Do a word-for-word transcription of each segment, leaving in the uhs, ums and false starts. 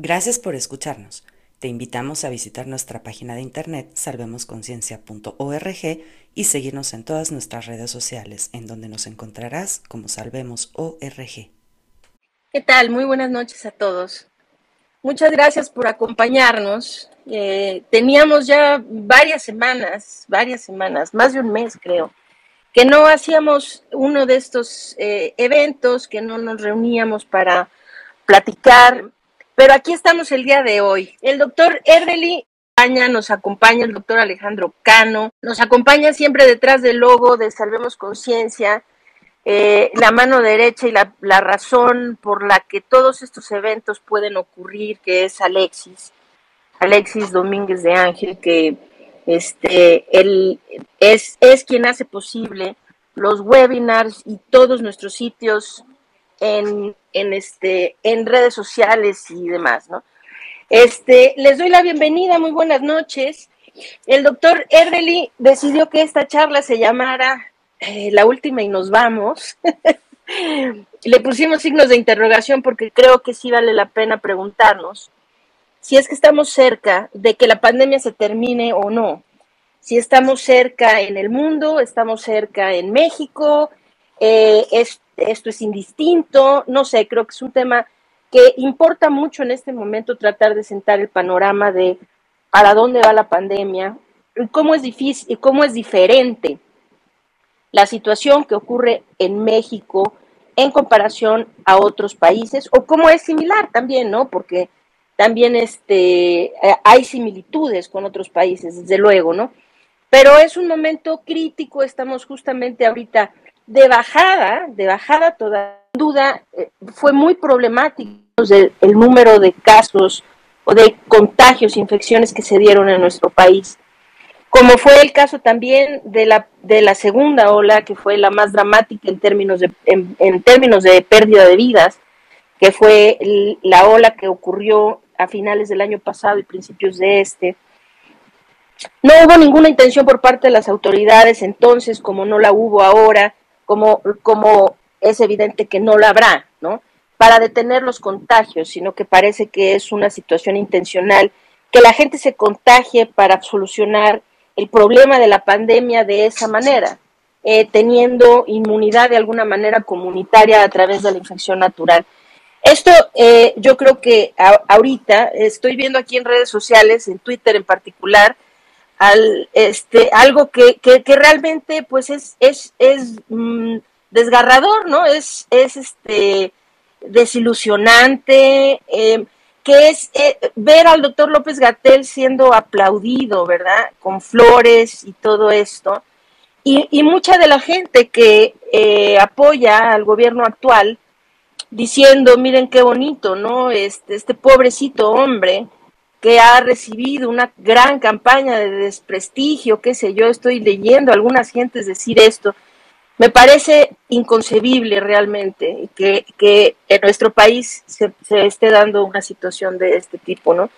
Gracias por escucharnos. Te invitamos a visitar nuestra página de internet salvemos conciencia punto org y seguirnos en todas nuestras redes sociales, en donde nos encontrarás como Salvemos O R G. ¿Qué tal? Muy buenas noches a todos. Muchas gracias por acompañarnos. Eh, teníamos ya varias semanas, varias semanas, más de un mes creo, que no hacíamos uno de estos eh, eventos, que no nos reuníamos para platicar, pero aquí estamos el día de hoy. El doctor Erdely nos acompaña, el doctor Alejandro Cano, nos acompaña siempre detrás del logo de Salvemos Conciencia, eh, la mano derecha y la, la razón por la que todos estos eventos pueden ocurrir, que es Alexis, Alexis Domínguez de Ángel, que este, él es, es quien hace posible los webinars y todos nuestros sitios en, en, este, en redes sociales y demás, ¿no? Este, les doy la bienvenida, muy buenas noches. El doctor Erdely decidió que esta charla se llamara eh, La Última y Nos Vamos. Le pusimos signos de interrogación porque creo que sí vale la pena preguntarnos si es que estamos cerca de que la pandemia se termine o no. Si estamos cerca en el mundo, estamos cerca en México, eh, es, esto es indistinto, no sé, creo que es un tema que importa mucho en este momento tratar de sentar el panorama de para dónde va la pandemia y cómo es difícil y cómo es diferente la situación que ocurre en México en comparación a otros países, o cómo es similar también, ¿no? Porque también este, hay similitudes con otros países, desde luego, ¿no? Pero es un momento crítico, estamos justamente ahorita de bajada, de bajada toda duda, eh, fue muy problemático el, el número de casos o de contagios, infecciones que se dieron en nuestro país, como fue el caso también de la, de la segunda ola, que fue la más dramática en términos de, en, en términos de pérdida de vidas, que fue la ola que ocurrió a finales del año pasado y principios de este. No hubo ninguna intención por parte de las autoridades entonces, como no la hubo ahora, como, como es evidente que no la habrá, ¿no? Para detener los contagios, sino que parece que es una situación intencional, que la gente se contagie para solucionar el problema de la pandemia de esa manera, eh, teniendo inmunidad de alguna manera comunitaria a través de la infección natural. Esto eh, yo creo que a, ahorita estoy viendo aquí en redes sociales, en Twitter en particular, al, este, algo que, que, que realmente pues es, es, es mmm, desgarrador, ¿no? Es, es este desilusionante, eh, que es eh, ver al doctor López-Gatell siendo aplaudido, ¿verdad? Con flores y todo esto. Y, y mucha de la gente que eh, apoya al gobierno actual diciendo, miren qué bonito, ¿no? Este, este pobrecito hombre que ha recibido una gran campaña de desprestigio, qué sé yo, estoy leyendo a algunas gentes decir esto. Me parece inconcebible realmente que, que en nuestro país se, se esté dando una situación de este tipo, ¿no?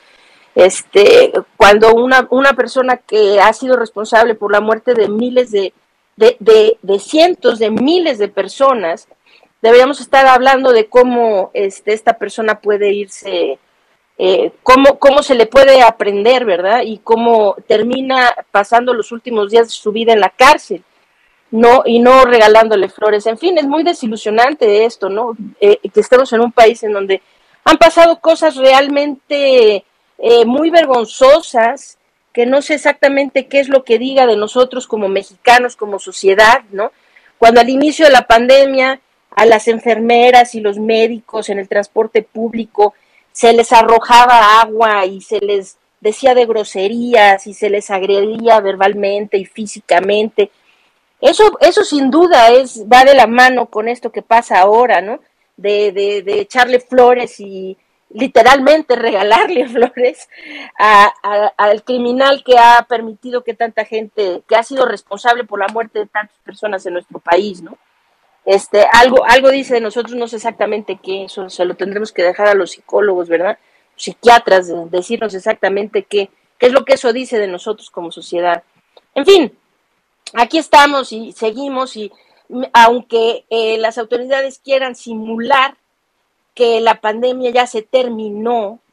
Este, cuando una, una persona que ha sido responsable por la muerte de miles de, de, de, de cientos de miles de personas, deberíamos estar hablando de cómo este, esta persona puede irse, eh, cómo, cómo se le puede aprender, ¿verdad? Y cómo termina pasando los últimos días de su vida en la cárcel, no, y no regalándole flores. En fin, es muy desilusionante esto, ¿no? Eh, que estemos en un país en donde han pasado cosas realmente eh, muy vergonzosas, que no sé exactamente qué es lo que diga de nosotros como mexicanos, como sociedad, ¿no? Cuando al inicio de la pandemia a las enfermeras y los médicos en el transporte público se les arrojaba agua y se les decía de groserías y se les agredía verbalmente y físicamente. Eso, eso sin duda es, va de la mano con esto que pasa ahora, ¿no? De, de, de echarle flores y literalmente regalarle flores a, a, al criminal que ha permitido que tanta gente, que ha sido responsable por la muerte de tantas personas en nuestro país, ¿no? Este, algo, algo dice de nosotros, no sé exactamente qué, eso se lo tendremos que dejar a los psicólogos, ¿verdad? Psiquiatras, de, decirnos exactamente qué, qué es lo que eso dice de nosotros como sociedad. En fin, aquí estamos y seguimos y aunque eh, las autoridades quieran simular que la pandemia ya se terminó,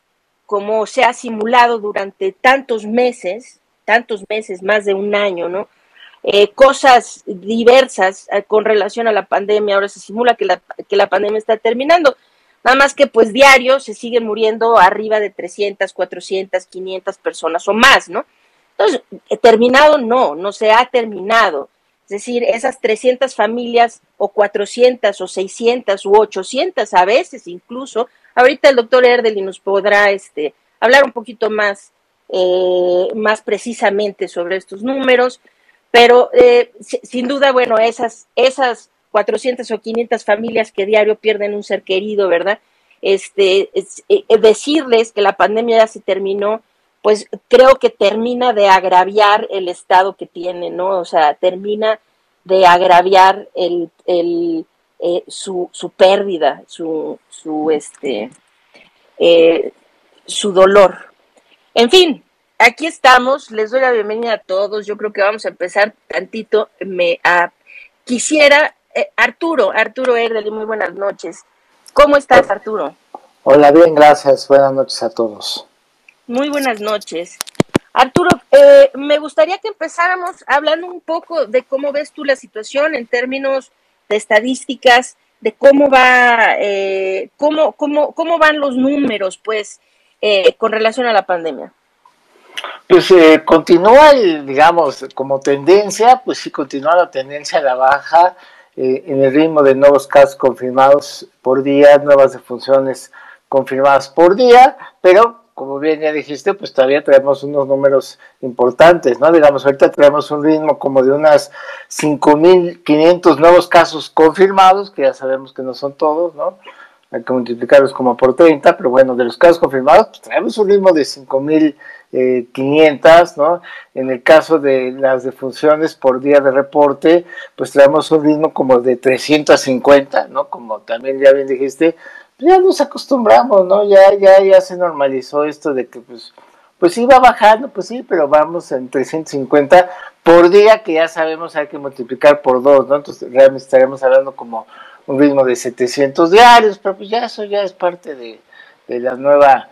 como se ha simulado durante tantos meses, tantos meses, más de un año, ¿no? Eh, cosas diversas eh, con relación a la pandemia. Ahora se simula que la, que la pandemia está terminando. Nada más que pues diario se siguen muriendo arriba de trescientas, cuatrocientas, quinientas personas o más, ¿no? Entonces, eh, terminado no, no se ha terminado. Es decir, esas trescientas familias o cuatrocientas o seiscientas u ochocientas a veces incluso, ahorita el doctor Erdely nos podrá este, hablar un poquito más, eh, más precisamente sobre estos números, pero eh, sin duda, bueno, esas, esas cuatrocientas o quinientas familias que diario pierden un ser querido, ¿verdad? Este, es, eh, decirles que la pandemia ya se terminó, pues creo que termina de agraviar el estado que tiene, ¿no? O sea, termina de agraviar el, el, eh, su, su pérdida, su, su, este, eh, su dolor. En fin, aquí estamos, les doy la bienvenida a todos. Yo creo que vamos a empezar tantito. Me a, quisiera, eh, Arturo, Arturo Erdely, muy buenas noches. ¿Cómo estás, Arturo? Hola, bien, gracias. Buenas noches a todos. Muy buenas noches. Arturo, eh, me gustaría que empezáramos hablando un poco de cómo ves tú la situación en términos de estadísticas, de cómo va, eh, cómo, cómo, cómo van los números, pues, eh, con relación a la pandemia. Pues eh, continúa, el, digamos, como tendencia, pues sí continúa la tendencia a la baja eh, en el ritmo de nuevos casos confirmados por día, nuevas defunciones confirmadas por día, pero como bien ya dijiste, pues todavía traemos unos números importantes, ¿no? Digamos, ahorita traemos un ritmo como de unas cinco mil quinientos nuevos casos confirmados, que ya sabemos que no son todos, ¿no? Hay que multiplicarlos como por treinta, pero bueno, de los casos confirmados, pues traemos un ritmo de cinco mil quinientas, ¿no? En el caso de las defunciones por día de reporte, pues traemos un ritmo como de trescientos cincuenta, ¿no? Como también ya bien dijiste, ya nos acostumbramos, ¿no? Ya, ya, ya se normalizó esto de que pues, pues iba bajando, pues sí, pero vamos en trescientos cincuenta por día, que ya sabemos hay que multiplicar por dos, ¿no? Entonces realmente estaremos hablando como un ritmo de setecientos diarios, pero pues ya eso ya es parte de, de la nueva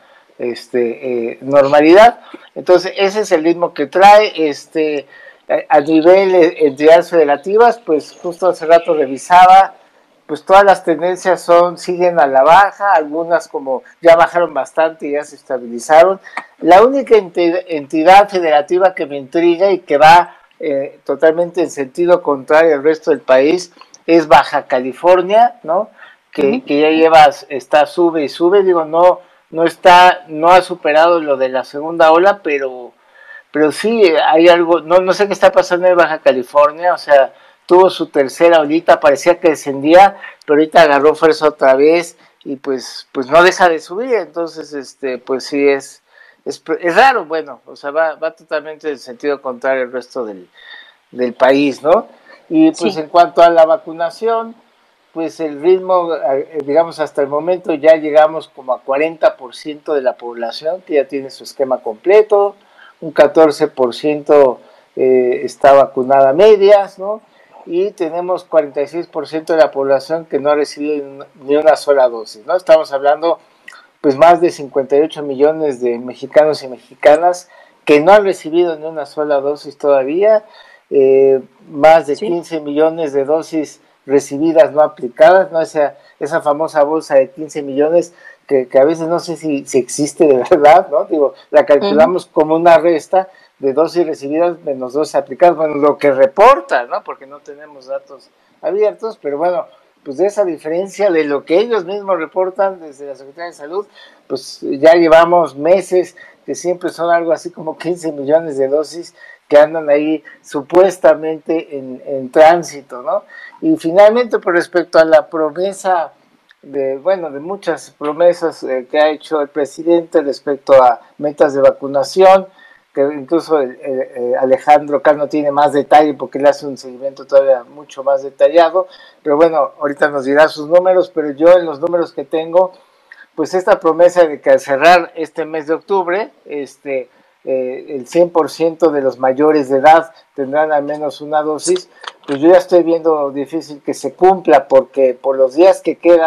este, eh, normalidad. Entonces ese es el ritmo que trae, este, a, a nivel de entidades federativas, pues justo hace rato revisaba, pues todas las tendencias son, siguen a la baja, algunas como ya bajaron bastante y ya se estabilizaron. La única entidad federativa que me intriga y que va eh, totalmente en sentido contrario al resto del país es Baja California, ¿no? Que, uh-huh. que ya lleva, está, sube y sube, digo, no, no está, no ha superado lo de la segunda ola, pero, pero sí hay algo, no, no sé qué está pasando en Baja California, o sea, tuvo su tercera olita, parecía que descendía, pero ahorita agarró fuerza otra vez y pues, pues no deja de subir, entonces, este, pues sí es, es, es raro, bueno, o sea, va, va totalmente en sentido contrario al resto del, del país, ¿no? Y pues sí. En cuanto a la vacunación, pues el ritmo, digamos, hasta el momento ya llegamos como a cuarenta por ciento de la población que ya tiene su esquema completo, un catorce por ciento eh, está vacunada a medias, ¿no? Y tenemos cuarenta y seis por ciento de la población que no ha recibido ni una sola dosis, ¿no? Estamos hablando, pues, más de cincuenta y ocho millones de mexicanos y mexicanas que no han recibido ni una sola dosis todavía, eh, más de sí. quince millones de dosis recibidas no aplicadas, ¿no? Esa, esa famosa bolsa de quince millones que, que a veces no sé si, si existe de verdad, ¿no? Digo, la calculamos uh-huh. como una resta de dosis recibidas menos dosis aplicadas, bueno, lo que reporta, ¿no? Porque no tenemos datos abiertos, pero bueno, pues de esa diferencia de lo que ellos mismos reportan desde la Secretaría de Salud, pues ya llevamos meses que siempre son algo así como quince millones de dosis que andan ahí supuestamente en, en tránsito, ¿no? Y finalmente, por respecto a la promesa de, bueno, de muchas promesas eh, que ha hecho el presidente respecto a metas de vacunación, que incluso el, el, el Alejandro Cano tiene más detalle porque le hace un seguimiento todavía mucho más detallado, pero bueno, ahorita nos dirá sus números, pero yo en los números que tengo, pues esta promesa de que al cerrar este mes de octubre, este, eh, el cien por ciento de los mayores de edad tendrán al menos una dosis, pues yo ya estoy viendo difícil que se cumpla, porque por los días que quedan,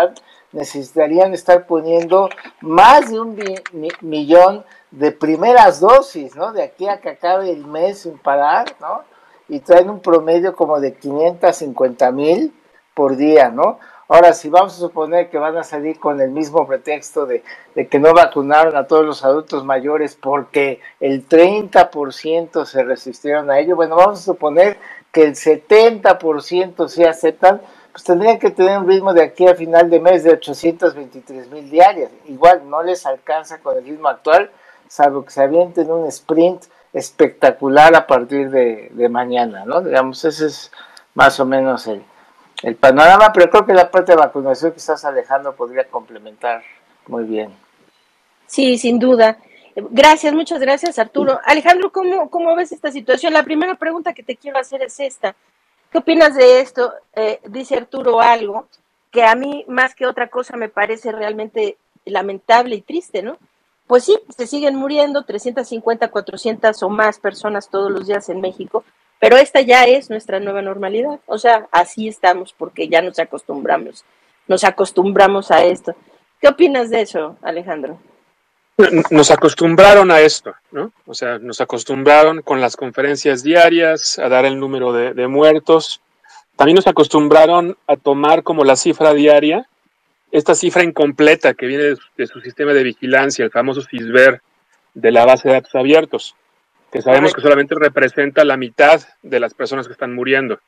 necesitarían estar poniendo más de un mi, mi, millón de primeras dosis, ¿no? De aquí a que acabe el mes sin parar, ¿no? Y traen un promedio como de quinientos cincuenta mil por día, ¿no? Ahora, si vamos a suponer que van a salir con el mismo pretexto de, de que no vacunaron a todos los adultos mayores porque el treinta por ciento se resistieron a ello, bueno, vamos a suponer que el setenta por ciento sí aceptan, pues tendrían que tener un ritmo de aquí a final de mes de ochocientos veintitrés mil diarias. Igual no les alcanza con el ritmo actual, salvo que se avienten un sprint espectacular a partir de, de mañana, ¿no? Digamos, ese es más o menos el, el panorama, pero creo que la parte de vacunación que estás Alejandro podría complementar muy bien. Sí, sin duda. Gracias, muchas gracias, Arturo. Alejandro, ¿cómo, cómo ves esta situación? La primera pregunta que te quiero hacer es esta. ¿Qué opinas de esto? Eh, dice Arturo algo que a mí, más que otra cosa, me parece realmente lamentable y triste, ¿no? Pues sí, se siguen muriendo trescientas cincuenta, cuatrocientas o más personas todos los días en México, pero esta ya es nuestra nueva normalidad. O sea, así estamos porque ya nos acostumbramos, nos acostumbramos a esto. ¿Qué opinas de eso, Alejandro? Nos acostumbraron a esto, ¿no? O sea, nos acostumbraron con las conferencias diarias a dar el número de, de muertos. También nos acostumbraron a tomar como la cifra diaria esta cifra incompleta que viene de, de su sistema de vigilancia, el famoso CISBER de la base de datos abiertos, que sabemos Correcto. que solamente representa la mitad de las personas que están muriendo.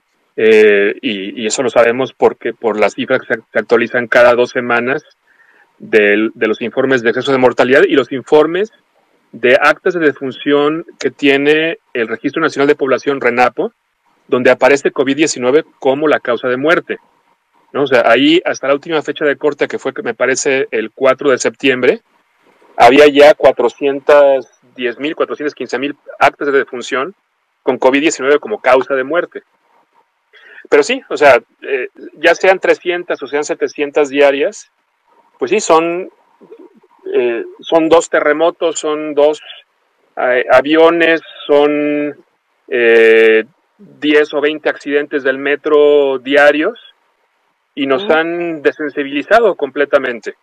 Eh, y, y eso lo sabemos porque por las cifras que se, se actualizan cada dos semanas de, de los informes de exceso de mortalidad y los informes de actas de defunción que tiene el Registro Nacional de Población RENAPO, donde aparece COVID diecinueve como la causa de muerte, ¿no? O sea, ahí hasta la última fecha de corte, que fue, que me parece, el cuatro de septiembre, había ya cuatrocientos diez mil, cuatrocientos quince mil actas de defunción con COVID diecinueve como causa de muerte. Pero sí, o sea, eh, ya sean trescientas o sean setecientas diarias, pues sí, son, eh, son dos terremotos, son dos eh, aviones, son eh, diez o veinte accidentes del metro diarios y nos uh-huh. han desensibilizado completamente.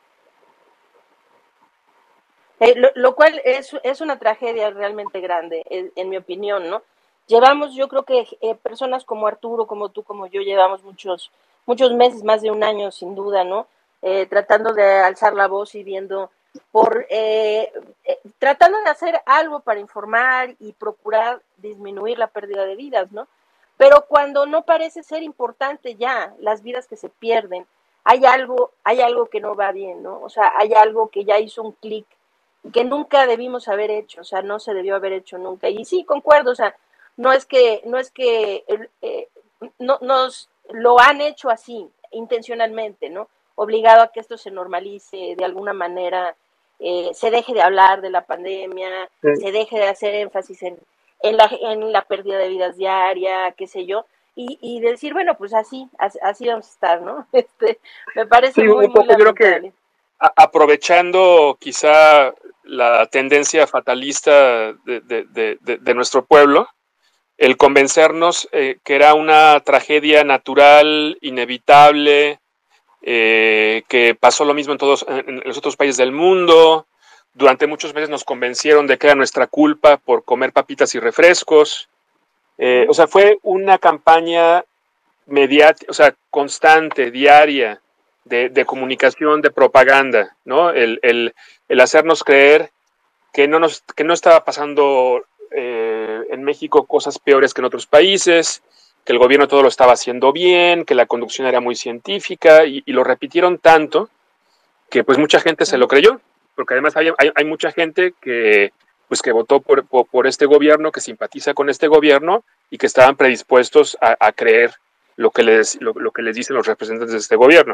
Eh, lo, lo cual es, es una tragedia realmente grande, en, en mi opinión, ¿no? Llevamos, yo creo que eh, personas como Arturo, como tú, como yo, llevamos muchos, muchos meses, más de un año, sin duda, ¿no? Eh, tratando de alzar la voz y viendo por, eh, eh, tratando de hacer algo para informar y procurar disminuir la pérdida de vidas, ¿no? Pero cuando no parece ser importante ya las vidas que se pierden, hay algo, hay algo que no va bien, ¿no? O sea, hay algo que ya hizo un clic que nunca debimos haber hecho, o sea, no se debió haber hecho nunca. Y sí, concuerdo, o sea, no es que, no es que eh, no, nos lo han hecho así, intencionalmente, ¿no? Obligado a que esto se normalice de alguna manera, eh, se deje de hablar de la pandemia, sí. se deje de hacer énfasis en, en, la, en la pérdida de vidas diaria, qué sé yo, y, y decir, bueno, pues así, así, así vamos a estar, ¿no? Este, me parece sí, muy, un poco, muy lamentable. Yo creo que a, aprovechando quizá la tendencia fatalista de, de, de, de, de nuestro pueblo, el convencernos eh, que era una tragedia natural, inevitable, eh, que pasó lo mismo en todos en los otros países del mundo. Durante muchos meses nos convencieron de que era nuestra culpa por comer papitas y refrescos. Eh, o sea, fue una campaña mediática, o sea, constante, diaria, de, de comunicación, de propaganda, ¿no? El, el, el hacernos creer que no, nos, que no estaba pasando eh, en México cosas peores que en otros países, que el gobierno todo lo estaba haciendo bien, que la conducción era muy científica, y, y lo repitieron tanto que pues mucha gente se lo creyó, porque además hay, hay, hay mucha gente que, pues, que votó por, por, por este gobierno, que simpatiza con este gobierno y que estaban predispuestos a, a creer lo que, les, lo, lo que les dicen los representantes de este gobierno.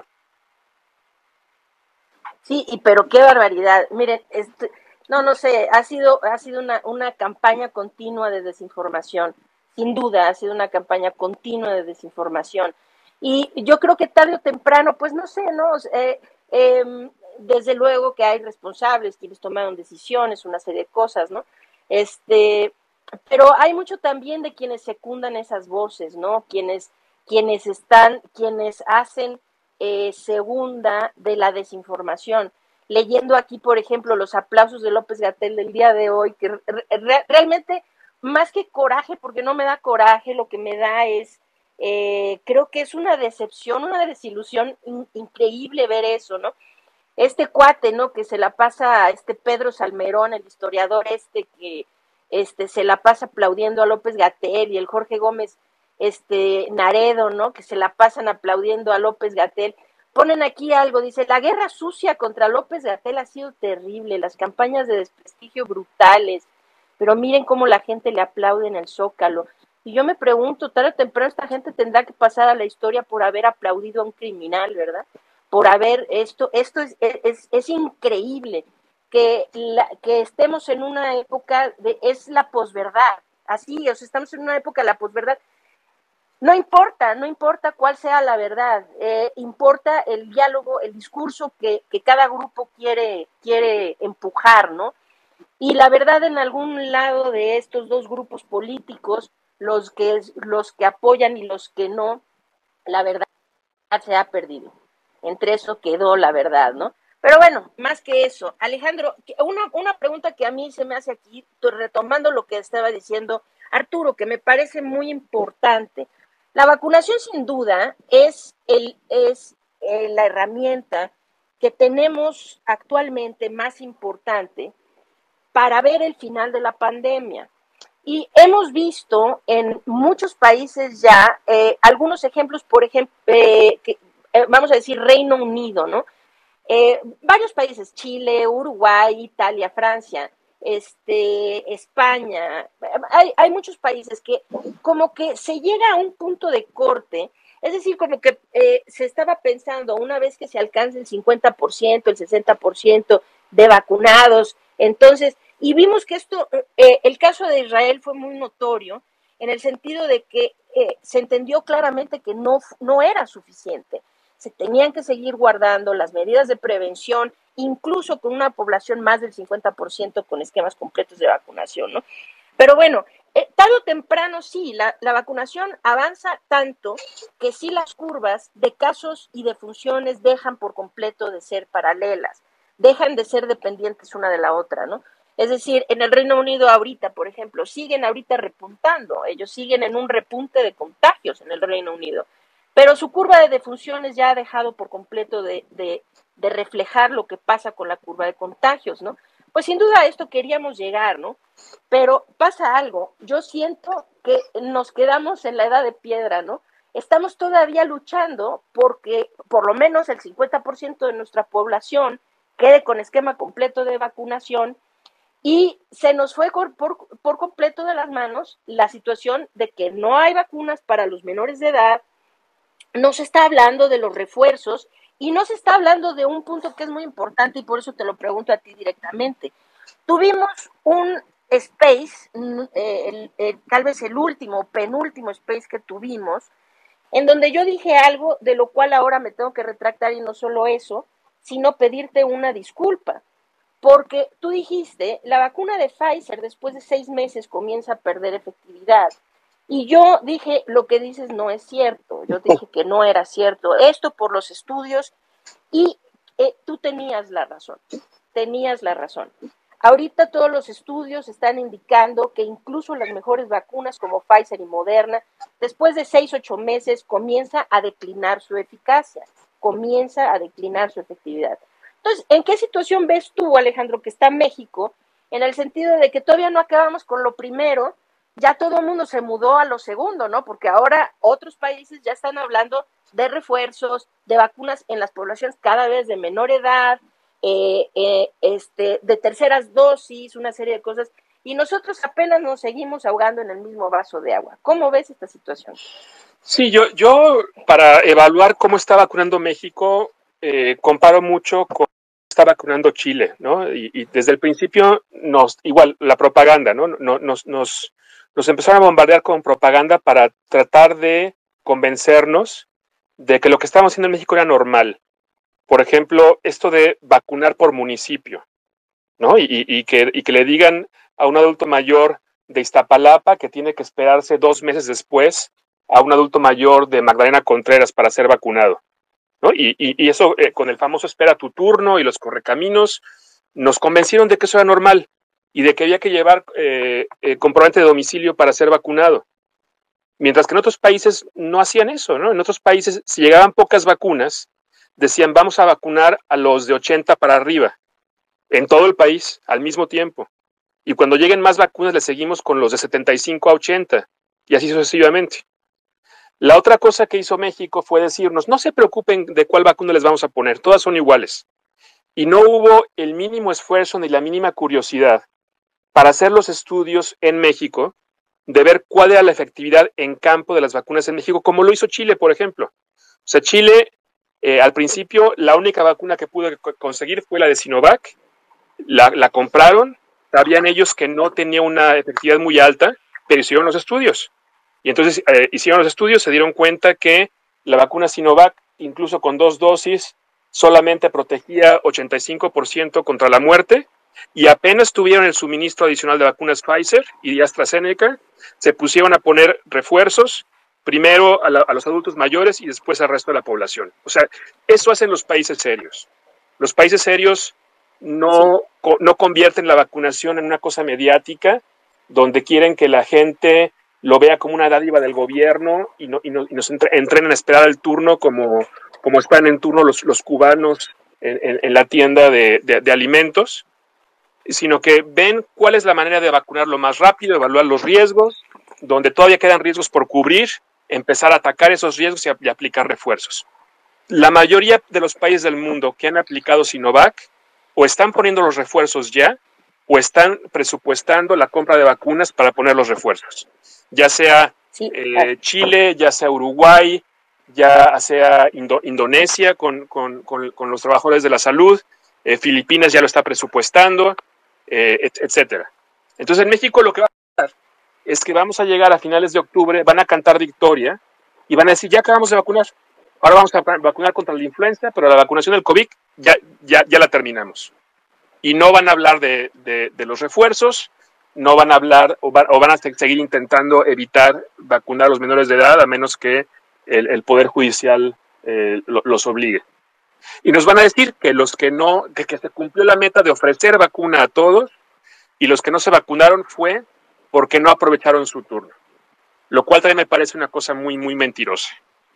Sí, y pero qué barbaridad. Miren, este, no, no sé, ha sido, ha sido una, una campaña continua de desinformación. Sin duda, ha sido una campaña continua de desinformación. Y yo creo que tarde o temprano, pues no sé, ¿no? Eh, eh, desde luego que hay responsables, quienes tomaron decisiones, una serie de cosas, ¿no? Este, pero hay mucho también de quienes secundan esas voces, ¿no? Quienes, quienes están, quienes hacen eh, se hunda de la desinformación. Leyendo aquí, por ejemplo, los aplausos de López-Gatell del día de hoy, que re realmente, más que coraje, porque no me da coraje, lo que me da es, eh, creo que es una decepción, una desilusión in increíble ver eso, ¿no? Este cuate, ¿no? Que se la pasa, este Pedro Salmerón, el historiador este, que este, se la pasa aplaudiendo a López-Gatell, y el Jorge Gómez este, Naredo, ¿no? Que se la pasan aplaudiendo a López-Gatell. Ponen aquí algo, dice, la guerra sucia contra López-Gatell ha sido terrible, las campañas de desprestigio brutales, pero miren cómo la gente le aplaude en el Zócalo. Y yo me pregunto, tarde o temprano esta gente tendrá que pasar a la historia por haber aplaudido a un criminal, ¿verdad? Por haber esto, esto es, es, es increíble que, la, que estemos en una época de, es la posverdad, así, o sea, estamos en una época de la posverdad. No importa, no importa cuál sea la verdad, eh, importa el diálogo, el discurso que, que cada grupo quiere, quiere empujar, ¿no? Y la verdad, en algún lado de estos dos grupos políticos, los que, los que apoyan y los que no, la verdad se ha perdido. Entre eso quedó la verdad, ¿no? Pero bueno, más que eso, Alejandro, una, una pregunta que a mí se me hace aquí, retomando lo que estaba diciendo Arturo, que me parece muy importante. La vacunación sin duda es, el, es eh, la herramienta que tenemos actualmente más importante para ver el final de la pandemia. Y hemos visto en muchos países ya eh, algunos ejemplos, por ejemplo, eh, que, eh, vamos a decir Reino Unido, ¿no? Eh, varios países, Chile, Uruguay, Italia, Francia, este, España, hay, hay muchos países que como que se llega a un punto de corte, es decir, como que eh, se estaba pensando, una vez que se alcance el cincuenta por ciento, el sesenta por ciento de vacunados, entonces, y vimos que esto, eh, el caso de Israel fue muy notorio, en el sentido de que eh, se entendió claramente que no, no era suficiente. Se tenían que seguir guardando las medidas de prevención, incluso con una población más del cincuenta por ciento con esquemas completos de vacunación, ¿no? Pero bueno, eh, tarde o temprano sí, la, la vacunación avanza tanto que sí las curvas de casos y de funciones dejan por completo de ser paralelas, dejan de ser dependientes una de la otra, ¿no? Es decir, en el Reino Unido ahorita, por ejemplo, siguen ahorita repuntando, ellos siguen en un repunte de contagios en el Reino Unido, pero su curva de defunciones ya ha dejado por completo de, de, de reflejar lo que pasa con la curva de contagios, ¿no? Pues sin duda a esto queríamos llegar, ¿no? Pero pasa algo, yo siento que nos quedamos en la edad de piedra, ¿no? Estamos todavía luchando porque por lo menos el cincuenta por ciento de nuestra población quede con esquema completo de vacunación, y se nos fue por, por, por completo de las manos la situación de que no hay vacunas para los menores de edad. No se está hablando de los refuerzos y no se está hablando de un punto que es muy importante, y por eso te lo pregunto a ti directamente. Tuvimos un space, eh, el, el, tal vez el último, penúltimo space que tuvimos, en donde yo dije algo de lo cual ahora me tengo que retractar, y no solo eso, sino pedirte una disculpa. Porque tú dijiste, la vacuna de Pfizer después de seis meses comienza a perder efectividad. Y yo dije, lo que dices no es cierto. Yo dije que no era cierto. Esto por los estudios, y eh, tú tenías la razón. Tenías la razón. Ahorita todos los estudios están indicando que incluso las mejores vacunas como Pfizer y Moderna, después de seis, ocho meses, comienza a declinar su eficacia. Comienza a declinar su efectividad. Entonces, ¿en qué situación ves tú, Alejandro, que está México, en el sentido de que todavía no acabamos con lo primero, ya todo el mundo se mudó a lo segundo, ¿no? Porque ahora otros países ya están hablando de refuerzos, de vacunas en las poblaciones cada vez de menor edad, eh, eh, este, de terceras dosis, una serie de cosas, y nosotros apenas nos seguimos ahogando en el mismo vaso de agua. ¿Cómo ves esta situación? Sí, yo, yo para evaluar cómo está vacunando México, eh, comparo mucho con está vacunando Chile, ¿no? Y, y desde el principio nos, igual, la propaganda, ¿no? Nos, nos, nos, nos empezaron a bombardear con propaganda para tratar de convencernos de que lo que estábamos haciendo en México era normal. Por ejemplo, esto de vacunar por municipio, ¿no? Y, y, y, que, y que le digan a un adulto mayor de Iztapalapa que tiene que esperarse dos meses después a un adulto mayor de Magdalena Contreras para ser vacunado, ¿no? Y, y, y eso eh, con el famoso espera tu turno y los correcaminos, nos convencieron de que eso era normal y de que había que llevar eh, eh, comprobante de domicilio para ser vacunado. Mientras que en otros países no hacían eso, ¿no? En otros países, si llegaban pocas vacunas, decían, vamos a vacunar a los de ochenta para arriba, en todo el país, al mismo tiempo. Y cuando lleguen más vacunas, le seguimos con los de setenta y cinco a ochenta, y así sucesivamente. La otra cosa que hizo México fue decirnos, no se preocupen de cuál vacuna les vamos a poner, todas son iguales. Y no hubo el mínimo esfuerzo ni la mínima curiosidad para hacer los estudios en México, de ver cuál era la efectividad en campo de las vacunas en México, como lo hizo Chile, por ejemplo. O sea, Chile, eh, al principio, la única vacuna que pudo conseguir fue la de Sinovac, la, la compraron, sabían ellos que no tenía una efectividad muy alta, pero hicieron los estudios. Y entonces eh, hicieron los estudios, se dieron cuenta que la vacuna Sinovac, incluso con dos dosis, solamente protegía ochenta y cinco por ciento contra la muerte, y apenas tuvieron el suministro adicional de vacunas Pfizer y de AstraZeneca, se pusieron a poner refuerzos, primero a, la, a los adultos mayores y después al resto de la población. O sea, eso hacen los países serios. Los países serios no, sí. no convierten la vacunación en una cosa mediática, donde quieren que la gente lo vea como una dádiva del gobierno y, no, y, no, y nos entre, entrenen a esperar el turno como, como esperan en turno los, los cubanos en, en, en la tienda de, de, de alimentos, sino que ven cuál es la manera de vacunarlo más rápido, evaluar los riesgos, donde todavía quedan riesgos por cubrir, empezar a atacar esos riesgos y, a, y aplicar refuerzos. La mayoría de los países del mundo que han aplicado Sinovac o están poniendo los refuerzos ya o están presupuestando la compra de vacunas para poner los refuerzos, ya sea sí, claro. eh, Chile, ya sea Uruguay, ya sea Indo Indonesia con, con, con, con los trabajadores de la salud, eh, Filipinas ya lo está presupuestando, eh, et etcétera. Entonces en México lo que va a pasar es que vamos a llegar a finales de octubre, van a cantar victoria y van a decir, ya acabamos de vacunar, ahora vamos a vacunar contra la influenza, pero la vacunación del COVID ya, ya, ya la terminamos. Y no van a hablar de, de, de los refuerzos, no van a hablar o, va, o van a seguir intentando evitar vacunar a los menores de edad a menos que el, el Poder Judicial eh, lo, los obligue. Y nos van a decir que los que no, que, que se cumplió la meta de ofrecer vacuna a todos y los que no se vacunaron fue porque no aprovecharon su turno. Lo cual también me parece una cosa muy, muy mentirosa.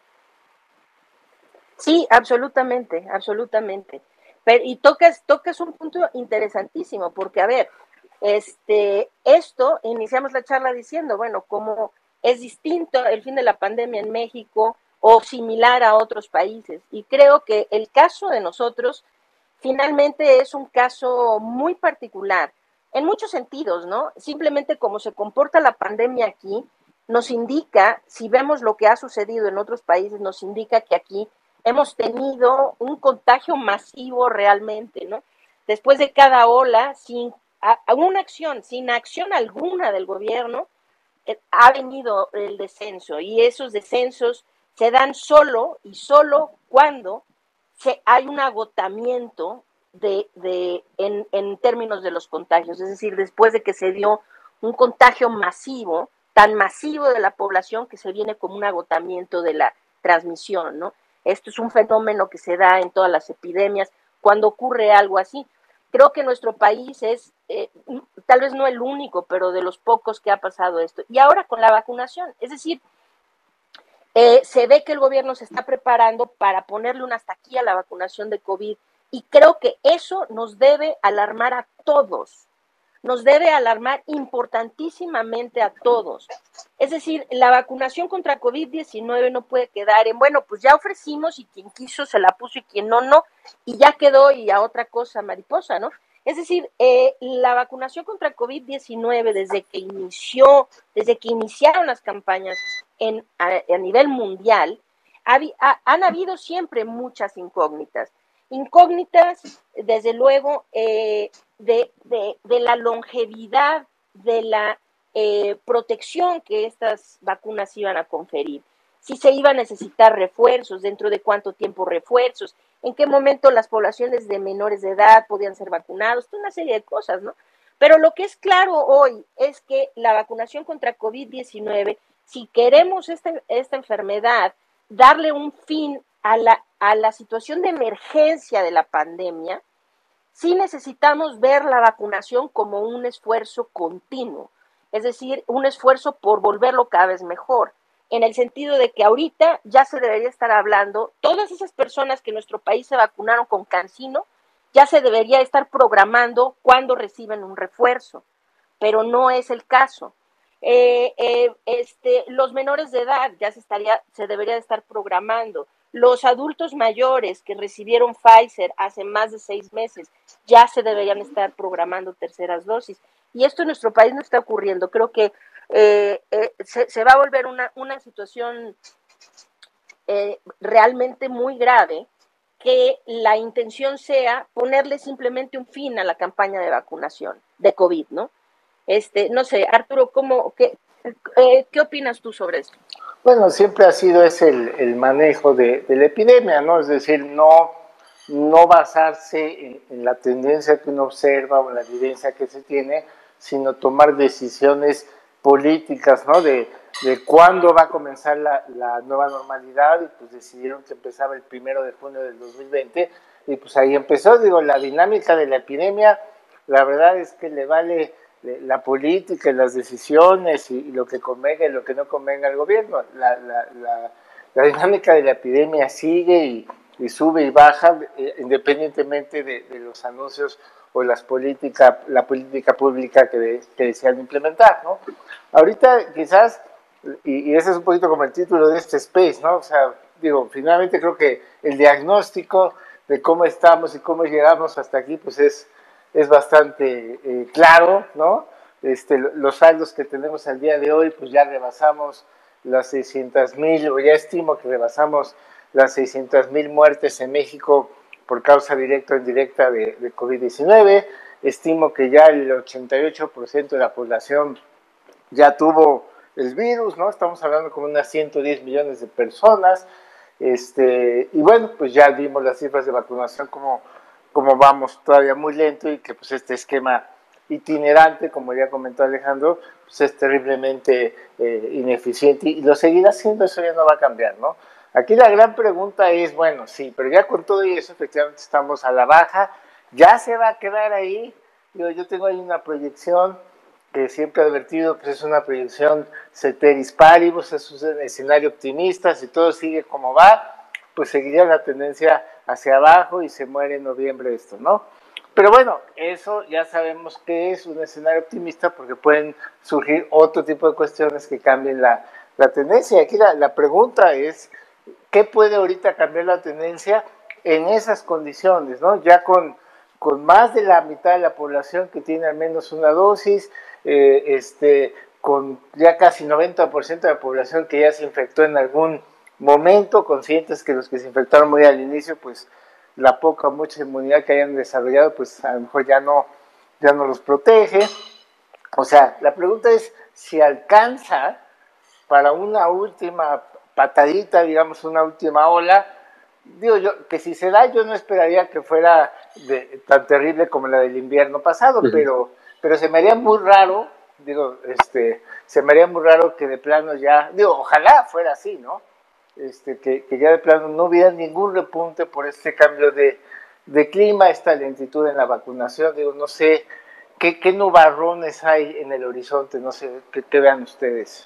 Sí, absolutamente, absolutamente. Pero, y tocas, tocas un punto interesantísimo, porque a ver, este, esto, iniciamos la charla diciendo, bueno, como es distinto el fin de la pandemia en México o similar a otros países. Y creo que el caso de nosotros finalmente es un caso muy particular, en muchos sentidos, ¿no? Simplemente como se comporta la pandemia aquí, nos indica, si vemos lo que ha sucedido en otros países, nos indica que aquí hemos tenido un contagio masivo realmente, ¿no? Después de cada ola, sin a, a una acción, sin acción alguna del gobierno, eh, ha venido el descenso, y esos descensos se dan solo y solo cuando se, hay un agotamiento de, de, en, en términos de los contagios, es decir, después de que se dio un contagio masivo, tan masivo de la población que se viene como un agotamiento de la transmisión, ¿no? Esto es un fenómeno que se da en todas las epidemias cuando ocurre algo así. Creo que nuestro país es, eh, tal vez no el único, pero de los pocos que ha pasado esto. Y ahora con la vacunación, es decir, eh, se ve que el gobierno se está preparando para ponerle un hasta aquí a la vacunación de COVID, y creo que eso nos debe alarmar a todos. Nos debe alarmar importantísimamente a todos. Es decir, la vacunación contra COVID diecinueve no puede quedar en, bueno, pues ya ofrecimos y quien quiso se la puso y quien no, no, y ya quedó y a otra cosa mariposa, ¿no? Es decir, eh, la vacunación contra COVID diecinueve desde que inició, desde que iniciaron las campañas en, a, a nivel mundial, ha, ha, han habido siempre muchas incógnitas. Incógnitas, desde luego, eh, de, de, de la longevidad, de la eh, protección que estas vacunas iban a conferir. Si se iba a necesitar refuerzos, dentro de cuánto tiempo refuerzos, en qué momento las poblaciones de menores de edad podían ser vacunados, una serie de cosas, ¿no? Pero lo que es claro hoy es que la vacunación contra COVID diecinueve, si queremos esta, esta enfermedad darle un fin a la, a la situación de emergencia de la pandemia, sí necesitamos ver la vacunación como un esfuerzo continuo, es decir, un esfuerzo por volverlo cada vez mejor, en el sentido de que ahorita ya se debería estar hablando, todas esas personas que en nuestro país se vacunaron con CanSino, ya se debería estar programando cuándo reciben un refuerzo, pero no es el caso. Eh, eh, este, los menores de edad ya se, estaría, se debería estar programando. Los adultos mayores que recibieron Pfizer hace más de seis meses ya se deberían estar programando terceras dosis. Y esto en nuestro país no está ocurriendo. Creo que eh, eh, se, se va a volver una, una situación eh, realmente muy grave, que la intención sea ponerle simplemente un fin a la campaña de vacunación de COVID, ¿no? Este, no sé, Arturo, ¿cómo, qué, eh, ¿qué opinas tú sobre esto? Bueno, siempre ha sido ese el, el manejo de, de la epidemia, ¿no? Es decir, no, no basarse en, en la tendencia que uno observa o en la evidencia que se tiene, sino tomar decisiones políticas, ¿no? De, de cuándo va a comenzar la, la nueva normalidad, y pues decidieron que empezaba el primero de junio del dos mil veinte, y pues ahí empezó. Digo, la dinámica de la epidemia, la verdad es que le vale la política y las decisiones y, y lo que convenga y lo que no convenga al gobierno. La, la, la, la dinámica de la epidemia sigue y, y sube y baja, eh, independientemente de, de los anuncios o las políticas, la política pública que, de, que desean implementar, ¿no? Ahorita quizás, y, y ese es un poquito como el título de este space, ¿no? O sea, digo, finalmente creo que el diagnóstico de cómo estamos y cómo llegamos hasta aquí, pues es es bastante eh, claro, ¿no? Este, los saldos que tenemos al día de hoy, pues ya rebasamos las seiscientas mil, o ya estimo que rebasamos las seiscientas mil muertes en México por causa directa o indirecta de, de COVID diecinueve. Estimo que ya el ochenta y ocho por ciento de la población ya tuvo el virus, ¿no? Estamos hablando como unas ciento diez millones de personas. Este, y bueno, pues ya vimos las cifras de vacunación como como vamos todavía muy lento, y que pues este esquema itinerante, como ya comentó Alejandro, pues es terriblemente eh, ineficiente, y lo seguirá siendo. Eso ya no va a cambiar, ¿no? Aquí la gran pregunta es, bueno, sí, pero ya con todo eso efectivamente estamos a la baja, ya se va a quedar ahí. Yo, yo tengo ahí una proyección que siempre he advertido, pues es una proyección ceteris paribus, es un escenario optimista. Si todo sigue como va, pues seguiría la tendencia hacia abajo y se muere en noviembre esto, ¿no? Pero bueno, eso ya sabemos que es un escenario optimista, porque pueden surgir otro tipo de cuestiones que cambien la, la tendencia. Aquí la, la pregunta es, ¿qué puede ahorita cambiar la tendencia en esas condiciones, ¿no? Ya con, con más de la mitad de la población que tiene al menos una dosis, eh, este, con ya casi noventa por ciento de la población que ya se infectó en algún momento, conscientes que los que se infectaron muy al inicio, pues la poca o mucha inmunidad que hayan desarrollado, pues a lo mejor ya no, ya no los protege. O sea, la pregunta es si alcanza para una última patadita, digamos, una última ola. Digo yo, que si se da, yo no esperaría que fuera de, tan terrible como la del invierno pasado, uh-huh. pero, pero se me haría muy raro, digo, este, se me haría muy raro que de plano ya, digo, ojalá fuera así, ¿no? Este, que, que ya de plano no hubiera ningún repunte por este cambio de, de clima, esta lentitud en la vacunación. Digo, no sé qué, qué nubarrones hay en el horizonte, no sé qué, qué vean ustedes.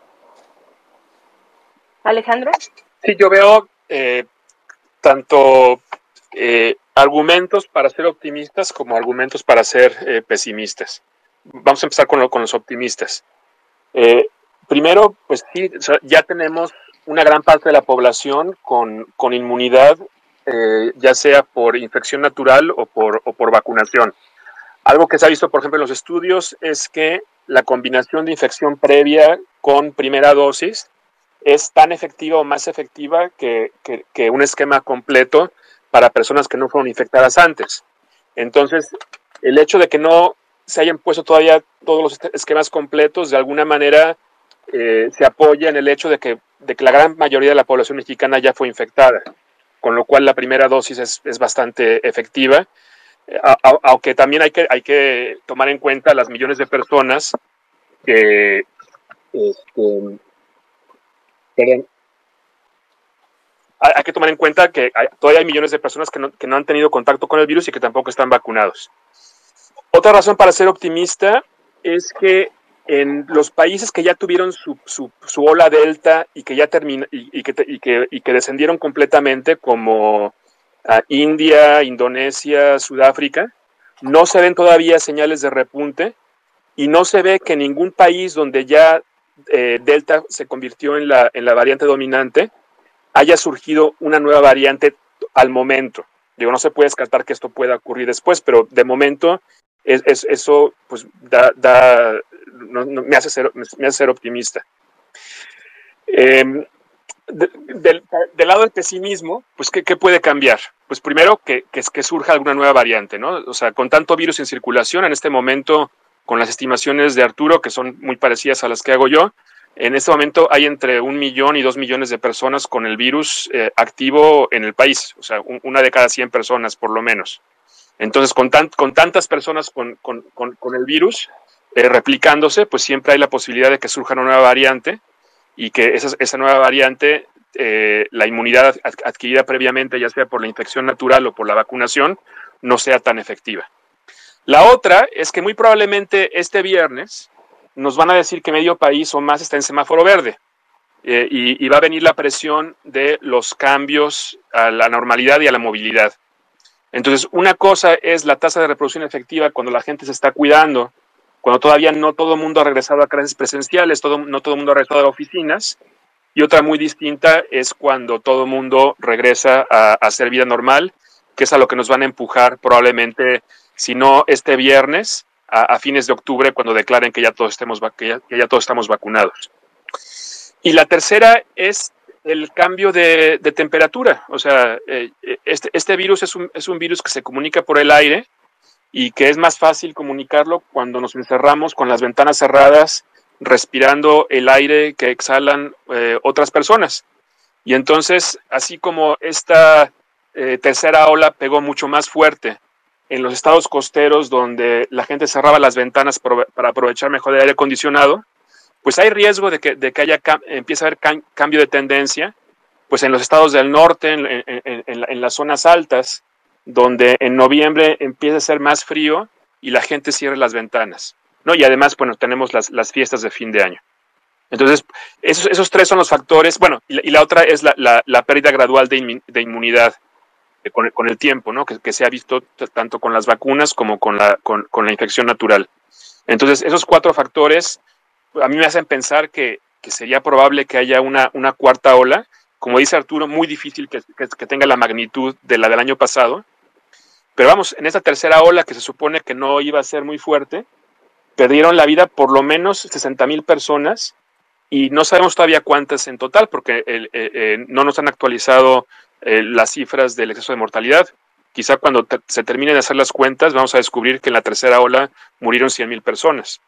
Alejandro. Sí, yo veo eh, tanto eh, argumentos para ser optimistas como argumentos para ser eh, pesimistas. Vamos a empezar con, lo, con los optimistas. Eh, primero, pues sí, o sea, ya tenemos una gran parte de la población con, con inmunidad, eh, ya sea por infección natural o por, o por vacunación. Algo que se ha visto, por ejemplo, en los estudios es que la combinación de infección previa con primera dosis es tan efectiva o más efectiva que, que, que un esquema completo para personas que no fueron infectadas antes. Entonces, el hecho de que no se hayan puesto todavía todos los esquemas completos, de alguna manera eh, se apoya en el hecho de que, de que la gran mayoría de la población mexicana ya fue infectada, con lo cual la primera dosis es, es bastante efectiva, a, a, aunque también hay que, hay que tomar en cuenta las millones de personas que, este, perdón, hay, hay que tomar en cuenta que hay, todavía hay millones de personas que no, que no han tenido contacto con el virus y que tampoco están vacunados. Otra razón para ser optimista es que en los países que ya tuvieron su, su, su ola delta y que ya termina y, y, que, y, que, y que descendieron completamente, como uh, India, Indonesia, Sudáfrica, no se ven todavía señales de repunte y no se ve que en ningún país donde ya eh, delta se convirtió en la, en la variante dominante haya surgido una nueva variante al momento. Digo, no se puede descartar que esto pueda ocurrir después, pero de momento es, es, eso pues da, da no, no, me, hace ser, me hace ser optimista. Eh, de, del, del lado del pesimismo, pues ¿qué, qué puede cambiar? Pues primero que, que, que surja alguna nueva variante, ¿no? O sea, con tanto virus en circulación, en este momento, con las estimaciones de Arturo, que son muy parecidas a las que hago yo, en este momento hay entre un millón y dos millones de personas con el virus eh, activo en el país, o sea, un, una de cada cien personas por lo menos. Entonces, con, tan, con tantas personas con, con, con, con el virus eh, replicándose, pues siempre hay la posibilidad de que surja una nueva variante y que esa, esa nueva variante, eh, la inmunidad adquirida previamente, ya sea por la infección natural o por la vacunación, no sea tan efectiva. La otra es que muy probablemente este viernes nos van a decir que medio país o más está en semáforo verde eh, y, y va a venir la presión de los cambios a la normalidad y a la movilidad. Entonces, una cosa es la tasa de reproducción efectiva cuando la gente se está cuidando, cuando todavía no todo el mundo ha regresado a clases presenciales, todo, no todo el mundo ha regresado a oficinas, y otra muy distinta es cuando todo el mundo regresa a, a hacer vida normal, que es a lo que nos van a empujar probablemente, si no este viernes, a, a fines de octubre, cuando declaren que ya todos, estemos, que ya, que ya todos estamos vacunados. Y la tercera es el cambio de, de temperatura. O sea, eh, este, este virus es un, es un virus que se comunica por el aire y que es más fácil comunicarlo cuando nos encerramos con las ventanas cerradas, respirando el aire que exhalan eh, otras personas. Y entonces, así como esta eh, tercera ola pegó mucho más fuerte en los estados costeros donde la gente cerraba las ventanas para aprovechar mejor el aire acondicionado, pues hay riesgo de que, de que haya, empiece a haber can, cambio de tendencia, pues en los estados del norte, en, en, en, en las zonas altas, donde en noviembre empieza a ser más frío y la gente cierra las ventanas, ¿no? Y además, bueno, tenemos las, las fiestas de fin de año. Entonces, esos, esos tres son los factores. Bueno, y la, y la otra es la, la, la pérdida gradual de, in, de inmunidad eh, con, el, con el tiempo, ¿no? Que, que se ha visto tanto con las vacunas como con la, con, con la infección natural. Entonces, esos cuatro factores a mí me hacen pensar que, que sería probable que haya una, una cuarta ola, como dice Arturo, muy difícil que, que, que tenga la magnitud de la del año pasado. Pero vamos, en esta tercera ola, que se supone que no iba a ser muy fuerte, perdieron la vida por lo menos sesenta mil personas y no sabemos todavía cuántas en total, porque eh, eh, no nos han actualizado eh, las cifras del exceso de mortalidad. Quizá cuando te, se terminen de hacer las cuentas, vamos a descubrir que en la tercera ola murieron cien mil personas.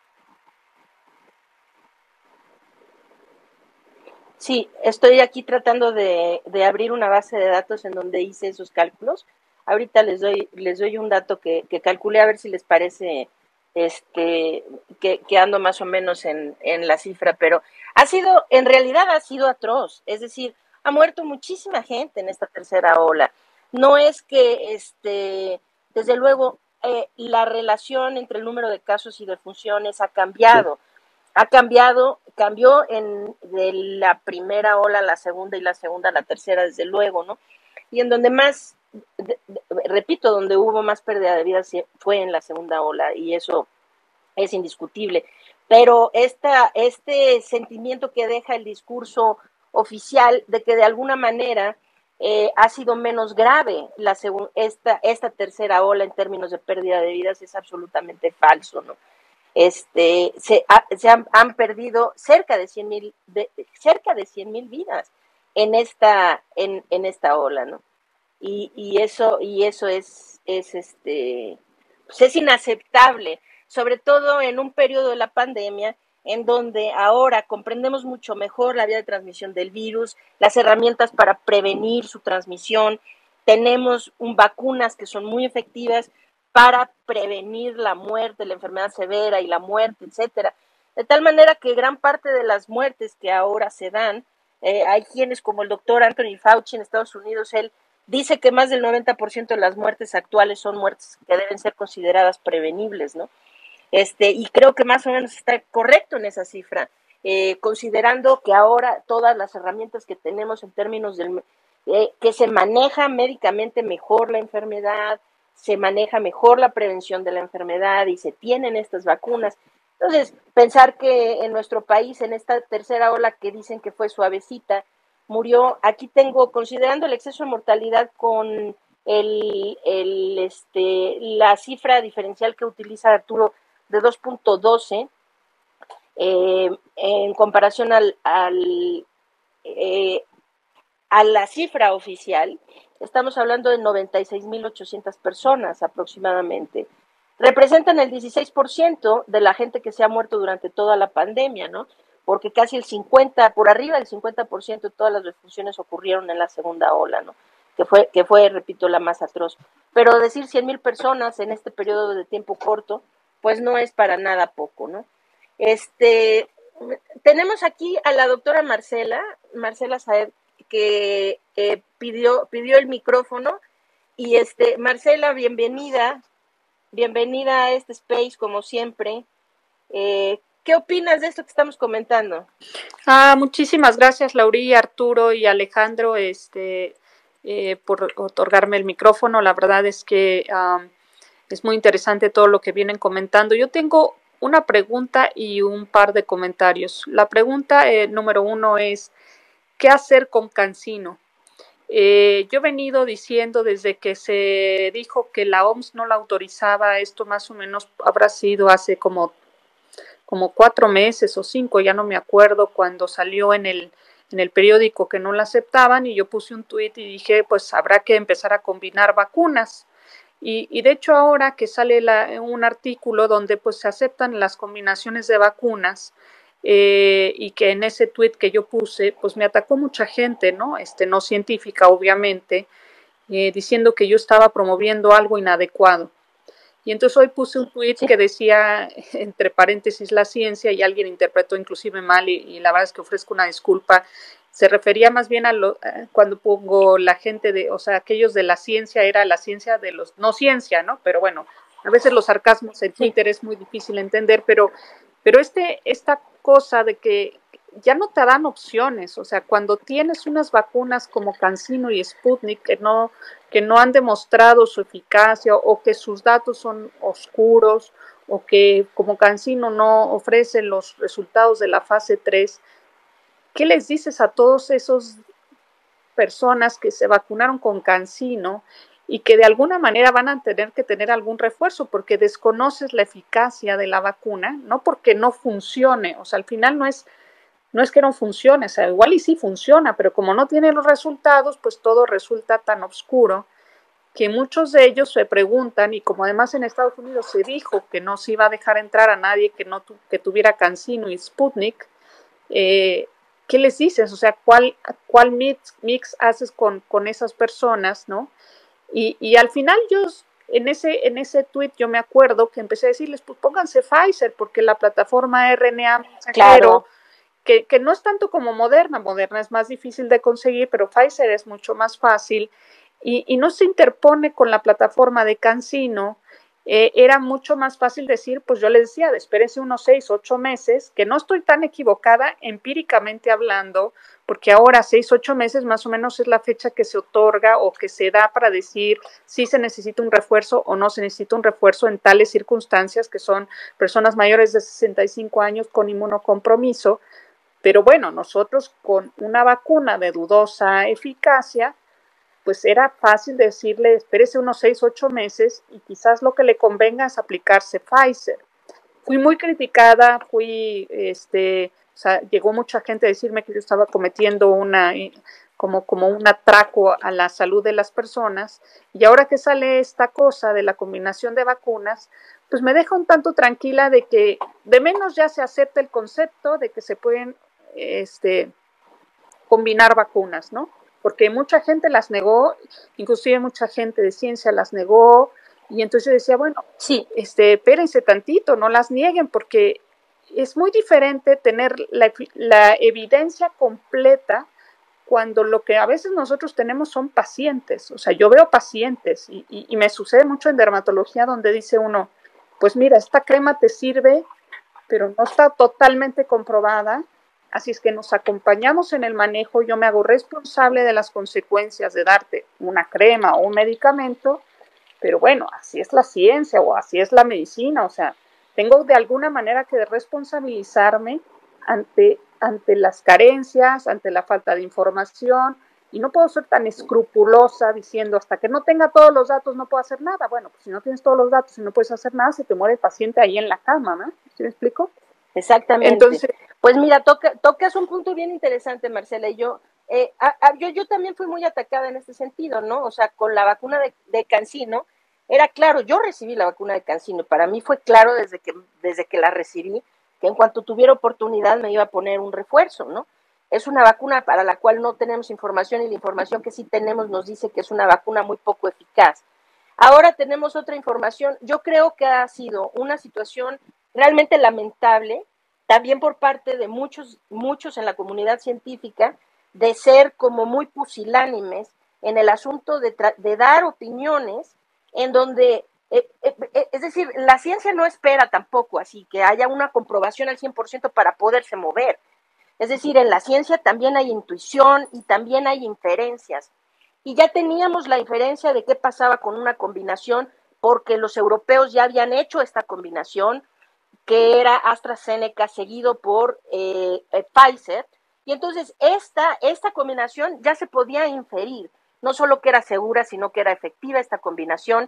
Sí, estoy aquí tratando de, de abrir una base de datos en donde hice esos cálculos. Ahorita les doy, les doy un dato que, que calculé a ver si les parece este, que, que ando más o menos en, en la cifra, pero ha sido, en realidad ha sido atroz, es decir, ha muerto muchísima gente en esta tercera ola. No es que, este, desde luego, eh, la relación entre el número de casos y defunciones ha cambiado. Sí. Ha cambiado, cambió en de la primera ola a la segunda y la segunda a la tercera, desde luego, ¿no? Y en donde más, de, de, repito, donde hubo más pérdida de vidas fue en la segunda ola, y eso es indiscutible. Pero esta, este sentimiento que deja el discurso oficial de que de alguna manera eh, ha sido menos grave la segun, esta, esta tercera ola en términos de pérdida de vidas es absolutamente falso, ¿no? Este, se, ha, se han, han perdido cerca de cien mil de, cerca de cien mil vidas en esta en, en esta ola, ¿no? Y, y eso y eso es es este pues es inaceptable, sobre todo en un periodo de la pandemia en donde ahora comprendemos mucho mejor la vía de transmisión del virus, las herramientas para prevenir su transmisión, tenemos un, vacunas que son muy efectivas para prevenir la muerte, la enfermedad severa y la muerte, etcétera. De tal manera que gran parte de las muertes que ahora se dan Eh, hay quienes como el doctor Anthony Fauci en Estados Unidos, él dice que más del noventa por ciento de las muertes actuales son muertes que deben ser consideradas prevenibles, ¿no? Este, y creo que más o menos está correcto en esa cifra, eh, considerando que ahora todas las herramientas que tenemos en términos del eh, que se maneja médicamente mejor la enfermedad, se maneja mejor la prevención de la enfermedad y se tienen estas vacunas. Entonces, pensar que en nuestro país, en esta tercera ola que dicen que fue suavecita, murió, aquí tengo, considerando el exceso de mortalidad con el, el, este, la cifra diferencial que utiliza Arturo de dos punto doce, eh, en comparación al, al eh, a la cifra oficial, estamos hablando de noventa y seis mil ochocientas personas aproximadamente. Representan el dieciséis por ciento de la gente que se ha muerto durante toda la pandemia, ¿no? Porque casi el cincuenta, por arriba del cincuenta por ciento de todas las defunciones ocurrieron en la segunda ola, ¿no? Que fue, que fue, repito, la más atroz. Pero decir cien mil personas en este periodo de tiempo corto, pues no es para nada poco, ¿no? Este, tenemos aquí a la doctora Marcela, Marcela Saed, que eh, pidió, pidió el micrófono. Y este, Marcela, bienvenida, bienvenida a este space como siempre. Eh, ¿Qué opinas de esto que estamos comentando? Ah, muchísimas gracias, Laurí, Arturo y Alejandro, este, eh, por otorgarme el micrófono. La verdad es que um, es muy interesante todo lo que vienen comentando. Yo tengo una pregunta y un par de comentarios. La pregunta eh, número uno es, ¿qué hacer con CanSino? Eh, yo he venido diciendo desde que se dijo que la O M S no la autorizaba, esto más o menos habrá sido hace como como cuatro meses o cinco, ya no me acuerdo, cuando salió en el, en el periódico que no la aceptaban, y yo puse un tuit y dije, pues habrá que empezar a combinar vacunas. Y, y de hecho ahora que sale la, un artículo donde pues se aceptan las combinaciones de vacunas, eh, y que en ese tuit que yo puse, pues me atacó mucha gente, ¿no? Este, no científica, obviamente, eh, diciendo que yo estaba promoviendo algo inadecuado. Y entonces hoy puse un tuit sí. que decía, entre paréntesis, la ciencia, y alguien interpretó inclusive mal, y, y la verdad es que ofrezco una disculpa. Se refería más bien a lo, eh, cuando pongo la gente de, o sea, aquellos de la ciencia, era la ciencia de los, no ciencia, ¿no? Pero bueno, a veces los sarcasmos en Twitter sí. es muy difícil entender, pero, pero este, esta cosa de que ya no te dan opciones, o sea, cuando tienes unas vacunas como CanSino y Sputnik que no, que no han demostrado su eficacia, o que sus datos son oscuros, o que como CanSino no ofrece los resultados de la fase tres, ¿qué les dices a todos esos personas que se vacunaron con CanSino y que de alguna manera van a tener que tener algún refuerzo porque desconoces la eficacia de la vacuna? No porque no funcione, o sea, al final no es No es que no funcione, o sea, igual y sí funciona, pero como no tiene los resultados, pues todo resulta tan oscuro que muchos de ellos se preguntan, y como además en Estados Unidos se dijo que no se iba a dejar entrar a nadie que no tu, que tuviera CanSino y Sputnik, eh, ¿qué les dices? O sea, ¿cuál, cuál mix, mix haces con, con esas personas, no? Y, y al final yo, en ese, en ese tweet yo me acuerdo que empecé a decirles, pues pónganse Pfizer, porque la plataforma R N A mensajero, claro. Que, que no es tanto como Moderna, Moderna es más difícil de conseguir, pero Pfizer es mucho más fácil, y, y no se interpone con la plataforma de CanSino. Eh, era mucho más fácil decir, pues yo les decía, espérense unos seis, ocho meses, que no estoy tan equivocada empíricamente hablando, porque ahora seis, ocho meses más o menos es la fecha que se otorga o que se da para decir si se necesita un refuerzo o no se necesita un refuerzo en tales circunstancias, que son personas mayores de sesenta y cinco años con inmunocompromiso. Pero bueno, nosotros con una vacuna de dudosa eficacia, pues era fácil decirle, espérese unos seis, ocho meses y quizás lo que le convenga es aplicarse Pfizer. Fui muy criticada, fui, este, o sea, llegó mucha gente a decirme que yo estaba cometiendo una, como, como un atraco a la salud de las personas, y ahora que sale esta cosa de la combinación de vacunas, pues me deja un tanto tranquila de que de menos ya se acepta el concepto de que se pueden este, combinar vacunas, ¿no? Porque mucha gente las negó, inclusive mucha gente de ciencia las negó, y entonces yo decía, bueno, sí, este, espérense tantito, no las nieguen, porque es muy diferente tener la, la evidencia completa cuando lo que a veces nosotros tenemos son pacientes. O sea, yo veo pacientes y, y, y me sucede mucho en dermatología donde dice uno, pues mira, esta crema te sirve, pero no está totalmente comprobada, así es que nos acompañamos en el manejo, yo me hago responsable de las consecuencias de darte una crema o un medicamento, pero bueno, así es la ciencia o así es la medicina, o sea, tengo de alguna manera que responsabilizarme ante, ante las carencias, ante la falta de información, y no puedo ser tan escrupulosa diciendo hasta que no tenga todos los datos no puedo hacer nada. Bueno, pues si no tienes todos los datos y no puedes hacer nada, se te muere el paciente ahí en la cama, ¿no? ¿Sí me explico? Exactamente. Entonces, pues mira, toca, tocas un punto bien interesante, Marcela, y yo, eh, a, a, yo, yo también fui muy atacada en este sentido, ¿no? O sea, con la vacuna de, de CanSino, era claro, yo recibí la vacuna de CanSino, para mí fue claro desde que, desde que la recibí, que en cuanto tuviera oportunidad me iba a poner un refuerzo, ¿no? Es una vacuna para la cual no tenemos información y la información que sí tenemos nos dice que es una vacuna muy poco eficaz. Ahora tenemos otra información. Yo creo que ha sido una situación realmente lamentable, también por parte de muchos, muchos en la comunidad científica, de ser como muy pusilánimes en el asunto de, de dar opiniones en donde, eh, eh, es decir, la ciencia no espera tampoco así que haya una comprobación al cien por ciento para poderse mover. Es decir, en la ciencia también hay intuición y también hay inferencias. Y ya teníamos la inferencia de qué pasaba con una combinación, porque los europeos ya habían hecho esta combinación, que era AstraZeneca seguido por eh, eh, Pfizer, y entonces esta, esta combinación ya se podía inferir, no solo que era segura, sino que era efectiva esta combinación,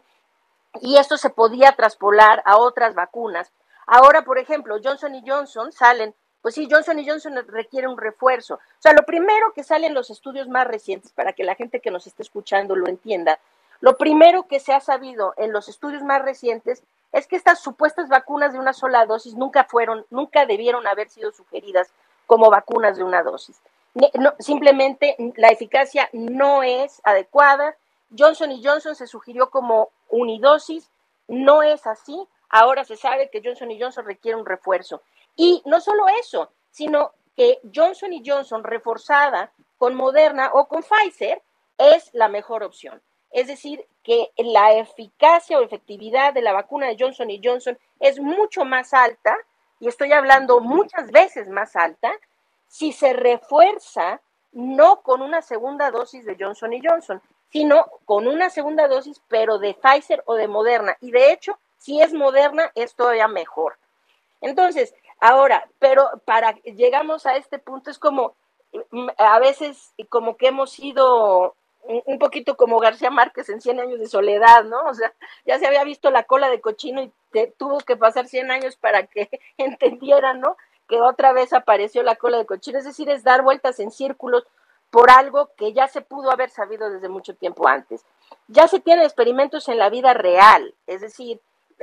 y esto se podía traspolar a otras vacunas. Ahora, por ejemplo, Johnson y Johnson salen, pues sí, Johnson y Johnson requiere un refuerzo. O sea, lo primero que sale en los estudios más recientes, para que la gente que nos esté escuchando lo entienda, lo primero que se ha sabido en los estudios más recientes es que estas supuestas vacunas de una sola dosis nunca fueron, nunca debieron haber sido sugeridas como vacunas de una dosis. No, simplemente la eficacia no es adecuada. Johnson y Johnson se sugirió como unidosis, no es así. Ahora se sabe que Johnson y Johnson requiere un refuerzo. Y no solo eso, sino que Johnson y Johnson reforzada con Moderna o con Pfizer es la mejor opción. Es decir, que la eficacia o efectividad de la vacuna de Johnson y Johnson es mucho más alta, y estoy hablando muchas veces más alta, si se refuerza no con una segunda dosis de Johnson y Johnson, sino con una segunda dosis, pero de Pfizer o de Moderna. Y de hecho, si es Moderna, es todavía mejor. Entonces, ahora, pero para llegamos a este punto, es como, a veces como que hemos sido un poquito como García Márquez en Cien años de soledad, ¿no? O sea, ya se había visto la cola de cochino y te, tuvo que pasar cien años para que entendieran, ¿no? Que otra vez apareció la cola de cochino. Es decir, es dar vueltas en círculos por algo que ya se pudo haber sabido desde mucho tiempo antes. Ya se tienen experimentos en la vida real, es decir,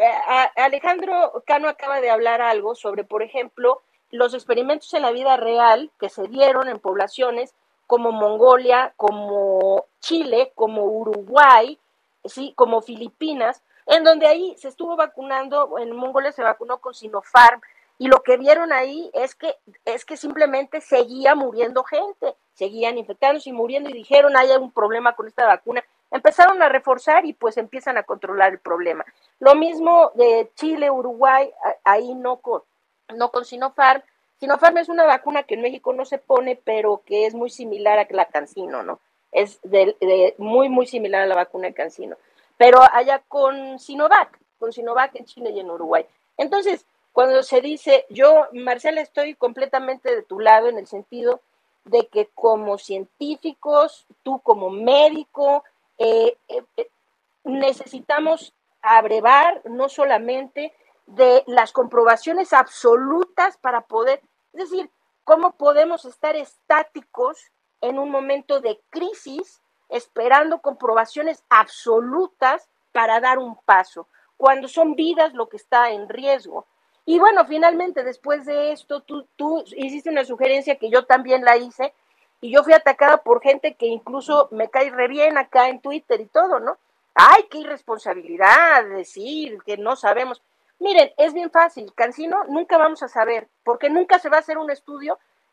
Alejandro Cano acaba de hablar algo sobre, por ejemplo, los experimentos en la vida real que se dieron en poblaciones como Mongolia, como Chile, como Uruguay, sí, como Filipinas, en donde ahí se estuvo vacunando, en Mongolia se vacunó con Sinopharm, y lo que vieron ahí es que, es que simplemente seguía muriendo gente, seguían infectándose y muriendo, y dijeron, hay un problema con esta vacuna. Empezaron a reforzar y pues empiezan a controlar el problema. Lo mismo de Chile, Uruguay, ahí no con, no con Sinopharm. Sinopharm es una vacuna que en México no se pone, pero que es muy similar a la CanSino, ¿no? Es de, de, muy, muy similar a la vacuna de CanSino. Pero allá con Sinovac, con Sinovac en Chile y en Uruguay. Entonces, cuando se dice, yo, Marcela, estoy completamente de tu lado en el sentido de que como científicos, tú como médico, eh, eh, necesitamos abrevar no solamente de las comprobaciones absolutas para poder, es decir, cómo podemos estar estáticos en un momento de crisis esperando comprobaciones absolutas para dar un paso, cuando son vidas lo que está en riesgo. Y bueno, finalmente, después de esto, tú, tú hiciste una sugerencia que yo también la hice, y yo fui atacada por gente que incluso me cae re bien acá en Twitter y todo, ¿no? ¡Ay, qué irresponsabilidad decir que no sabemos! Miren, es bien fácil, CanSino nunca vamos a saber, porque nunca se va a hacer un estudio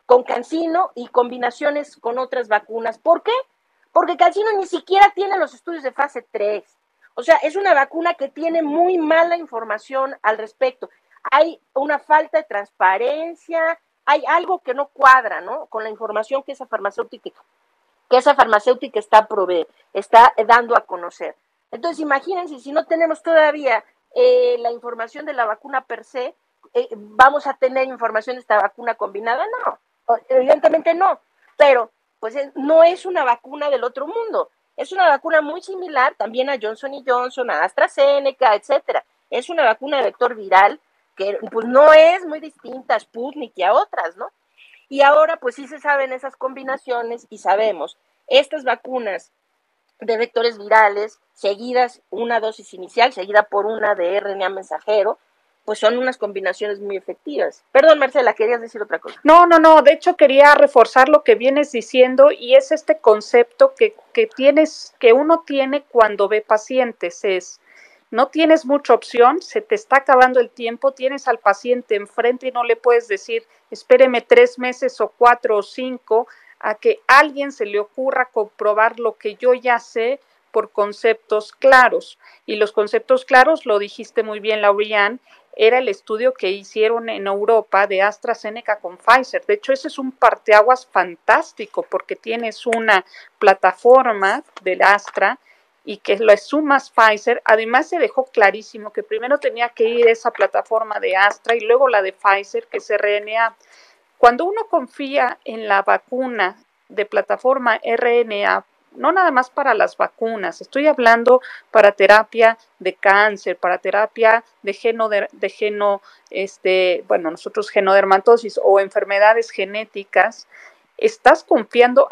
con CanSino y combinaciones con otras vacunas. ¿Por qué? Porque CanSino ni siquiera tiene los estudios de fase tres. O sea, es una vacuna que tiene muy mala información al respecto. Hay una falta de transparencia, hay algo que no cuadra, ¿no? Con la información que esa farmacéutica, que esa farmacéutica está prove está dando a conocer. Entonces, imagínense, si no tenemos todavía eh, la información de la vacuna per se, eh, ¿vamos a tener información de esta vacuna combinada? No, evidentemente no, pero pues no es una vacuna del otro mundo. Es una vacuna muy similar también a Johnson y Johnson, a AstraZeneca, etcétera. Es una vacuna de vector viral que pues no es muy distinta a Sputnik y a otras, ¿no? Y ahora pues sí se saben esas combinaciones y sabemos estas vacunas de vectores virales seguidas, una dosis inicial seguida por una de R N A mensajero, pues son unas combinaciones muy efectivas. Perdón, Marcela, querías decir otra cosa. No, no, no, de hecho quería reforzar lo que vienes diciendo y es este concepto que, que tienes, que uno tiene cuando ve pacientes, es, no tienes mucha opción, se te está acabando el tiempo, tienes al paciente enfrente y no le puedes decir, espéreme tres meses o cuatro o cinco, a que a alguien se le ocurra comprobar lo que yo ya sé por conceptos claros. Y los conceptos claros, lo dijiste muy bien, Lauriane, era el estudio que hicieron en Europa de AstraZeneca con Pfizer. De hecho, ese es un parteaguas fantástico porque tienes una plataforma del Astra y que le sumas Pfizer. Además, se dejó clarísimo que primero tenía que ir esa plataforma de Astra y luego la de Pfizer, que es R N A. Cuando uno confía en la vacuna de plataforma R N A, no nada más para las vacunas, estoy hablando para terapia de cáncer, para terapia de geno, de, de geno, este, bueno, nosotros genodermatosis o enfermedades genéticas, estás confiando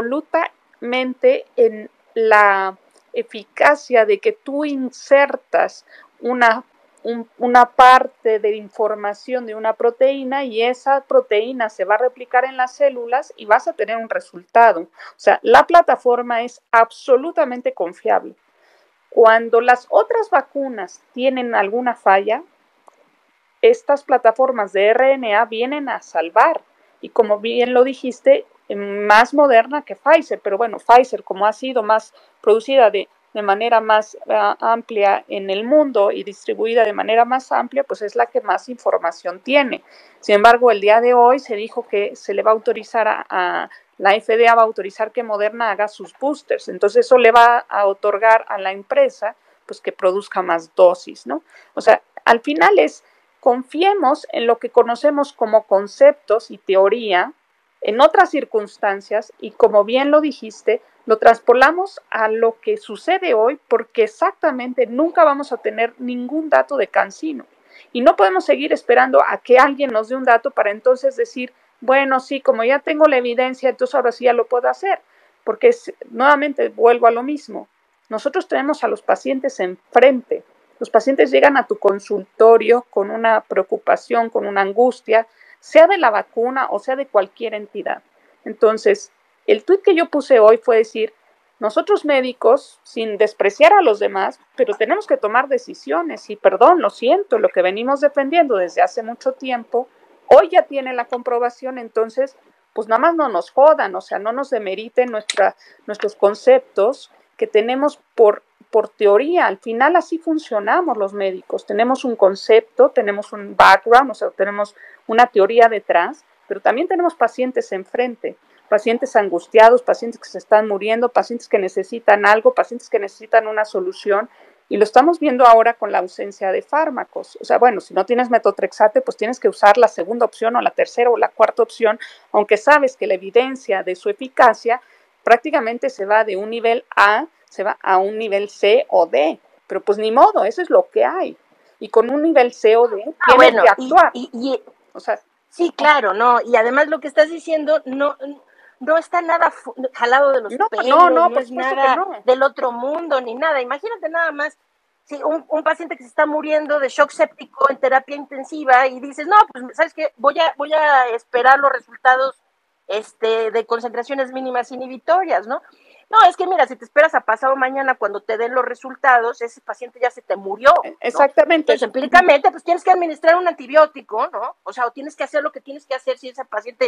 absolutamente en la eficacia de que tú insertas una Un, una parte de información de una proteína y esa proteína se va a replicar en las células y vas a tener un resultado. O sea, la plataforma es absolutamente confiable. Cuando las otras vacunas tienen alguna falla, estas plataformas de R N A vienen a salvar. Y como bien lo dijiste, más moderna que Pfizer, pero bueno, Pfizer como ha sido más producida de de manera más uh, amplia en el mundo y distribuida de manera más amplia, pues es la que más información tiene. Sin embargo, el día de hoy se dijo que se le va a autorizar a, a la F D A va a autorizar que Moderna haga sus boosters, entonces eso le va a otorgar a la empresa pues que produzca más dosis, ¿no? O sea, al final es, confiemos en lo que conocemos como conceptos y teoría en otras circunstancias y como bien lo dijiste, lo traspolamos a lo que sucede hoy porque exactamente nunca vamos a tener ningún dato de CanSino y no podemos seguir esperando a que alguien nos dé un dato para entonces decir, bueno, sí, como ya tengo la evidencia, entonces ahora sí ya lo puedo hacer, porque es, nuevamente vuelvo a lo mismo, nosotros tenemos a los pacientes enfrente, los pacientes llegan a tu consultorio con una preocupación, con una angustia, sea de la vacuna o sea de cualquier entidad. Entonces, el tuit que yo puse hoy fue decir, nosotros médicos, sin despreciar a los demás, pero tenemos que tomar decisiones y perdón, lo siento, lo que venimos defendiendo desde hace mucho tiempo, hoy ya tiene la comprobación, entonces, pues nada más no nos jodan, o sea, no nos demeriten nuestra, nuestros conceptos que tenemos por, por teoría. Al final así funcionamos los médicos, tenemos un concepto, tenemos un background, o sea, tenemos una teoría detrás, pero también tenemos pacientes enfrente, pacientes angustiados, pacientes que se están muriendo, pacientes que necesitan algo, pacientes que necesitan una solución, y lo estamos viendo ahora con la ausencia de fármacos. O sea, bueno, si no tienes metotrexate, pues tienes que usar la segunda opción o la tercera o la cuarta opción, aunque sabes que la evidencia de su eficacia prácticamente se va de un nivel A, se va a un nivel C o D, pero pues ni modo, eso es lo que hay. Y con un nivel C o D ah, tienes bueno, que actuar. Y, y, y, o sea, sí, claro, no, y además lo que estás diciendo no, no está nada jalado de los no, pelos, no, no, no por es supuesto nada que no. del otro mundo ni nada. Imagínate nada más, si un, un paciente que se está muriendo de shock séptico en terapia intensiva y dices, no, pues sabes qué, voy a, voy a esperar los resultados este, de concentraciones mínimas inhibitorias, ¿no? No, es que mira, si te esperas a pasado mañana cuando te den los resultados, ese paciente ya se te murió, ¿no? Exactamente. Entonces, empíricamente, pues tienes que administrar un antibiótico, ¿no? O sea, o tienes que hacer lo que tienes que hacer si ese paciente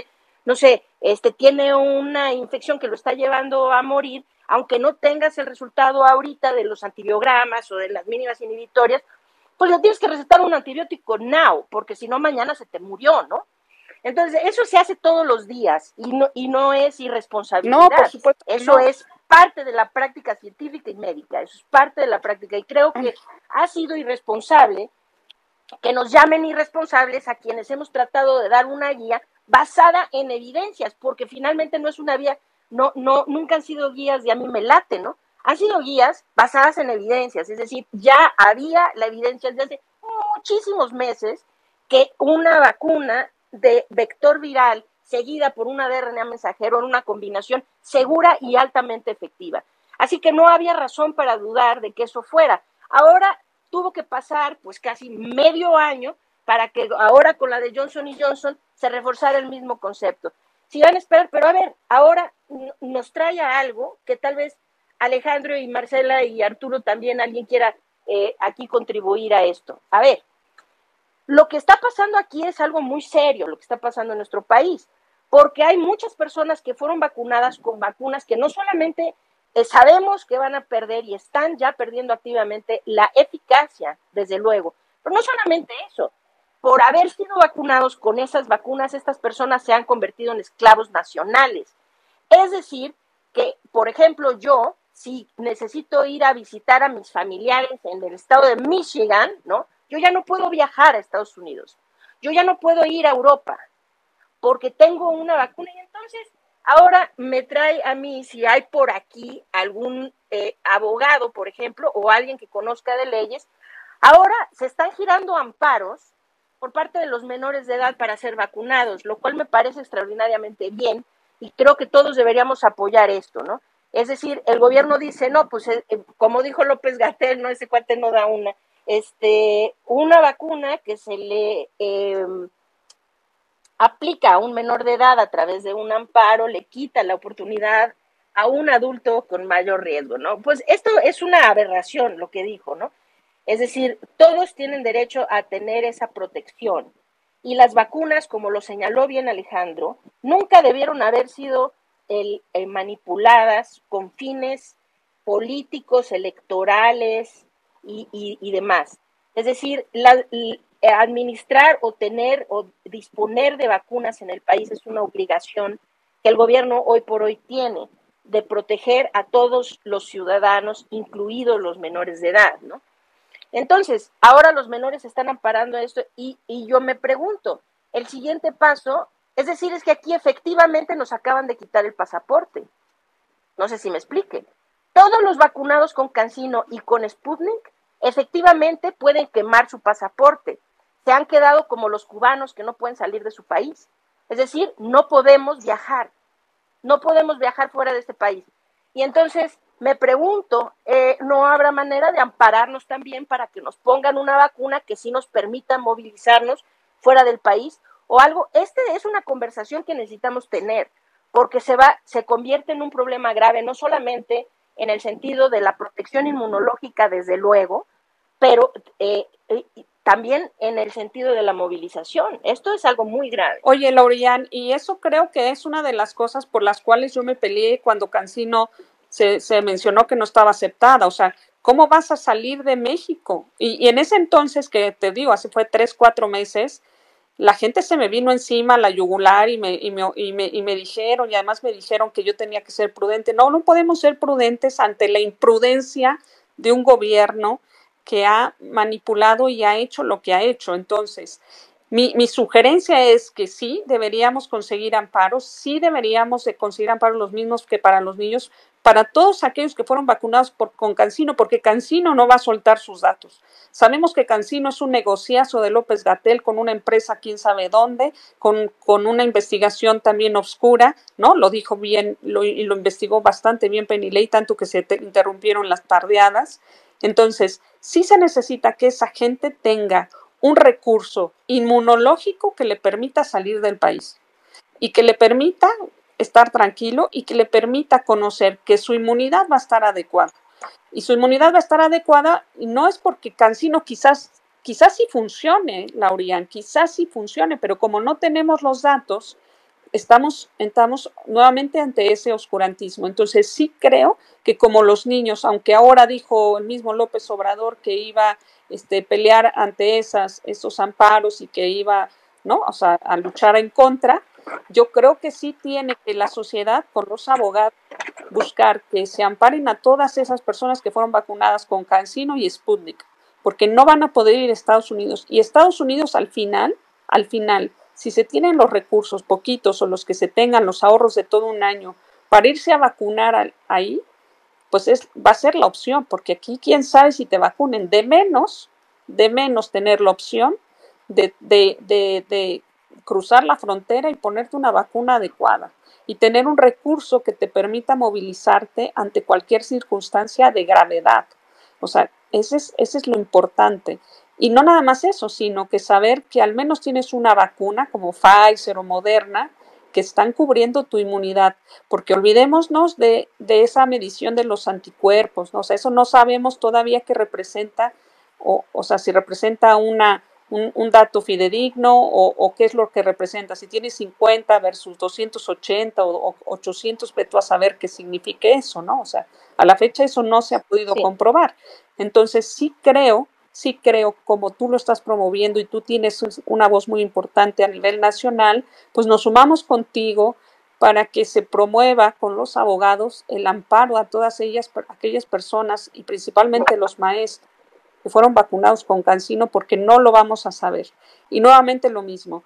no sé, este tiene una infección que lo está llevando a morir, aunque no tengas el resultado ahorita de los antibiogramas o de las mínimas inhibitorias, pues le tienes que recetar un antibiótico now, porque si no mañana se te murió, ¿no? Entonces, eso se hace todos los días y no, y no es irresponsabilidad. No, por supuesto. Eso no. es parte de la práctica científica y médica, eso es parte de la práctica. Y creo que ha sido irresponsable que nos llamen irresponsables a quienes hemos tratado de dar una guía basada en evidencias, porque finalmente no es una guía, no, no, nunca han sido guías de a mí me late, ¿no? Han sido guías basadas en evidencias, es decir, ya había la evidencia desde hace muchísimos meses que una vacuna de vector viral seguida por una de R N A mensajero en una combinación segura y altamente efectiva. Así que no había razón para dudar de que eso fuera. Ahora tuvo que pasar pues casi medio año para que ahora con la de Johnson y Johnson se reforzara el mismo concepto. Si van a esperar, pero a ver, ahora nos trae a algo que tal vez Alejandro y Marcela y Arturo también alguien quiera eh, aquí contribuir a esto. A ver, lo que está pasando aquí es algo muy serio, lo que está pasando en nuestro país, porque hay muchas personas que fueron vacunadas con vacunas que no solamente eh, sabemos que van a perder y están ya perdiendo activamente la eficacia, desde luego, pero no solamente eso, por haber sido vacunados con esas vacunas, estas personas se han convertido en esclavos nacionales. Es decir, que, por ejemplo, yo, si necesito ir a visitar a mis familiares en el estado de Michigan, ¿no? Yo ya no puedo viajar a Estados Unidos, yo ya no puedo ir a Europa, porque tengo una vacuna y entonces ahora me trae a mí, si hay por aquí algún eh, abogado, por ejemplo, o alguien que conozca de leyes, ahora se están girando amparos por parte de los menores de edad para ser vacunados, lo cual me parece extraordinariamente bien y creo que todos deberíamos apoyar esto, ¿no? Es decir, el gobierno dice, no, pues eh, como dijo López-Gatell, no, ese cuate no da una, este, una vacuna que se le eh, aplica a un menor de edad a través de un amparo, le quita la oportunidad a un adulto con mayor riesgo, ¿no? Pues esto es una aberración, lo que dijo, ¿no? Es decir, todos tienen derecho a tener esa protección. Y las vacunas, como lo señaló bien Alejandro, nunca debieron haber sido el, el manipuladas con fines políticos, electorales, y, y, y demás. Es decir, la, administrar o tener o disponer de vacunas en el país es una obligación que el gobierno hoy por hoy tiene de proteger a todos los ciudadanos, incluidos los menores de edad, ¿no? Entonces, ahora los menores están amparando esto y, y yo me pregunto, el siguiente paso, es decir, es que aquí efectivamente nos acaban de quitar el pasaporte. No sé si me explique. Todos los vacunados con CanSino y con Sputnik efectivamente pueden quemar su pasaporte. Se han quedado como los cubanos que no pueden salir de su país. Es decir, no podemos viajar. No podemos viajar fuera de este país. Y entonces me pregunto, eh, ¿no habrá manera de ampararnos también para que nos pongan una vacuna que sí nos permita movilizarnos fuera del país? O algo, este es una conversación que necesitamos tener, porque se va, se convierte en un problema grave, no solamente en el sentido de la protección inmunológica, desde luego, pero eh, eh, también en el sentido de la movilización. Esto es algo muy grave. Oye, Laurian, y eso creo que es una de las cosas por las cuales yo me peleé cuando CanSino se, se mencionó que no estaba aceptada. O sea, ¿cómo vas a salir de México? Y, y en ese entonces, que te digo, hace fue tres, cuatro meses, la gente se me vino encima, la yugular, y me, y, me, y, me, y me dijeron, y además me dijeron que yo tenía que ser prudente. No, no podemos ser prudentes ante la imprudencia de un gobierno que ha manipulado y ha hecho lo que ha hecho. Entonces, mi, mi sugerencia es que sí, deberíamos conseguir amparos, sí deberíamos de conseguir amparos los mismos que para los niños, para todos aquellos que fueron vacunados por, con CanSino, porque CanSino no va a soltar sus datos. Sabemos que CanSino es un negociazo de López-Gatell con una empresa quién sabe dónde, con, con una investigación también oscura, ¿no? Lo dijo bien lo, y lo investigó bastante bien Penilei, tanto que se te interrumpieron las tardeadas. Entonces, sí se necesita que esa gente tenga un recurso inmunológico que le permita salir del país y que le permita estar tranquilo y que le permita conocer que su inmunidad va a estar adecuada. Y su inmunidad va a estar adecuada y no es porque CanSino quizás, quizás sí funcione, Laurian, quizás sí funcione, pero como no tenemos los datos, estamos, estamos nuevamente ante ese oscurantismo. Entonces sí creo que como los niños, aunque ahora dijo el mismo López Obrador que iba este, pelear ante esas, esos amparos y que iba, ¿no? O sea, a luchar en contra, yo creo que sí tiene que la sociedad con los abogados buscar que se amparen a todas esas personas que fueron vacunadas con CanSino y Sputnik, porque no van a poder ir a Estados Unidos. Y Estados Unidos al final, al final, si se tienen los recursos, poquitos o los que se tengan, los ahorros de todo un año, para irse a vacunar ahí, pues es, va a ser la opción, porque aquí quién sabe si te vacunen, de menos, de menos tener la opción de, de, de, de cruzar la frontera y ponerte una vacuna adecuada y tener un recurso que te permita movilizarte ante cualquier circunstancia de gravedad. O sea, ese es, ese es lo importante. Y no nada más eso, sino que saber que al menos tienes una vacuna como Pfizer o Moderna que están cubriendo tu inmunidad, porque olvidémonos de, de esa medición de los anticuerpos, ¿no? O sea, eso no sabemos todavía qué representa, o, o sea, si representa una, un, un dato fidedigno o, o qué es lo que representa. Si tienes cincuenta versus doscientos ochenta o, o ochocientos, ve tú a saber qué significa eso, ¿no? O sea, a la fecha eso no se ha podido sí. comprobar. Entonces sí creo sí creo, como tú lo estás promoviendo y tú tienes una voz muy importante a nivel nacional, pues nos sumamos contigo para que se promueva con los abogados el amparo a todas ellas, aquellas personas y principalmente los maestros que fueron vacunados con CanSino, porque no lo vamos a saber. Y nuevamente lo mismo,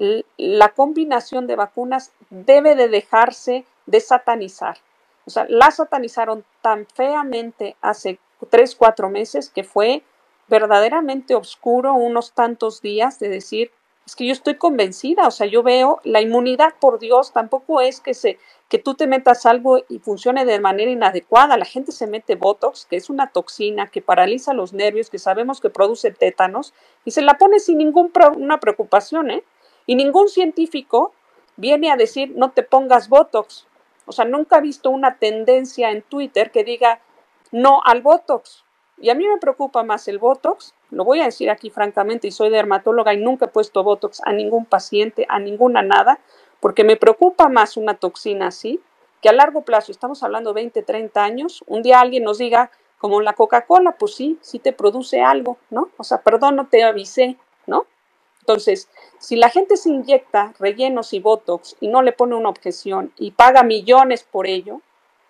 la combinación de vacunas debe de dejarse de satanizar. O sea, la satanizaron tan feamente hace tres, cuatro meses que fue verdaderamente oscuro unos tantos días de decir, es que yo estoy convencida, o sea, yo veo la inmunidad, por Dios, tampoco es que, se, que tú te metas algo y funcione de manera inadecuada. La gente se mete Botox, que es una toxina que paraliza los nervios, que sabemos que produce tétanos, y se la pone sin ninguna preocupación, ¿eh? Y ningún científico viene a decir, no te pongas Botox. O sea, nunca he visto una tendencia en Twitter que diga, no al Botox. Y a mí me preocupa más el Botox, lo voy a decir aquí francamente, y soy dermatóloga y nunca he puesto Botox a ningún paciente, a ninguna nada, porque me preocupa más una toxina así, que a largo plazo, estamos hablando veinte, treinta años, un día alguien nos diga, como la Coca-Cola, pues sí, sí te produce algo, ¿no? O sea, perdón, no te avisé, ¿no? Entonces, si la gente se inyecta rellenos y Botox y no le pone una objeción y paga millones por ello,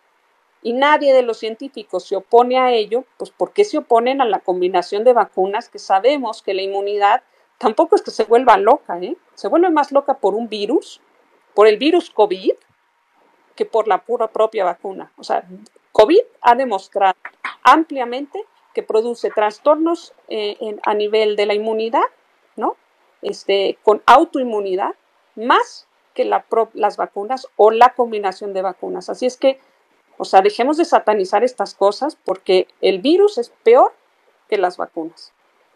y nadie de los científicos se opone a ello, pues ¿por qué se oponen a la combinación de vacunas que sabemos que la inmunidad tampoco es que se vuelva loca, ¿eh? Se vuelve más loca por un virus, por el virus COVID, que por la pura propia vacuna. O sea, COVID ha demostrado ampliamente que produce trastornos eh, en, a nivel de la inmunidad, ¿no? Este, con autoinmunidad, más que la pro, las vacunas o la combinación de vacunas. Así es que, o sea, dejemos de satanizar estas cosas porque el virus es peor que las vacunas.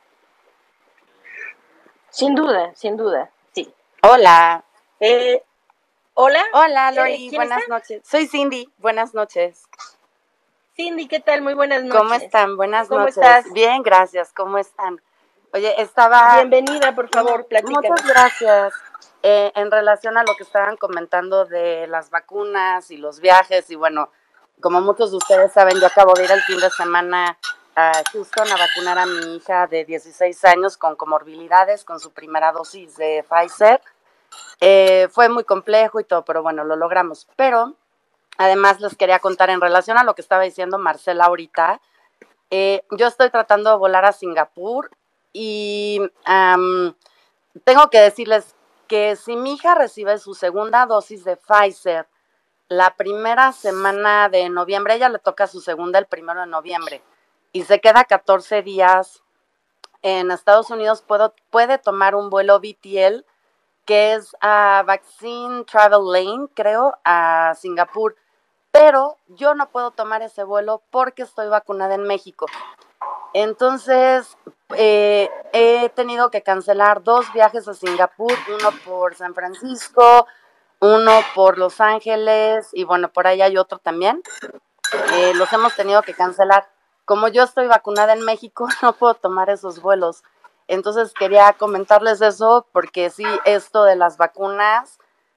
Sin duda, sin duda, sí. Hola. Eh, Hola. Hola, Lori, buenas está? noches. Soy Cindy, buenas noches. Cindy, ¿qué tal? Muy buenas noches. ¿Cómo están? Buenas ¿Cómo noches. estás? Bien, gracias. ¿Cómo están? Oye, estaba... Bienvenida, por favor, platícanos. Muchas gracias. Eh, en relación a lo que estaban comentando de las vacunas y los viajes, y bueno, como muchos de ustedes saben, yo acabo de ir el fin de semana a Houston a vacunar a mi hija de dieciséis años con comorbilidades, con su primera dosis de Pfizer. Eh, fue muy complejo y todo, pero bueno, lo logramos. Pero además les quería contar en relación a lo que estaba diciendo Marcela ahorita. Eh, yo estoy tratando de volar a Singapur y um, tengo que decirles que si mi hija recibe su segunda dosis de Pfizer la primera semana de noviembre, ella le toca su segunda el primero de noviembre y se queda catorce días en Estados Unidos, puedo, puede tomar un vuelo B T L que es a Vaccine Travel Lane, creo, a Singapur, pero yo no puedo tomar ese vuelo porque estoy vacunada en México. Entonces, eh, he tenido que cancelar dos viajes a Singapur, uno por San Francisco, uno por Los Ángeles, y bueno, por ahí hay otro también. Eh, los hemos tenido que cancelar. Como yo estoy vacunada en México, no puedo tomar esos vuelos. Entonces quería comentarles eso porque sí, esto de las vacunas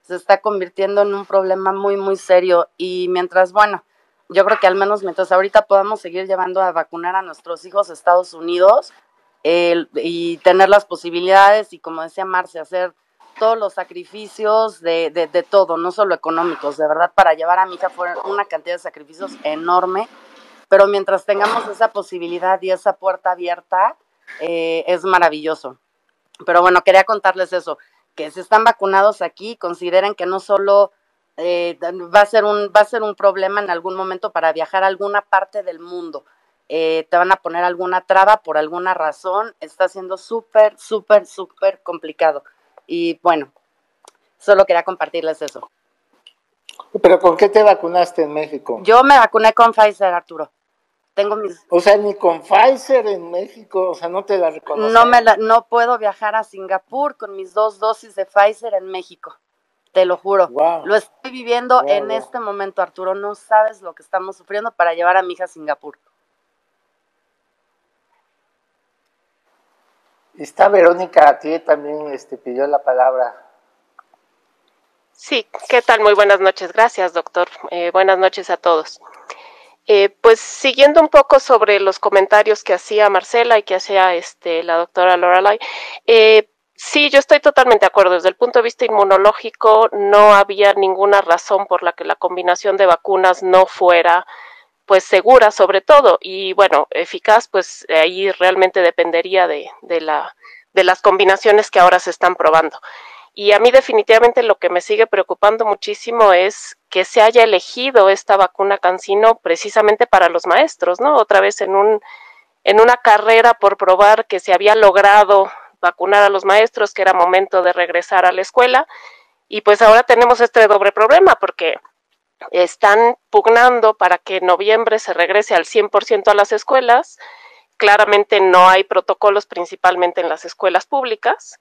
se está convirtiendo en un problema muy, muy serio. Y mientras, bueno, yo creo que al menos mientras ahorita podamos seguir llevando a vacunar a nuestros hijos a Estados Unidos eh, y tener las posibilidades y, como decía Marce, hacer todos los sacrificios de, de, de todo, no solo económicos, de verdad, para llevar a mi hija fue una cantidad de sacrificios enorme, pero mientras tengamos esa posibilidad y esa puerta abierta, eh, es maravilloso. Pero bueno, quería contarles eso, que si están vacunados aquí, consideren que no solo eh, va a ser un va a ser un problema en algún momento para viajar a alguna parte del mundo. Eh, te van a poner alguna traba por alguna razón, está siendo súper, súper, súper complicado. Y bueno, solo quería compartirles eso. ¿Pero con qué te vacunaste en México? Yo me vacuné con Pfizer, Arturo. Tengo mis... O sea, ni con Pfizer en México, o sea, no te la reconocen. No, me la, no puedo viajar a Singapur con mis dos dosis de Pfizer en México. Te lo juro. Wow. Lo estoy viviendo wow, en wow. este momento, Arturo. No sabes lo que estamos sufriendo para llevar a mi hija a Singapur. Está Verónica, a ti también este, pidió la palabra. Sí, ¿qué tal? Muy buenas noches. Gracias, doctor. Eh, buenas noches a todos. Eh, pues siguiendo un poco sobre los comentarios que hacía Marcela y que hacía este, la doctora Lorelai, eh, sí, yo estoy totalmente de acuerdo. Desde el punto de vista inmunológico, no había ninguna razón por la que la combinación de vacunas no fuera pues segura sobre todo y bueno, eficaz, pues ahí realmente dependería de, de, la, de las combinaciones que ahora se están probando. Y a mí definitivamente lo que me sigue preocupando muchísimo es que se haya elegido esta vacuna CanSino precisamente para los maestros, ¿no? Otra vez en, un, en una carrera por probar que se había logrado vacunar a los maestros, que era momento de regresar a la escuela, y pues ahora tenemos este doble problema porque están pugnando para que en noviembre se regrese al cien por ciento a las escuelas. Claramente no hay protocolos, principalmente en las escuelas públicas,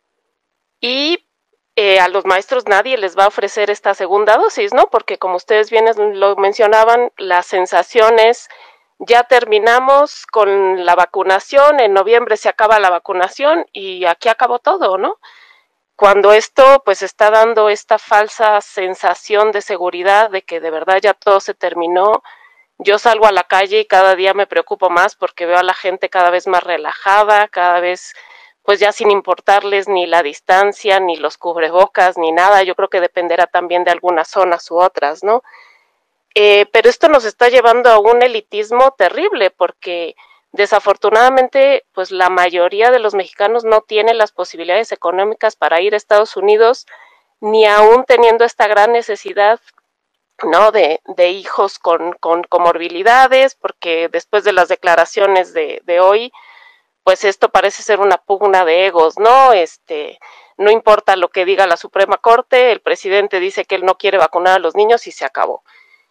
y eh, a los maestros nadie les va a ofrecer esta segunda dosis, ¿no? Porque como ustedes bien lo mencionaban, las sensaciones, ya terminamos con la vacunación, en noviembre se acaba la vacunación y aquí acabó todo, ¿no? Cuando esto pues está dando esta falsa sensación de seguridad de que de verdad ya todo se terminó. Yo salgo a la calle y cada día me preocupo más porque veo a la gente cada vez más relajada, cada vez pues ya sin importarles ni la distancia, ni los cubrebocas, ni nada. Yo creo que dependerá también de algunas zonas u otras, ¿no? Eh, pero esto nos está llevando a un elitismo terrible porque desafortunadamente, pues la mayoría de los mexicanos no tiene las posibilidades económicas para ir a Estados Unidos, ni aún teniendo esta gran necesidad, ¿no? de, de hijos con, con comorbilidades, porque después de las declaraciones de, de hoy, pues esto parece ser una pugna de egos, ¿no? Este, no importa lo que diga la Suprema Corte, el presidente dice que él no quiere vacunar a los niños y se acabó.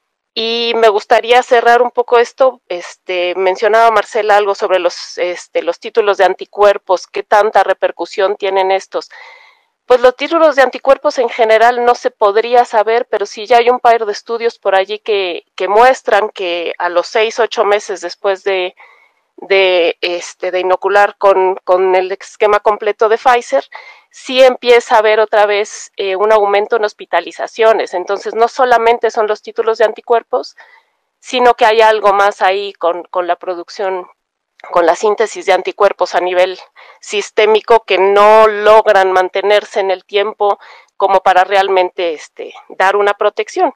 Y me gustaría cerrar un poco esto, este, mencionaba Marcela algo sobre los, este, los títulos de anticuerpos, qué tanta repercusión tienen estos. Pues los títulos de anticuerpos en general no se podría saber, pero sí ya hay un par de estudios por allí que, que muestran que a los seis, ocho meses después de, de, este, de inocular con, con el esquema completo de Pfizer, sí empieza a haber otra vez eh, un aumento en hospitalizaciones. Entonces no solamente son los títulos de anticuerpos, sino que hay algo más ahí con, con la producción, con la síntesis de anticuerpos a nivel sistémico que no logran mantenerse en el tiempo como para realmente este, dar una protección.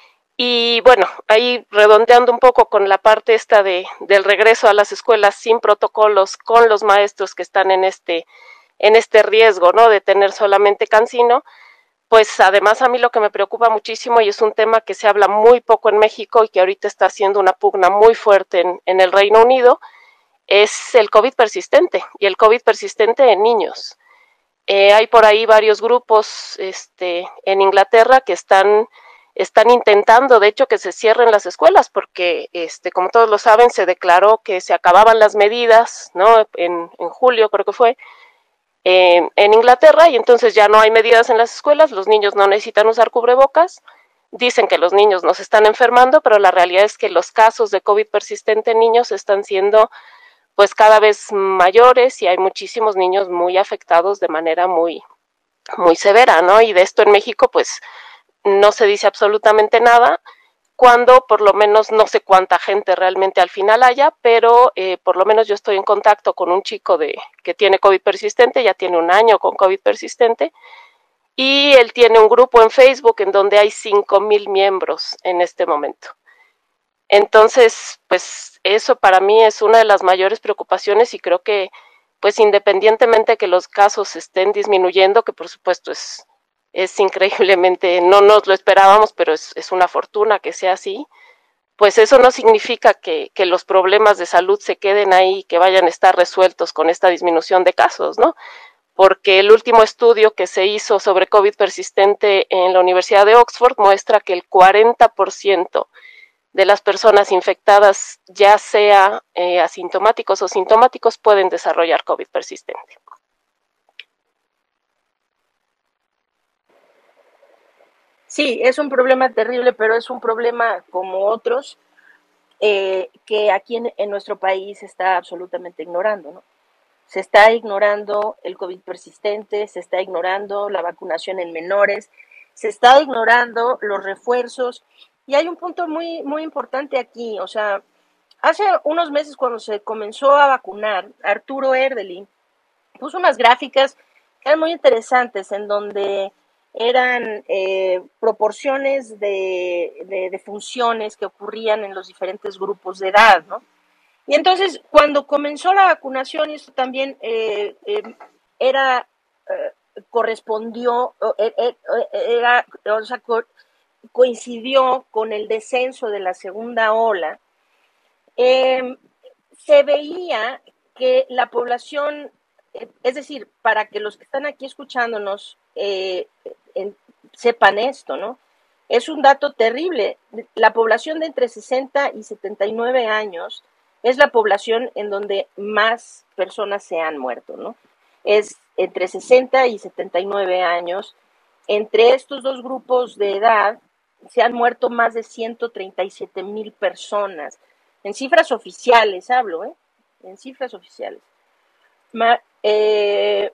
Y bueno, ahí redondeando un poco con la parte esta de, del regreso a las escuelas sin protocolos, con los maestros que están en este en este riesgo, ¿no? De tener solamente CanSino, pues además a mí lo que me preocupa muchísimo y es un tema que se habla muy poco en México y que ahorita está haciendo una pugna muy fuerte en, en el Reino Unido, es el COVID persistente y el COVID persistente en niños. Eh, hay por ahí varios grupos este, en Inglaterra que están, están intentando, de hecho, que se cierren las escuelas porque, este, como todos lo saben, se declaró que se acababan las medidas, ¿no? En, en julio creo que fue, Eh, en Inglaterra, y entonces ya no hay medidas en las escuelas, los niños no necesitan usar cubrebocas, dicen que los niños no se están enfermando, pero la realidad es que los casos de COVID persistente en niños están siendo pues cada vez mayores y hay muchísimos niños muy afectados de manera muy, muy severa, ¿no? Y de esto en México, pues, no se dice absolutamente nada, cuando por lo menos no sé cuánta gente realmente al final haya, pero eh, por lo menos yo estoy en contacto con un chico de, que tiene COVID persistente, ya tiene un año con COVID persistente, y él tiene un grupo en Facebook en donde hay cinco mil miembros en este momento. Entonces, pues eso para mí es una de las mayores preocupaciones y creo que, pues independientemente de que los casos estén disminuyendo, que por supuesto es... es increíblemente, no nos lo esperábamos, pero es, es una fortuna que sea así, pues eso no significa que, que los problemas de salud se queden ahí, que vayan a estar resueltos con esta disminución de casos, ¿no? Porque el último estudio que se hizo sobre COVID persistente en la Universidad de Oxford muestra que el cuarenta por ciento de las personas infectadas, ya sea eh, asintomáticos o sintomáticos, pueden desarrollar COVID persistente. Sí, es un problema terrible, pero es un problema como otros eh, que aquí en, en nuestro país se está absolutamente ignorando, ¿no? Se está ignorando el COVID persistente, se está ignorando la vacunación en menores, se está ignorando los refuerzos. Y hay un punto muy, muy importante aquí, o sea, hace unos meses cuando se comenzó a vacunar, Arturo Erdely puso unas gráficas que eran muy interesantes en donde eran eh, proporciones de, de, de funciones que ocurrían en los diferentes grupos de edad, ¿no? Y entonces, cuando comenzó la vacunación, y esto también eh, eh, era, eh, correspondió, eh, era, o sea, co coincidió con el descenso de la segunda ola, eh, se veía que la población, eh, es decir, para que los que están aquí escuchándonos eh, en, sepan esto, ¿no? Es un dato terrible. La población de entre sesenta y setenta y nueve años es la población en donde más personas se han muerto, ¿no? Es entre sesenta y setenta y nueve años. Entre estos dos grupos de edad se han muerto más de ciento treinta y siete mil personas. En cifras oficiales hablo, ¿eh? En cifras oficiales. Ma, eh,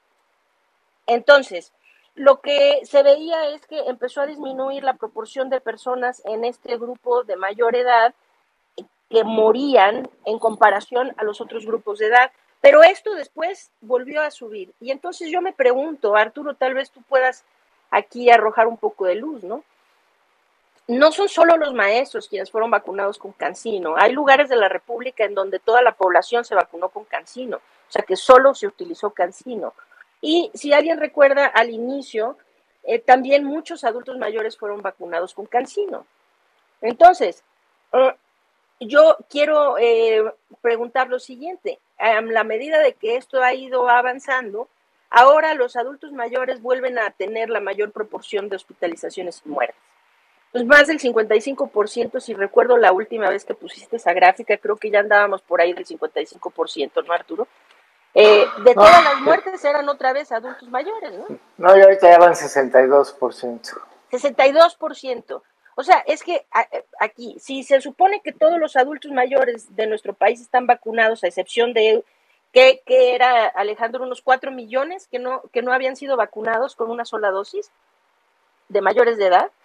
entonces, lo que se veía es que empezó a disminuir la proporción de personas en este grupo de mayor edad que morían en comparación a los otros grupos de edad, pero esto después volvió a subir. Y entonces yo me pregunto, Arturo, tal vez tú puedas aquí arrojar un poco de luz, ¿no? No son solo los maestros quienes fueron vacunados con CanSino, hay lugares de la República en donde toda la población se vacunó con CanSino, o sea que solo se utilizó CanSino. Y si alguien recuerda al inicio, eh, también muchos adultos mayores fueron vacunados con CanSino. Entonces, uh, yo quiero eh, preguntar lo siguiente, a la medida de que esto ha ido avanzando, ahora los adultos mayores vuelven a tener la mayor proporción de hospitalizaciones y muertes. Pues más del cincuenta y cinco por ciento, si recuerdo la última vez que pusiste esa gráfica, creo que ya andábamos por ahí del cincuenta y cinco por ciento, ¿no, Arturo? Eh, de todas las muertes eran otra vez adultos mayores, ¿no? No, y ahorita ya van sesenta y dos por ciento. sesenta y dos por ciento. O sea, es que aquí, si se supone que todos los adultos mayores de nuestro país están vacunados, a excepción de, que, que era, Alejandro, unos cuatro millones que no, que no habían sido vacunados con una sola dosis de mayores de edad.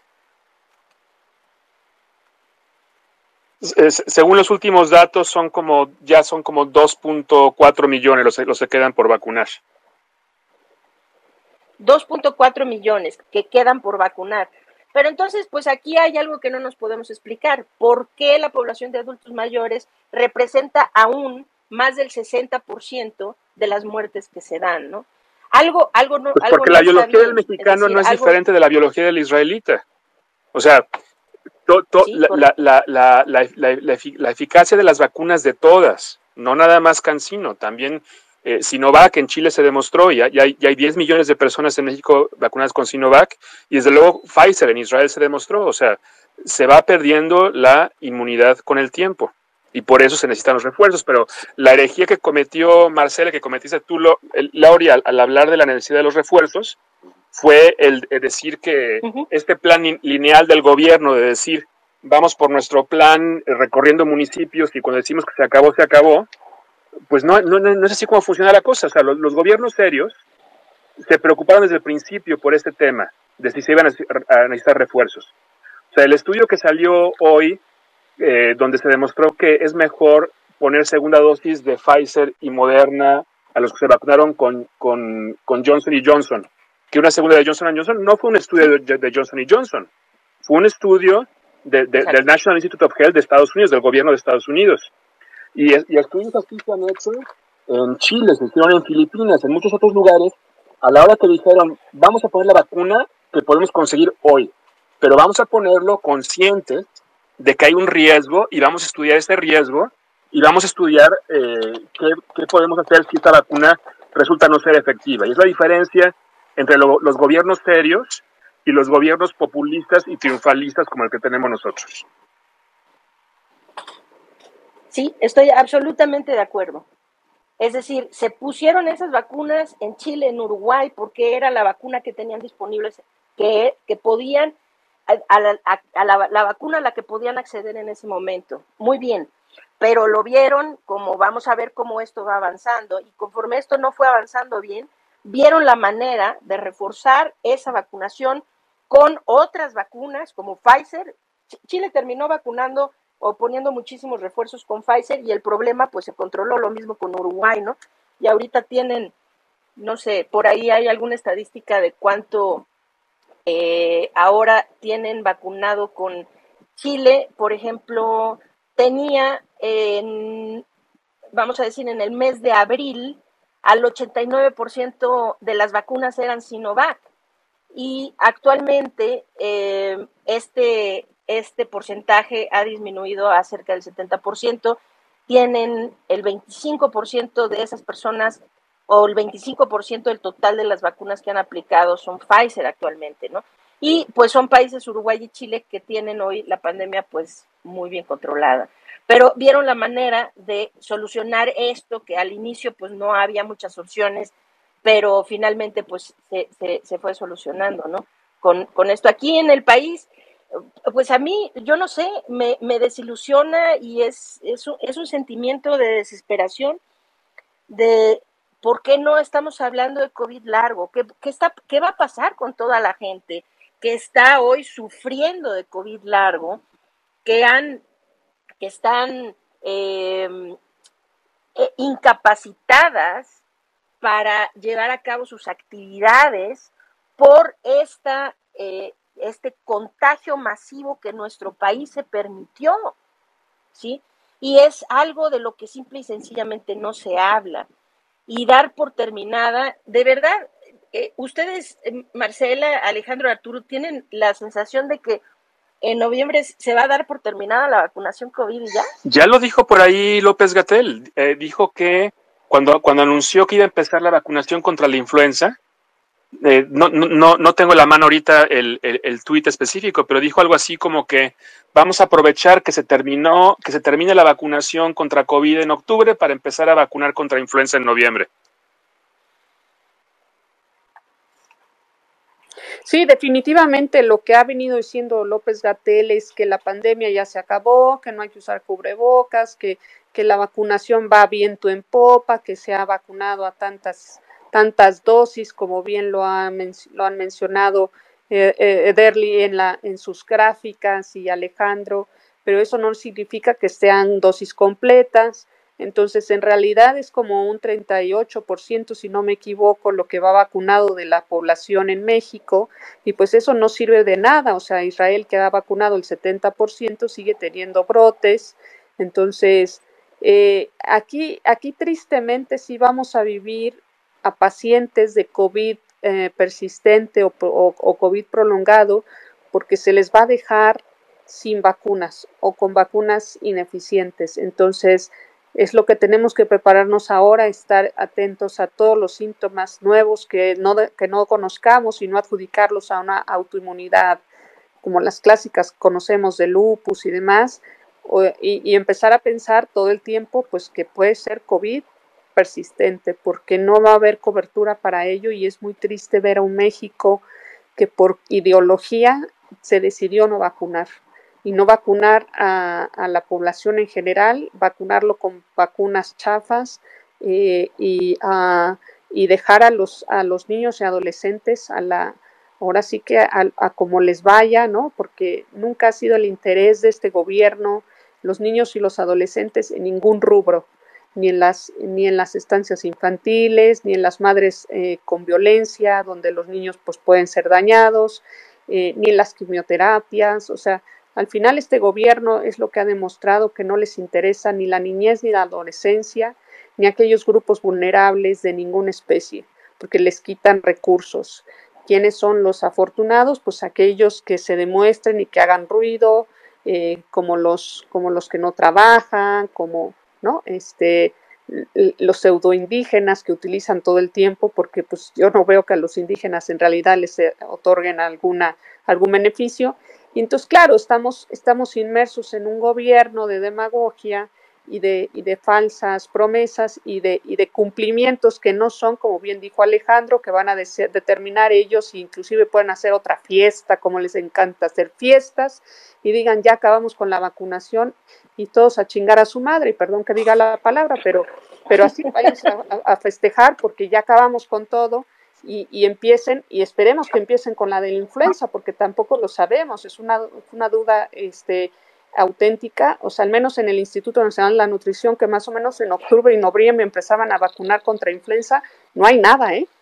Según los últimos datos, son como ya son como dos punto cuatro millones los, los que quedan por vacunar. dos punto cuatro millones que quedan por vacunar. Pero entonces, pues aquí hay algo que no nos podemos explicar. ¿Por qué la población de adultos mayores representa aún más del sesenta por ciento de las muertes que se dan, ¿no? Algo, algo no. Pues algo porque no la biología bien, del mexicano es decir, no es algo... diferente de la biología del israelita. O sea, to, to, sí, la, la, la, la, la, la, la, la eficacia de las vacunas de todas, no nada más CanSino, también eh, Sinovac en Chile se demostró, y ya, ya, hay, ya hay diez millones de personas en México vacunadas con Sinovac, y desde luego Pfizer en Israel se demostró. O sea, se va perdiendo la inmunidad con el tiempo, y por eso se necesitan los refuerzos. Pero la herejía que cometió Marcela, que cometiste tú, Lauri, al, al hablar de la necesidad de los refuerzos, fue el, el decir que uh-huh. este plan lineal del gobierno de decir, vamos por nuestro plan recorriendo municipios y cuando decimos que se acabó, se acabó, pues no, no, no es así como funciona la cosa. O sea, los, los gobiernos serios se preocuparon desde el principio por este tema, de si se iban a necesitar refuerzos. O sea, el estudio que salió hoy, eh, donde se demostró que es mejor poner segunda dosis de Pfizer y Moderna a los que se vacunaron con, con, con Johnson y Johnson, que una segunda de Johnson and Johnson, no fue un estudio de, de Johnson y Johnson, fue un estudio de, de, del National Institute of Health de Estados Unidos, del gobierno de Estados Unidos. Y, y estudios así se han hecho en Chile, se hicieron en Filipinas, en muchos otros lugares, a la hora que dijeron, vamos a poner la vacuna que podemos conseguir hoy, pero vamos a ponerlo conscientes de que hay un riesgo y vamos a estudiar ese riesgo y vamos a estudiar eh, qué, qué podemos hacer si esta vacuna resulta no ser efectiva. Y es la diferencia entre lo, los gobiernos serios y los gobiernos populistas y triunfalistas como el que tenemos nosotros. Sí, estoy absolutamente de acuerdo. Es decir, se pusieron esas vacunas en Chile, en Uruguay, porque era la vacuna que tenían disponibles, que, que podían, a, a, la, a, a la, la vacuna a la que podían acceder en ese momento. Muy bien, pero lo vieron como vamos a ver cómo esto va avanzando, y conforme esto no fue avanzando bien, vieron la manera de reforzar esa vacunación con otras vacunas como Pfizer. Chile terminó vacunando o poniendo muchísimos refuerzos con Pfizer y el problema pues se controló, lo mismo con Uruguay, ¿no? Y ahorita tienen, no sé, por ahí hay alguna estadística de cuánto eh, ahora tienen vacunado con Chile. Por ejemplo, tenía, en, vamos a decir, en el mes de abril, al ochenta y nueve por ciento de las vacunas eran Sinovac, y actualmente eh, este, este porcentaje ha disminuido a cerca del setenta por ciento. Tienen el veinticinco por ciento de esas personas, o el veinticinco por ciento del total de las vacunas que han aplicado son Pfizer actualmente, ¿no? Y pues son países, Uruguay y Chile, que tienen hoy la pandemia pues muy bien controlada. Pero vieron la manera de solucionar esto, que al inicio pues no había muchas opciones, pero finalmente pues se, se, se fue solucionando, ¿no? Con, con esto aquí en el país, pues a mí, yo no sé, me, me desilusiona, y es, es, un, es un sentimiento de desesperación de por qué no estamos hablando de COVID largo, qué, qué, está, qué va a pasar con toda la gente que está hoy sufriendo de COVID largo, que, han, que están eh, eh, incapacitadas para llevar a cabo sus actividades por esta, eh, este contagio masivo que nuestro país se permitió, ¿sí? Y es algo de lo que simple y sencillamente no se habla. Y dar por terminada, de verdad, eh, ustedes, eh, Marcela, Alejandro, Arturo, tienen la sensación de que en noviembre se va a dar por terminada la vacunación COVID y ya. Ya lo dijo por ahí López-Gatell, eh, dijo que Cuando, cuando anunció que iba a empezar la vacunación contra la influenza, eh, no, no, no tengo en la mano ahorita el, el, el tuit específico, pero dijo algo así como que vamos a aprovechar que se terminó, que se termine la vacunación contra COVID en octubre para empezar a vacunar contra influenza en noviembre. Sí, definitivamente lo que ha venido diciendo López-Gatell es que la pandemia ya se acabó, que no hay que usar cubrebocas, que, que la vacunación va viento en popa, que se ha vacunado a tantas, tantas dosis, como bien lo, ha, lo han mencionado eh, eh, Ederly en, la, en sus gráficas y Alejandro, pero eso no significa que sean dosis completas. Entonces, en realidad es como un treinta y ocho por ciento, si no me equivoco, lo que va vacunado de la población en México, y pues eso no sirve de nada. O sea, Israel, que ha vacunado el setenta por ciento, sigue teniendo brotes. Entonces, eh, aquí, aquí tristemente sí vamos a vivir a pacientes de COVID eh, persistente o, o, o COVID prolongado, porque se les va a dejar sin vacunas o con vacunas ineficientes. Entonces, es lo que tenemos que prepararnos ahora, estar atentos a todos los síntomas nuevos que no, que no conozcamos y no adjudicarlos a una autoinmunidad como las clásicas conocemos de lupus y demás, o, y, y empezar a pensar todo el tiempo pues que puede ser COVID persistente, porque no va a haber cobertura para ello, y es muy triste ver a un México que por ideología se decidió no vacunar. Y no vacunar a, a la población en general, vacunarlo con vacunas chafas eh, y, uh, y dejar a los, a los niños y adolescentes a la, ahora sí que a, a como les vaya, ¿no? Porque nunca ha sido el interés de este gobierno los niños y los adolescentes en ningún rubro, ni en las, ni en las estancias infantiles, ni en las madres eh, con violencia, donde los niños pues pueden ser dañados, eh, ni en las quimioterapias. O sea, al final este gobierno es lo que ha demostrado que no les interesa ni la niñez ni la adolescencia, ni aquellos grupos vulnerables de ninguna especie, porque les quitan recursos. ¿Quiénes son los afortunados? Pues aquellos que se demuestren y que hagan ruido, eh, como los, como los que no trabajan, como, ¿no? Este, los pseudoindígenas que utilizan todo el tiempo, porque pues yo no veo que a los indígenas en realidad les otorguen alguna, algún beneficio. Y entonces, claro, estamos, estamos inmersos en un gobierno de demagogia y de, y de falsas promesas y de, y de cumplimientos que no son, como bien dijo Alejandro, que van a de determinar ellos, e inclusive pueden hacer otra fiesta, como les encanta hacer fiestas, y digan, ya acabamos con la vacunación, y todos a chingar a su madre, y perdón que diga la palabra, pero, pero así vayan a, a festejar, porque ya acabamos con todo, y, y empiecen, y esperemos que empiecen con la de la influenza, porque tampoco lo sabemos, es una, una duda, este, auténtica, o sea, al menos en el Instituto Nacional de la Nutrición, que más o menos en octubre y noviembre empezaban a vacunar contra influenza, no hay nada, ¿eh?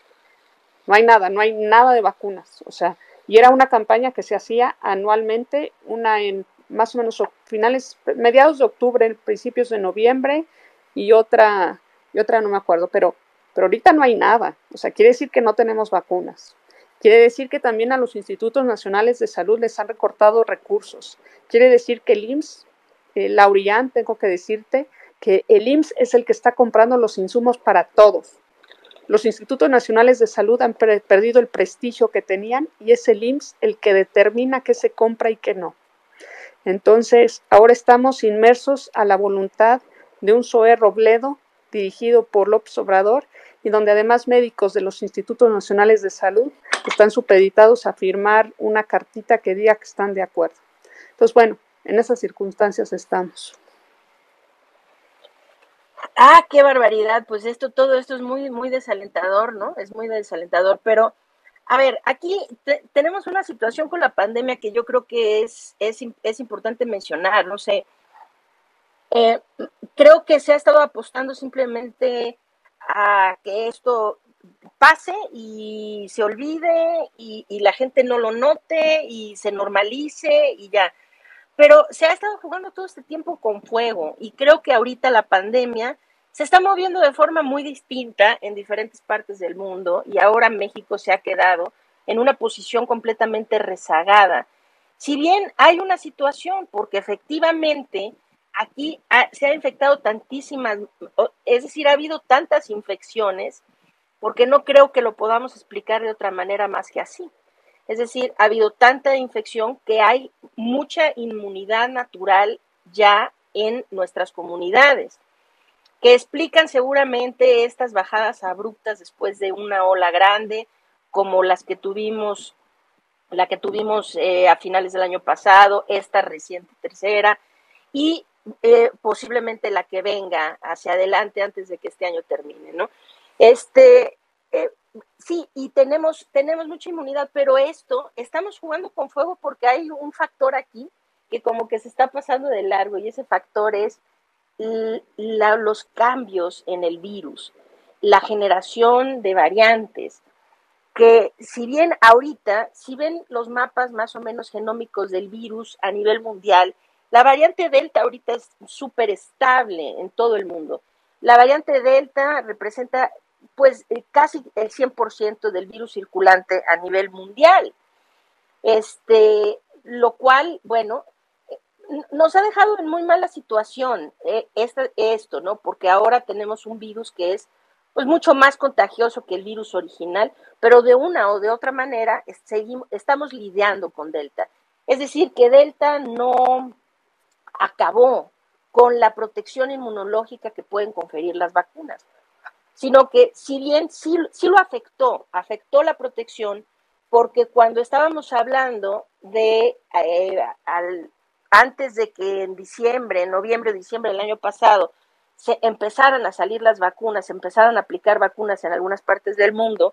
No hay nada, no hay nada de vacunas, o sea, y era una campaña que se hacía anualmente, una en más o menos finales, mediados de octubre, principios de noviembre, y otra, y otra no me acuerdo, pero, pero ahorita no hay nada, o sea, quiere decir que no tenemos vacunas. Quiere decir que también a los institutos nacionales de salud les han recortado recursos. Quiere decir que el I M S S, eh, Laurian, tengo que decirte que el I M S S es el que está comprando los insumos para todos. Los institutos nacionales de salud han per perdido el prestigio que tenían y es el I M S S el que determina qué se compra y qué no. Entonces, ahora estamos inmersos a la voluntad de un Zoé Robledo dirigido por López Obrador y donde además médicos de los institutos nacionales de salud están supeditados a firmar una cartita que diga que están de acuerdo. Entonces, bueno, en esas circunstancias estamos. Ah, qué barbaridad, pues esto, todo esto es muy, muy desalentador, ¿no? Es muy desalentador, pero, a ver, aquí te, tenemos una situación con la pandemia que yo creo que es, es, es importante mencionar, no sé, eh, creo que se ha estado apostando simplemente a que esto pase y se olvide y, y la gente no lo note y se normalice y ya. Pero se ha estado jugando todo este tiempo con fuego y creo que ahorita la pandemia se está moviendo de forma muy distinta en diferentes partes del mundo y ahora México se ha quedado en una posición completamente rezagada. Si bien hay una situación, porque efectivamente aquí ha, se ha infectado tantísimas, es decir, ha habido tantas infecciones, porque no creo que lo podamos explicar de otra manera más que así. Es decir, ha habido tanta infección que hay mucha inmunidad natural ya en nuestras comunidades, que explican seguramente estas bajadas abruptas después de una ola grande, como las que tuvimos, la que tuvimos eh, a finales del año pasado, esta reciente tercera, y eh, posiblemente la que venga hacia adelante antes de que este año termine, ¿no? Este, eh, sí, y tenemos, tenemos mucha inmunidad, pero esto, estamos jugando con fuego porque hay un factor aquí que como que se está pasando de largo y ese factor es la, los cambios en el virus, la generación de variantes, que si bien ahorita, si ven los mapas más o menos genómicos del virus a nivel mundial, la variante Delta ahorita es súper estable en todo el mundo. La variante Delta representa pues casi el cien por ciento del virus circulante a nivel mundial. Este, lo cual, bueno, nos ha dejado en muy mala situación eh, esta, esto, ¿no? Porque ahora tenemos un virus que es pues mucho más contagioso que el virus original, pero de una o de otra manera seguimos, estamos lidiando con Delta. Es decir, que Delta no acabó con la protección inmunológica que pueden conferir las vacunas, sino que si bien sí, sí lo afectó, afectó la protección, porque cuando estábamos hablando de, eh, al, antes de que en diciembre, en noviembre, diciembre del año pasado, se empezaran a salir las vacunas, se empezaran a aplicar vacunas en algunas partes del mundo,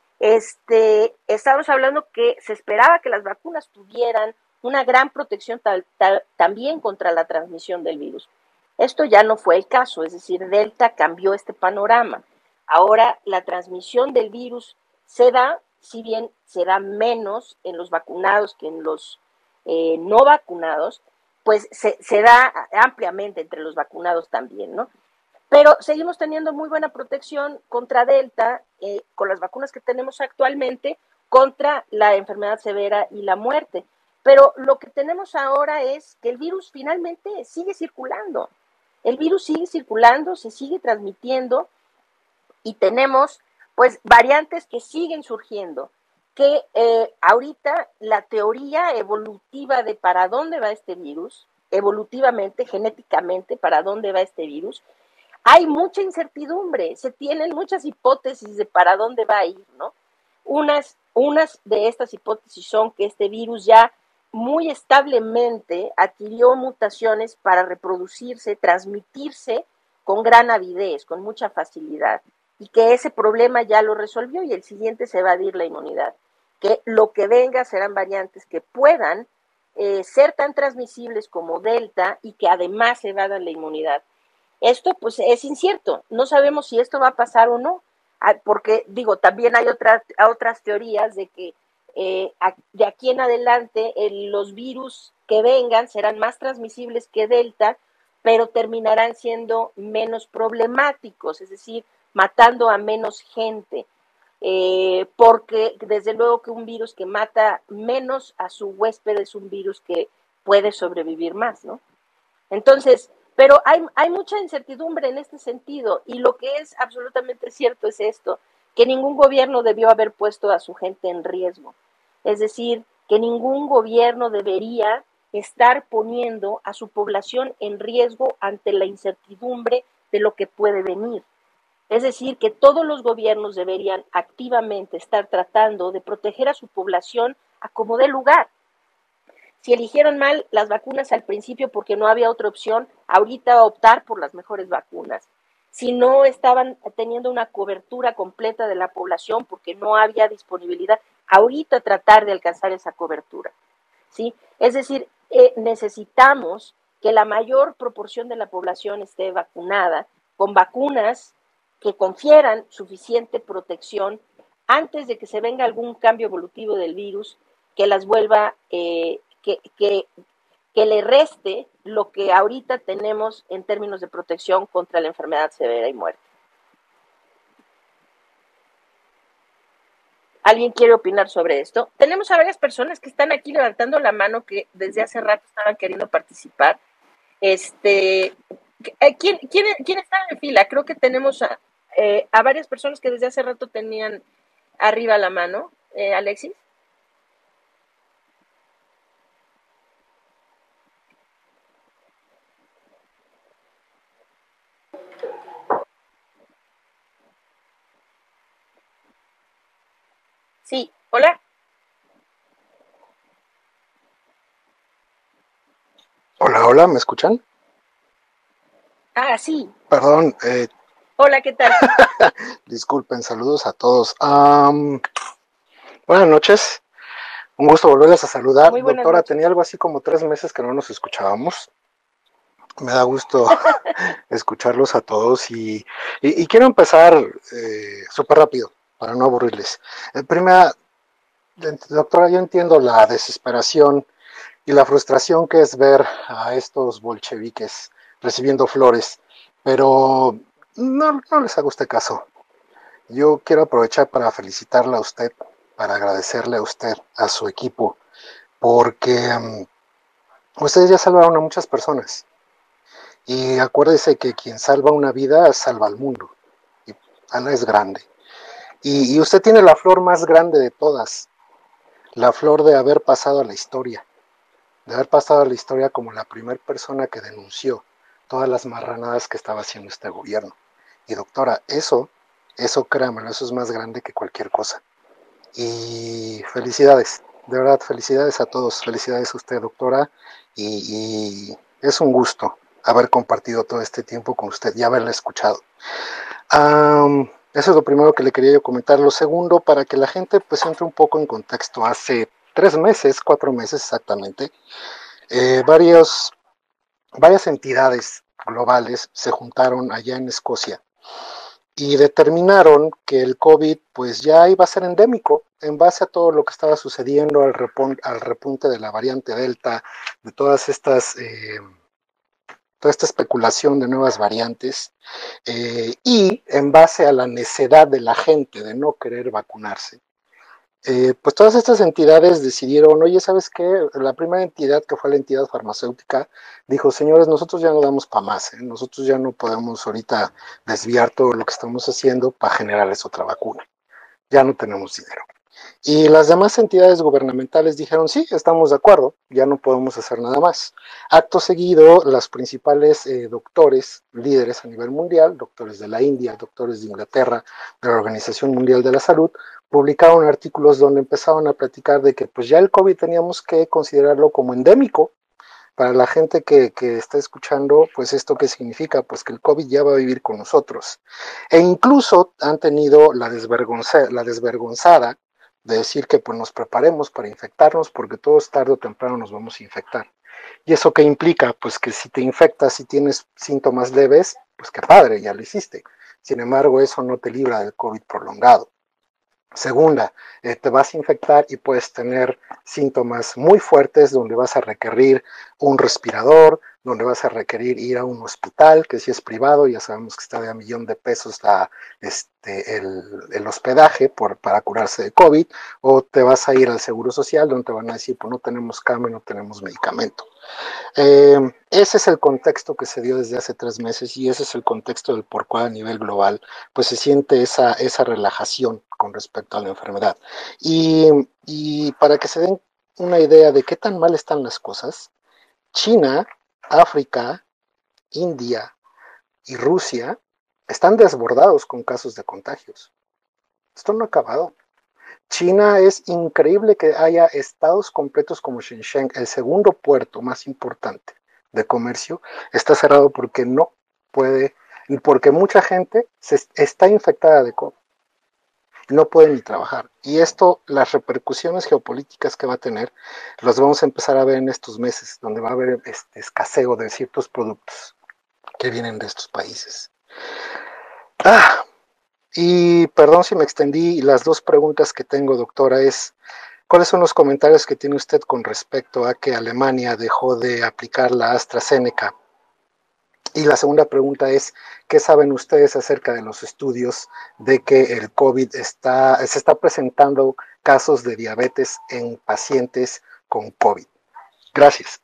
este, estamos hablando que se esperaba que las vacunas tuvieran una gran protección tal, tal, también contra la transmisión del virus. Esto ya no fue el caso, es decir, Delta cambió este panorama. Ahora la transmisión del virus se da, si bien se da menos en los vacunados que en los eh, no vacunados, pues se, se da ampliamente entre los vacunados también, ¿no? Pero seguimos teniendo muy buena protección contra Delta eh, con las vacunas que tenemos actualmente contra la enfermedad severa y la muerte. Pero lo que tenemos ahora es que el virus finalmente sigue circulando. El virus sigue circulando, se sigue transmitiendo y tenemos pues variantes que siguen surgiendo, que eh, ahorita la teoría evolutiva de para dónde va este virus, evolutivamente, genéticamente, para dónde va este virus, hay mucha incertidumbre, se tienen muchas hipótesis de para dónde va a ir, ¿no? Unas, unas de estas hipótesis son que este virus ya muy establemente adquirió mutaciones para reproducirse, transmitirse con gran avidez, con mucha facilidad, y que ese problema ya lo resolvió y el siguiente se va a evadir la inmunidad, que lo que venga serán variantes que puedan eh, ser tan transmisibles como Delta y que además evadan la inmunidad. Esto pues es incierto, no sabemos si esto va a pasar o no, porque digo, también hay otras, otras teorías de que eh, de aquí en adelante el, los virus que vengan serán más transmisibles que Delta, pero terminarán siendo menos problemáticos, es decir, matando a menos gente, eh, porque desde luego que un virus que mata menos a su huésped es un virus que puede sobrevivir más, ¿no? Entonces, pero hay, hay mucha incertidumbre en este sentido y lo que es absolutamente cierto es esto, que ningún gobierno debió haber puesto a su gente en riesgo. Es decir, que ningún gobierno debería estar poniendo a su población en riesgo ante la incertidumbre de lo que puede venir. Es decir, que todos los gobiernos deberían activamente estar tratando de proteger a su población a como dé lugar. Si eligieron mal las vacunas al principio porque no había otra opción, ahorita optar por las mejores vacunas. Si no estaban teniendo una cobertura completa de la población porque no había disponibilidad, ahorita tratar de alcanzar esa cobertura, ¿sí? Es decir, eh, necesitamos que la mayor proporción de la población esté vacunada con vacunas que confieran suficiente protección antes de que se venga algún cambio evolutivo del virus que las vuelva eh, Que, que, que le reste lo que ahorita tenemos en términos de protección contra la enfermedad severa y muerte. ¿Alguien quiere opinar sobre esto? Tenemos a varias personas que están aquí levantando la mano que desde hace rato estaban queriendo participar. Este, ¿quién, quién, quién está en fila? Creo que tenemos a, eh, a varias personas que desde hace rato tenían arriba la mano. Eh, Alexis. Sí, hola. Hola, hola, ¿me escuchan? Ah, sí. Perdón. Eh... Hola, ¿qué tal? Disculpen, saludos a todos. Um, buenas noches. Un gusto volverles a saludar. Muy buenas Doctora, noches. tenía algo así como tres meses que no nos escuchábamos. Me da gusto escucharlos a todos y, y, y quiero empezar eh, súper rápido para no aburrirles. Eh, primera, doctora, yo entiendo la desesperación y la frustración que es ver a estos bolcheviques recibiendo flores, pero no, no les hago este caso. Yo quiero aprovechar para felicitarla a usted, para agradecerle a usted, a su equipo, porque um, ustedes ya salvaron a muchas personas. Y acuérdese que quien salva una vida salva al mundo. Y Ana es grande. Y, y usted tiene la flor más grande de todas, la flor de haber pasado a la historia, de haber pasado a la historia como la primera persona que denunció todas las marranadas que estaba haciendo este gobierno. Y doctora, eso, eso créamelo, eso es más grande que cualquier cosa. Y felicidades, de verdad, felicidades a todos, felicidades a usted, doctora, y, y es un gusto haber compartido todo este tiempo con usted y haberla escuchado. Um, eso es lo primero que le quería yo comentar. Lo segundo, para que la gente pues entre un poco en contexto, hace tres meses, cuatro meses exactamente, eh, varios, varias entidades globales se juntaron allá en Escocia y determinaron que el COVID pues ya iba a ser endémico en base a todo lo que estaba sucediendo, al, repon, al repunte de la variante Delta, de todas estas... Eh, toda esta especulación de nuevas variantes, eh, y en base a la necedad de la gente de no querer vacunarse, eh, pues todas estas entidades decidieron, oye, ¿sabes qué? La primera entidad, que fue la entidad farmacéutica, dijo, señores, nosotros ya no damos para más, ¿eh? Nosotros ya no podemos ahorita desviar todo lo que estamos haciendo para generarles otra vacuna, ya no tenemos dinero. Y las demás entidades gubernamentales dijeron, sí, estamos de acuerdo, ya no podemos hacer nada más. Acto seguido, los principales eh, doctores, líderes a nivel mundial, doctores de la India, doctores de Inglaterra, de la Organización Mundial de la Salud, publicaron artículos donde empezaron a platicar de que pues ya el COVID teníamos que considerarlo como endémico. Para la gente que, que está escuchando, pues esto qué significa, pues que el COVID ya va a vivir con nosotros. E incluso han tenido la, desvergonza, la desvergonzada de decir que pues nos preparemos para infectarnos porque todos tarde o temprano nos vamos a infectar. ¿Y eso qué implica? Pues que si te infectas y tienes síntomas leves, pues qué padre, ya lo hiciste. Sin embargo, eso no te libra del COVID prolongado. Segunda, eh, te vas a infectar y puedes tener síntomas muy fuertes donde vas a requerir un respirador, donde vas a requerir ir a un hospital, que si es privado, ya sabemos que está de a millón de pesos la, este, el, el hospedaje por, para curarse de COVID, o te vas a ir al Seguro Social, donde te van a decir, pues no tenemos cama, no tenemos medicamento. Eh, ese es el contexto que se dio desde hace tres meses y ese es el contexto del por cual a nivel global pues se siente esa, esa relajación con respecto a la enfermedad. Y, y para que se den una idea de qué tan mal están las cosas, China, África, India y Rusia están desbordados con casos de contagios. Esto no ha acabado. China, es increíble que haya estados completos como Shenzhen, el segundo puerto más importante de comercio, está cerrado porque no puede, porque mucha gente se está infectada de COVID. No puede ni trabajar. Y esto, las repercusiones geopolíticas que va a tener, las vamos a empezar a ver en estos meses, donde va a haber este escaseo de ciertos productos que vienen de estos países. Ah, y perdón si me extendí, las dos preguntas que tengo, doctora, es ¿cuáles son los comentarios que tiene usted con respecto a que Alemania dejó de aplicar la AstraZeneca? Y la segunda pregunta es, ¿qué saben ustedes acerca de los estudios de que el COVID está, se está presentando casos de diabetes en pacientes con COVID? Gracias.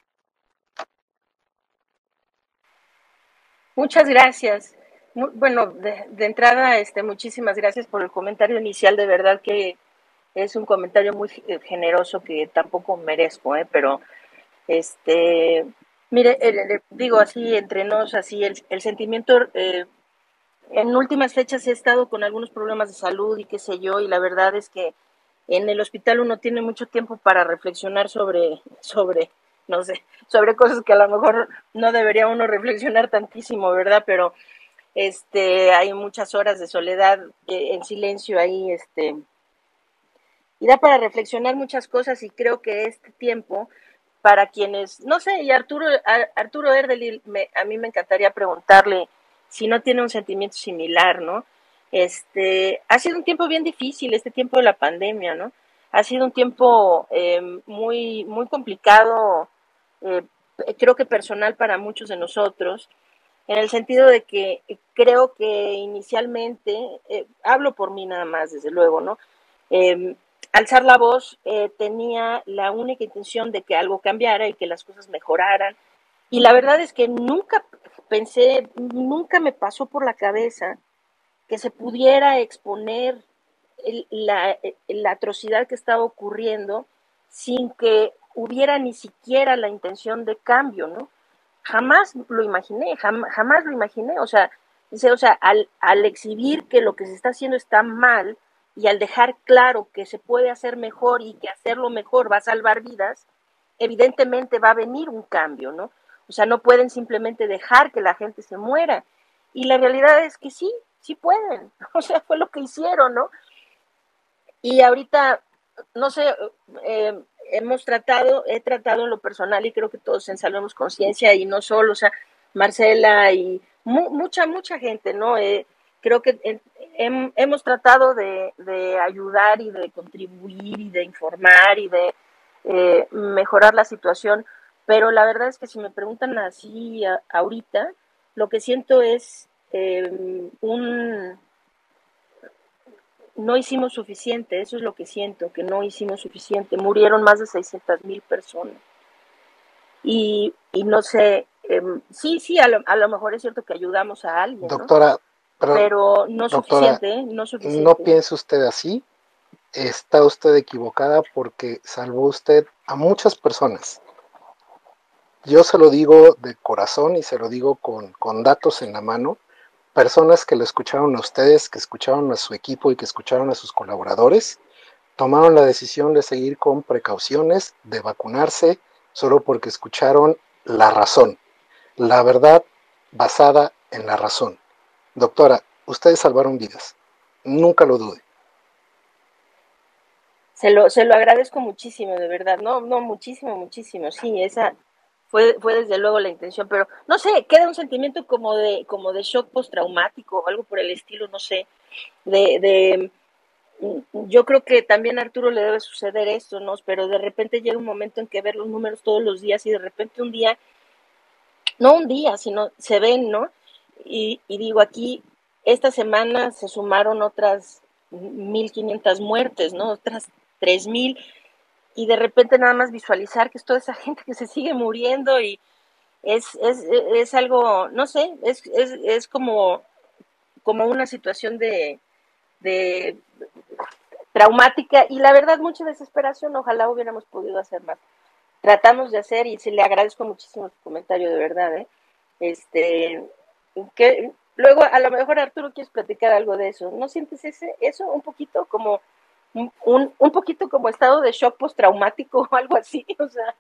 Muchas gracias. Bueno, de, de entrada, este, muchísimas gracias por el comentario inicial. De verdad que es un comentario muy generoso que tampoco merezco, ¿eh? Pero, este, mire, el, el, digo así, entre nos, así, el, el sentimiento, eh, en últimas fechas he estado con algunos problemas de salud y qué sé yo, y la verdad es que en el hospital uno tiene mucho tiempo para reflexionar sobre, sobre, no sé, sobre cosas que a lo mejor no debería uno reflexionar tantísimo, ¿verdad? Pero este, hay muchas horas de soledad, eh, en silencio ahí, este, y da para reflexionar muchas cosas, y creo que este tiempo, para quienes, no sé, y Arturo, Arturo Erdely, me, a mí me encantaría preguntarle si no tiene un sentimiento similar, ¿no? Este, ha sido un tiempo bien difícil, este tiempo de la pandemia, ¿no? Ha sido un tiempo eh, muy, muy complicado, eh, creo que personal para muchos de nosotros, en el sentido de que creo que inicialmente, eh, hablo por mí nada más, desde luego, ¿no? Eh, alzar la voz eh, tenía la única intención de que algo cambiara y que las cosas mejoraran. Y la verdad es que nunca pensé, nunca me pasó por la cabeza que se pudiera exponer el, la, la atrocidad que estaba ocurriendo sin que hubiera ni siquiera la intención de cambio, ¿no? Jamás lo imaginé, jam, jamás lo imaginé, o sea, o sea al, al exhibir que lo que se está haciendo está mal y al dejar claro que se puede hacer mejor y que hacerlo mejor va a salvar vidas, evidentemente va a venir un cambio, ¿no? O sea, no pueden simplemente dejar que la gente se muera. Y la realidad es que sí, sí pueden. O sea, fue lo que hicieron, ¿no? Y ahorita, no sé, eh, hemos tratado, he tratado en lo personal y creo que todos en Salvemos Conciencia y no solo, o sea, Marcela y mu mucha, mucha gente, ¿no? Eh, creo que eh, hem, hemos tratado de, de ayudar y de contribuir y de informar y de eh, mejorar la situación, pero la verdad es que si me preguntan así a, ahorita, lo que siento es eh, un no hicimos suficiente, eso es lo que siento, que no hicimos suficiente. Murieron más de seiscientas mil personas. Y, y no sé, eh, sí, sí, a lo, a lo mejor es cierto que ayudamos a alguien, ¿no? Doctora, pero, pero no doctora, suficiente, ¿eh? No suficiente. no piense usted así, está usted equivocada porque salvó usted a muchas personas. Yo se lo digo de corazón y se lo digo con, con datos en la mano. Personas que lo escucharon a ustedes, que escucharon a su equipo y que escucharon a sus colaboradores, tomaron la decisión de seguir con precauciones, de vacunarse, solo porque escucharon la razón, la verdad basada en la razón. Doctora, ustedes salvaron vidas, nunca lo dude. Se lo, se lo agradezco muchísimo, de verdad, no, no, muchísimo, muchísimo, sí, esa fue, fue desde luego la intención, pero no sé, queda un sentimiento como de, como de shock postraumático o algo por el estilo, no sé, de, de yo creo que también a Arturo le debe suceder esto, ¿no? Pero de repente llega un momento en que ver los números todos los días y de repente un día, no un día, sino se ven, ¿no? Y, y digo, aquí esta semana se sumaron otras mil quinientas muertes, ¿no? Otras tres mil y de repente nada más visualizar que es toda esa gente que se sigue muriendo y es, es, es algo, no sé, es, es, es como, como una situación de, de traumática y la verdad mucha desesperación, ojalá hubiéramos podido hacer más. Tratamos de hacer y sí le agradezco muchísimo su comentario, de verdad, ¿eh? Este, que luego a lo mejor Arturo quieres platicar algo de eso, ¿no sientes ese, eso un poquito como un, un, un poquito como estado de shock postraumático o algo así? O sea.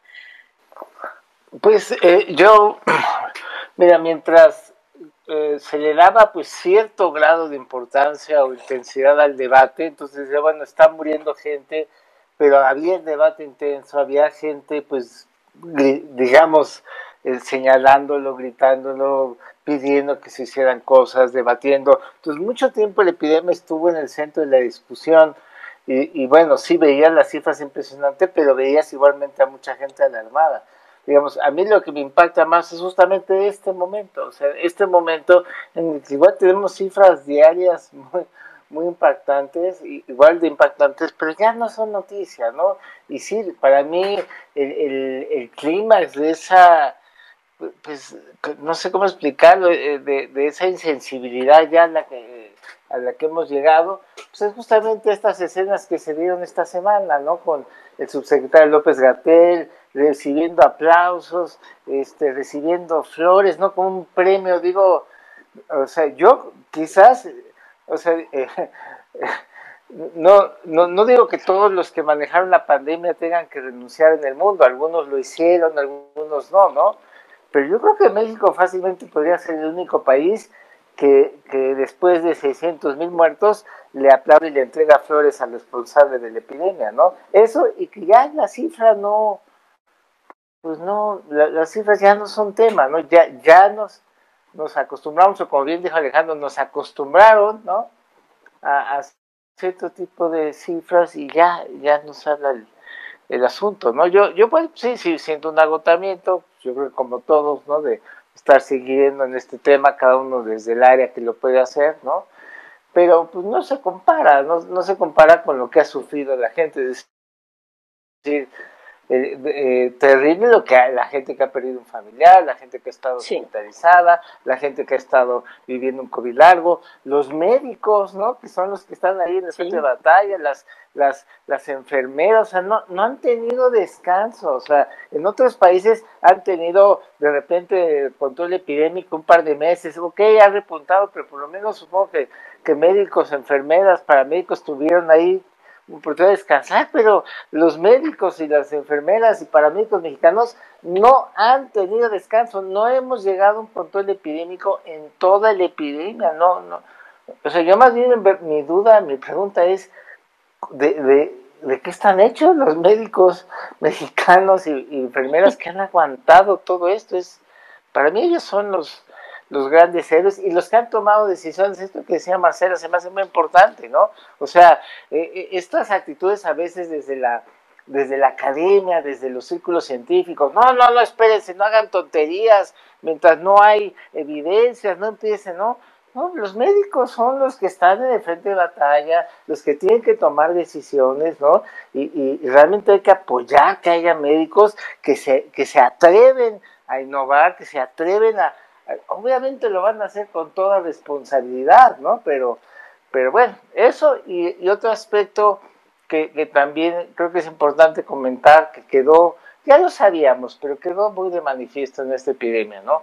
Pues eh, yo, mira, mientras eh, se le daba pues cierto grado de importancia o intensidad al debate, entonces ya bueno, está muriendo gente, pero había el debate intenso, había gente pues, digamos, eh, señalándolo, gritándolo, pidiendo que se hicieran cosas, debatiendo. Entonces mucho tiempo la epidemia estuvo en el centro de la discusión y, y bueno, sí veías las cifras impresionantes, pero veías igualmente a mucha gente alarmada. Digamos, a mí lo que me impacta más es justamente este momento, o sea, este momento en el que igual tenemos cifras diarias muy, muy impactantes, igual de impactantes, pero ya no son noticias, ¿no? Y sí, para mí el, el, el clímax de esa, pues, no sé cómo explicarlo, de, de esa insensibilidad ya a la que, a la que hemos llegado, pues es justamente estas escenas que se dieron esta semana, ¿no? Con el subsecretario López-Gatell, recibiendo aplausos, este, recibiendo flores, ¿no? Como un premio, digo, o sea, yo quizás, o sea, eh, no, no, no digo que todos los que manejaron la pandemia tengan que renunciar en el mundo, algunos lo hicieron, algunos no, ¿no? Pero yo creo que México fácilmente podría ser el único país que, que después de seiscientos mil muertos le aplaude y le entrega flores al responsable de la epidemia, ¿no? Eso, y que ya la cifra no, pues no, la, las cifras ya no son tema, ¿no? Ya, ya nos, nos acostumbramos, o como bien dijo Alejandro, nos acostumbraron, ¿no? A, a cierto tipo de cifras y ya, ya nos habla el, el asunto, ¿no? Yo, yo pues sí, sí, siento un agotamiento, yo creo que como todos, ¿no? De estar siguiendo en este tema, cada uno desde el área que lo puede hacer, ¿no? Pero pues no se compara, no, no se compara con lo que ha sufrido la gente, es decir, Eh, eh, terrible lo que hay, la gente que ha perdido un familiar, la gente que ha estado Sí. hospitalizada, la gente que ha estado viviendo un COVID largo, los médicos, ¿no? Que son los que están ahí en el frente Sí. de batalla, las, las, las enfermeras, o sea, no, no han tenido descanso, o sea, en otros países han tenido de repente control epidémico un par de meses, ok, ha repuntado, pero por lo menos supongo que, que médicos, enfermeras, paramédicos estuvieron ahí oportunidad de descansar, pero los médicos y las enfermeras y paramédicos mexicanos no han tenido descanso, no hemos llegado a un control epidémico en toda la epidemia, no, no. O sea, yo más bien mi duda, mi pregunta es, ¿de, de, de qué están hechos los médicos mexicanos y, y enfermeras que han aguantado todo esto? Es, para mí ellos son los, los grandes héroes y los que han tomado decisiones. Esto que decía Marcela se me hace muy importante, ¿no? O sea, eh, estas actitudes a veces desde la desde la academia, desde los círculos científicos, no, no, no, espérense, no hagan tonterías, mientras no hay evidencias, no empiecen, ¿no? No, los médicos son los que están en el frente de batalla, los que tienen que tomar decisiones, ¿no? Y, y, y realmente hay que apoyar que haya médicos que se, que se atreven a innovar, que se atreven a, a, obviamente lo van a hacer con toda responsabilidad, ¿no? Pero, pero bueno, eso y, y otro aspecto que, que también creo que es importante comentar, que quedó, ya lo sabíamos, pero quedó muy de manifiesto en esta epidemia, ¿no?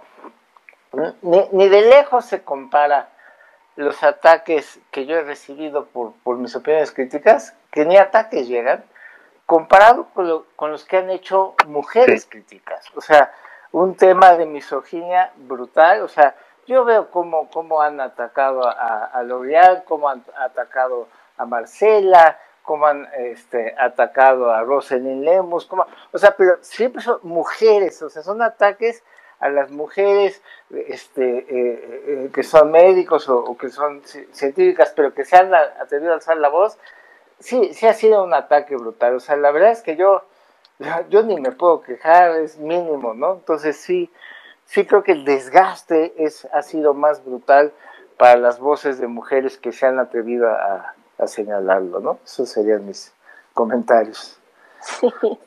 Ni, ni de lejos se compara los ataques que yo he recibido por, por mis opiniones críticas, que ni ataques llegan, comparado con, lo, con los que han hecho mujeres críticas. O sea, un tema de misoginia brutal. O sea, yo veo cómo, cómo han atacado a, a L'Oreal, cómo han atacado a Marcela, cómo han este, atacado a Rosalind Lemus, cómo, o sea, pero siempre son mujeres, o sea, son ataques a las mujeres este, eh, eh, que son médicos o, o que son científicas, pero que se han atrevido a alzar la voz. Sí, sí ha sido un ataque brutal. O sea, la verdad es que yo, yo ni me puedo quejar, es mínimo, ¿no? Entonces sí, sí creo que el desgaste es, ha sido más brutal para las voces de mujeres que se han atrevido a, a señalarlo, ¿no? Esos serían mis comentarios. Sí,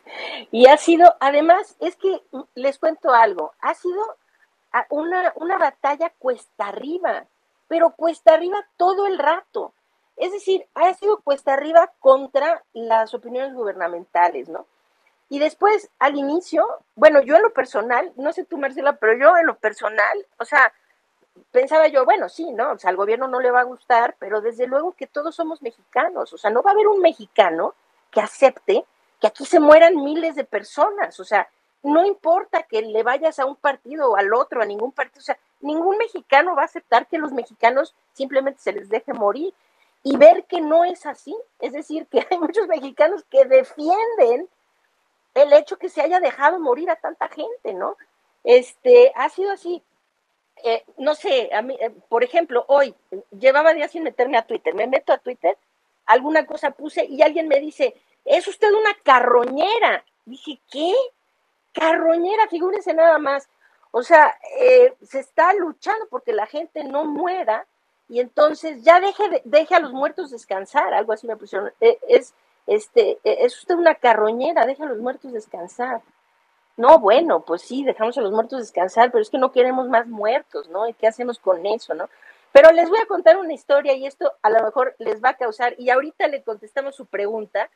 y ha sido, además, es que les cuento algo, ha sido una, una batalla cuesta arriba, pero cuesta arriba todo el rato. Es decir, ha sido cuesta arriba contra las opiniones gubernamentales, ¿no? Y después, al inicio, bueno, yo en lo personal, no sé tú, Marcela, pero yo en lo personal, o sea, pensaba yo, bueno, sí, ¿no? O sea, al gobierno no le va a gustar, pero desde luego que todos somos mexicanos, o sea, no va a haber un mexicano que acepte que aquí se mueran miles de personas, o sea, no importa que le vayas a un partido o al otro, a ningún partido, o sea, ningún mexicano va a aceptar que los mexicanos simplemente se les deje morir y ver que no es así, es decir, que hay muchos mexicanos que defienden el hecho que se haya dejado morir a tanta gente, ¿no? Este, ha sido así, eh, no sé, a mí, eh, por ejemplo, hoy, llevaba días sin meterme a Twitter, me meto a Twitter, alguna cosa puse y alguien me dice, es usted una carroñera. Dije, ¿qué? Carroñera, figúrense nada más. O sea, eh, se está luchando porque la gente no muera y entonces ya deje, de, deje a los muertos descansar, algo así me pusieron. Eh, es, este, eh, es usted una carroñera, deje a los muertos descansar. No, bueno, pues sí, dejamos a los muertos descansar, pero es que no queremos más muertos, ¿no? ¿Y qué hacemos con eso, no? Pero les voy a contar una historia y esto a lo mejor les va a causar, y ahorita le contestamos su pregunta,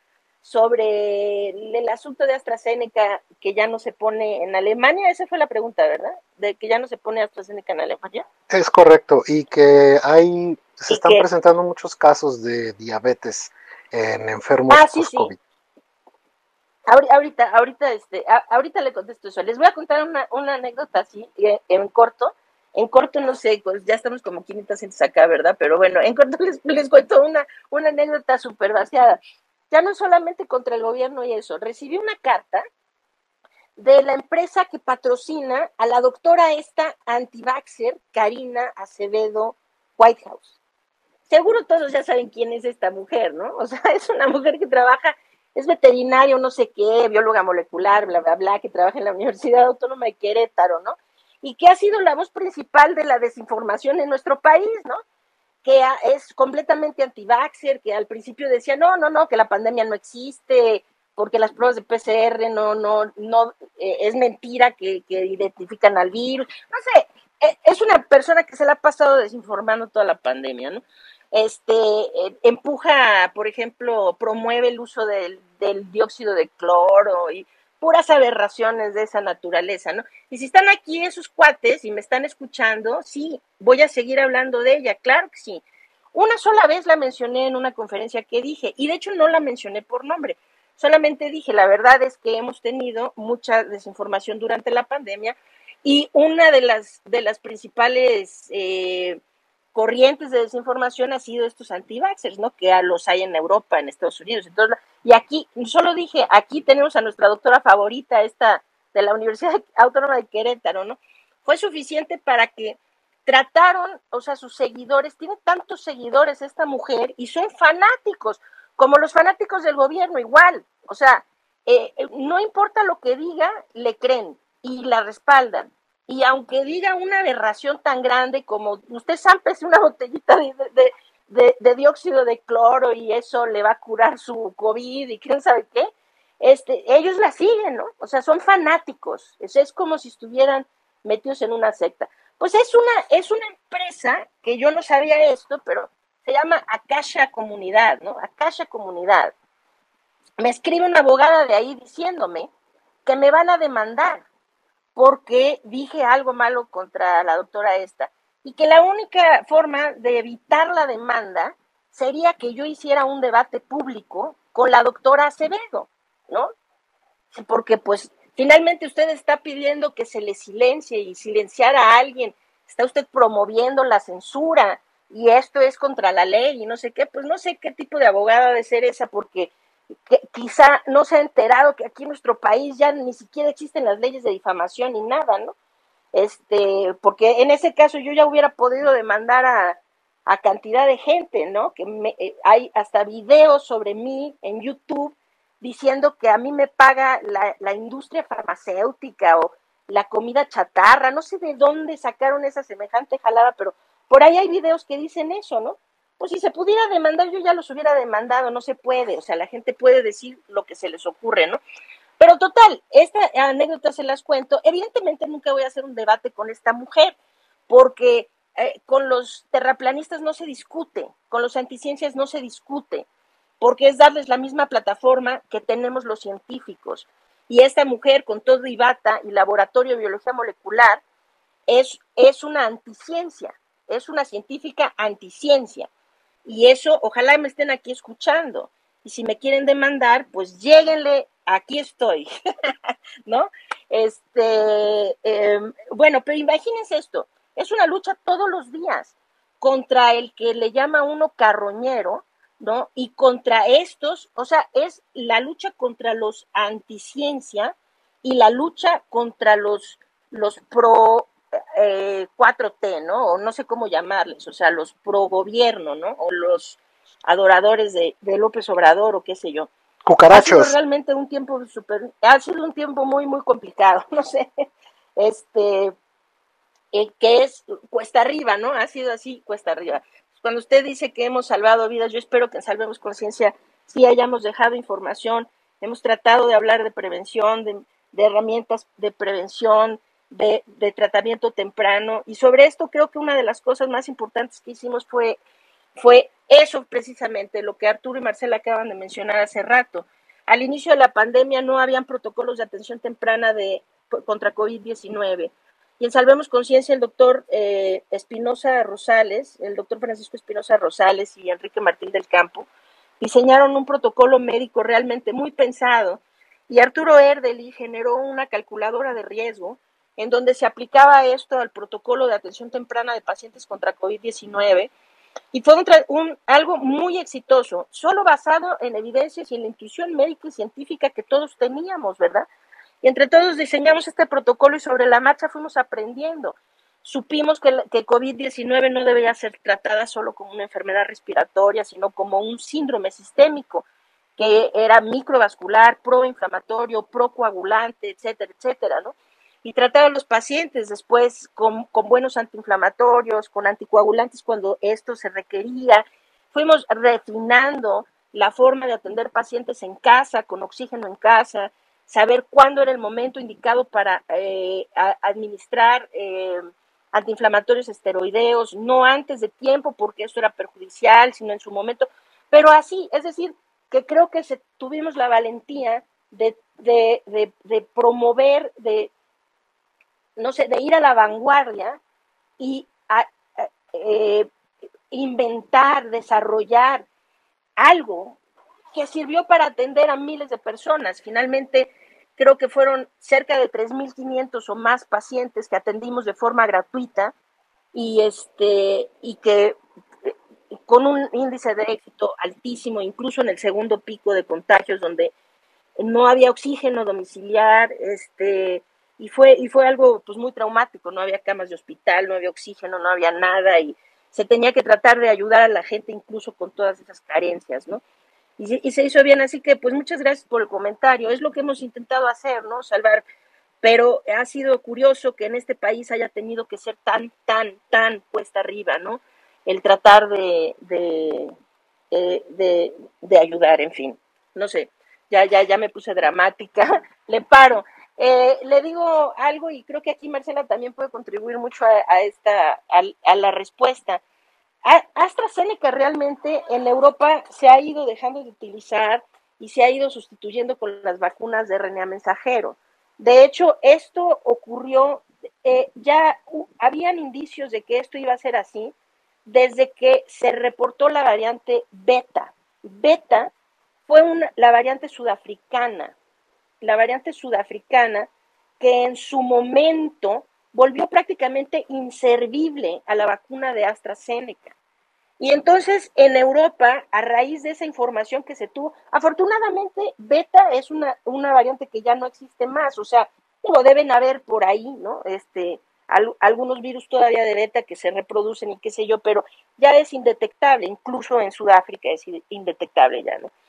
sobre el asunto de AstraZeneca que ya no se pone en Alemania. Esa fue la pregunta, ¿verdad? De que ya no se pone AstraZeneca en Alemania. Es correcto, y que hay, se están que, presentando muchos casos de diabetes en enfermos ah, sí, post-COVID. Sí. Ahorita, ahorita, este, ahorita le contesto eso. Les voy a contar una, una anécdota así, en corto. En corto, no sé, pues ya estamos como quinientas gentes acá, ¿verdad? Pero bueno, en corto les, les cuento una, una anécdota súper vaciada. Ya no solamente contra el gobierno y eso, recibí una carta de la empresa que patrocina a la doctora esta anti-vaxxer, Karina Acevedo Whitehouse. Seguro todos ya saben quién es esta mujer, ¿no? O sea, es una mujer que trabaja, es veterinaria, no sé qué, bióloga molecular, bla, bla, bla, que trabaja en la Universidad Autónoma de Querétaro, ¿no? Y que ha sido la voz principal de la desinformación en nuestro país, ¿no? Que es completamente anti-vaxxer, que al principio decía, no, no, no, que la pandemia no existe, porque las pruebas de P C R no, no, no, eh, es mentira que, que identifican al virus. No sé, eh, es una persona que se la ha pasado desinformando toda la pandemia, ¿no? Este, eh, empuja, por ejemplo, promueve el uso del, del dióxido de cloro y puras aberraciones de esa naturaleza, ¿no? Y si están aquí esos cuates y me están escuchando, sí, voy a seguir hablando de ella, claro que sí. Una sola vez la mencioné en una conferencia que dije, y de hecho no la mencioné por nombre, solamente dije, la verdad es que hemos tenido mucha desinformación durante la pandemia y una de las, de las principales eh, corrientes de desinformación ha sido estos anti-vaxxers, ¿no? Que los hay en Europa, en Estados Unidos. Entonces, y aquí, solo dije, aquí tenemos a nuestra doctora favorita, esta de la Universidad Autónoma de Querétaro, ¿no? Fue suficiente para que trataron, o sea, sus seguidores, tiene tantos seguidores esta mujer y son fanáticos, como los fanáticos del gobierno, igual. O sea, eh, no importa lo que diga, le creen y la respaldan. Y aunque diga una aberración tan grande como usted zampese una botellita de, de, de, de dióxido de cloro y eso le va a curar su COVID y quién sabe qué, este, ellos la siguen, ¿no? O sea, son fanáticos. Es, es como si estuvieran metidos en una secta. Pues es una, es una empresa que yo no sabía esto, pero se llama Akasha Comunidad, ¿no? Akasha Comunidad. Me escribe una abogada de ahí diciéndome que me van a demandar porque dije algo malo contra la doctora esta, y que la única forma de evitar la demanda sería que yo hiciera un debate público con la doctora Acevedo, ¿no? Porque pues finalmente usted está pidiendo que se le silencie y silenciar a alguien, está usted promoviendo la censura y esto es contra la ley y no sé qué, pues no sé qué tipo de abogada debe ser esa, porque que quizá no se ha enterado que aquí en nuestro país ya ni siquiera existen las leyes de difamación ni nada, ¿no? Este, porque en ese caso yo ya hubiera podido demandar a, a cantidad de gente, ¿no? Que me, eh, hay hasta videos sobre mí en YouTube diciendo que a mí me paga la, la industria farmacéutica o la comida chatarra, no sé de dónde sacaron esa semejante jalada, pero por ahí hay videos que dicen eso, ¿no? Pues si se pudiera demandar, yo ya los hubiera demandado, no se puede, o sea, la gente puede decir lo que se les ocurre, ¿no? Pero total, esta anécdota se las cuento. Evidentemente nunca voy a hacer un debate con esta mujer, porque eh, con los terraplanistas no se discute, con los anticiencias no se discute, porque es darles la misma plataforma que tenemos los científicos. Y esta mujer, con todo y bata y laboratorio de biología molecular, es, es una anticiencia, es una científica anticiencia. Y eso, ojalá me estén aquí escuchando. Y si me quieren demandar, pues lléguenle, aquí estoy, ¿no? Este, eh, bueno, pero imagínense esto, es una lucha todos los días contra el que le llama uno carroñero, ¿no? Y contra estos, o sea, es la lucha contra los anticiencia y la lucha contra los, los pro eh, cuatro T, ¿no? O no sé cómo llamarles, o sea, los pro gobierno, ¿no? O los adoradores de, de López Obrador o qué sé yo. Cucarachos. Ha sido realmente un tiempo super, ha sido un tiempo muy, muy complicado, no sé, este, eh, que es cuesta arriba, ¿no? Ha sido así, cuesta arriba. Cuando usted dice que hemos salvado vidas, yo espero que en Salvemos Conciencia sí hayamos dejado información, hemos tratado de hablar de prevención, de, de herramientas de prevención, de, de tratamiento temprano, y sobre esto creo que una de las cosas más importantes que hicimos fue, fue eso precisamente, lo que Arturo y Marcela acaban de mencionar hace rato. Al inicio de la pandemia no habían protocolos de atención temprana de, contra COVID diecinueve. Y en Salvemos Conciencia, el doctor eh, Espinosa Rosales, el doctor Francisco Espinosa Rosales y Enrique Martín del Campo, diseñaron un protocolo médico realmente muy pensado. Y Arturo Erdely generó una calculadora de riesgo en donde se aplicaba esto al protocolo de atención temprana de pacientes contra COVID diecinueve. Y fue un, un, algo muy exitoso, solo basado en evidencias y en la intuición médica y científica que todos teníamos, ¿verdad? Y entre todos diseñamos este protocolo y sobre la marcha fuimos aprendiendo. Supimos que, que COVID diecinueve no debía ser tratada solo como una enfermedad respiratoria, sino como un síndrome sistémico, que era microvascular, proinflamatorio, procoagulante, etcétera, etcétera, ¿no? Y tratar a los pacientes después con, con buenos antiinflamatorios, con anticoagulantes cuando esto se requería. Fuimos refinando la forma de atender pacientes en casa, con oxígeno en casa, saber cuándo era el momento indicado para eh, a, administrar eh, antiinflamatorios esteroideos, no antes de tiempo porque eso era perjudicial, sino en su momento, pero así, es decir, que creo que se, tuvimos la valentía de, de, de, de promover, de, no sé, de ir a la vanguardia y a, a, eh, inventar, desarrollar algo que sirvió para atender a miles de personas. Finalmente, creo que fueron cerca de tres mil quinientos o más pacientes que atendimos de forma gratuita y, este, y que con un índice de éxito altísimo, incluso en el segundo pico de contagios, donde no había oxígeno domiciliar, este, y fue, y fue algo pues muy traumático, no había camas de hospital, no había oxígeno, no había nada, y se tenía que tratar de ayudar a la gente incluso con todas esas carencias, ¿no? Y, y se hizo bien, así que pues muchas gracias por el comentario, es lo que hemos intentado hacer, ¿no? Salvar, pero ha sido curioso que en este país haya tenido que ser tan, tan, tan cuesta arriba, ¿no? El tratar de, de, de, de, de ayudar, en fin, no sé, ya, ya, ya me puse dramática, le paro. Eh, le digo algo y creo que aquí Marcela también puede contribuir mucho a, a esta, a, a la respuesta. A, AstraZeneca realmente en Europa se ha ido dejando de utilizar y se ha ido sustituyendo con las vacunas de R N A mensajero. De hecho, esto ocurrió, eh, ya uh, habían indicios de que esto iba a ser así desde que se reportó la variante beta. Beta fue una, la variante sudafricana, la variante sudafricana que en su momento volvió prácticamente inservible a la vacuna de AstraZeneca. Y entonces en Europa, a raíz de esa información que se tuvo, afortunadamente beta es una, una variante que ya no existe más, o sea, lo deben haber por ahí, ¿no? Este, al, algunos virus todavía de beta que se reproducen y qué sé yo, pero ya es indetectable, incluso en Sudáfrica es indetectable ya, ¿no?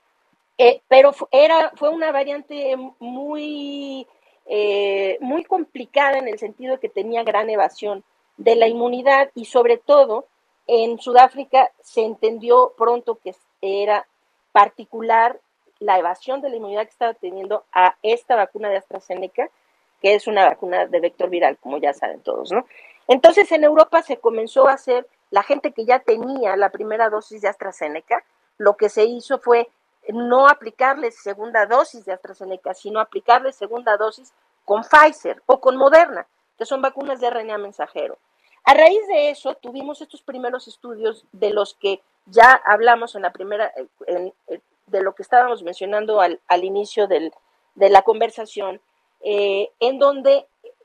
Eh, pero era, fue una variante muy, eh, muy complicada en el sentido de que tenía gran evasión de la inmunidad y sobre todo en Sudáfrica se entendió pronto que era particular la evasión de la inmunidad que estaba teniendo a esta vacuna de AstraZeneca, que es una vacuna de vector viral, como ya saben todos, ¿no? Entonces en Europa se comenzó a hacer, la gente que ya tenía la primera dosis de AstraZeneca, lo que se hizo fue no aplicarles segunda dosis de AstraZeneca, sino aplicarles segunda dosis con Pfizer o con Moderna, que son vacunas de R N A mensajero. A raíz de eso, tuvimos estos primeros estudios de los que ya hablamos en la primera, en, de lo que estábamos mencionando al, al inicio del, de la conversación, eh, en donde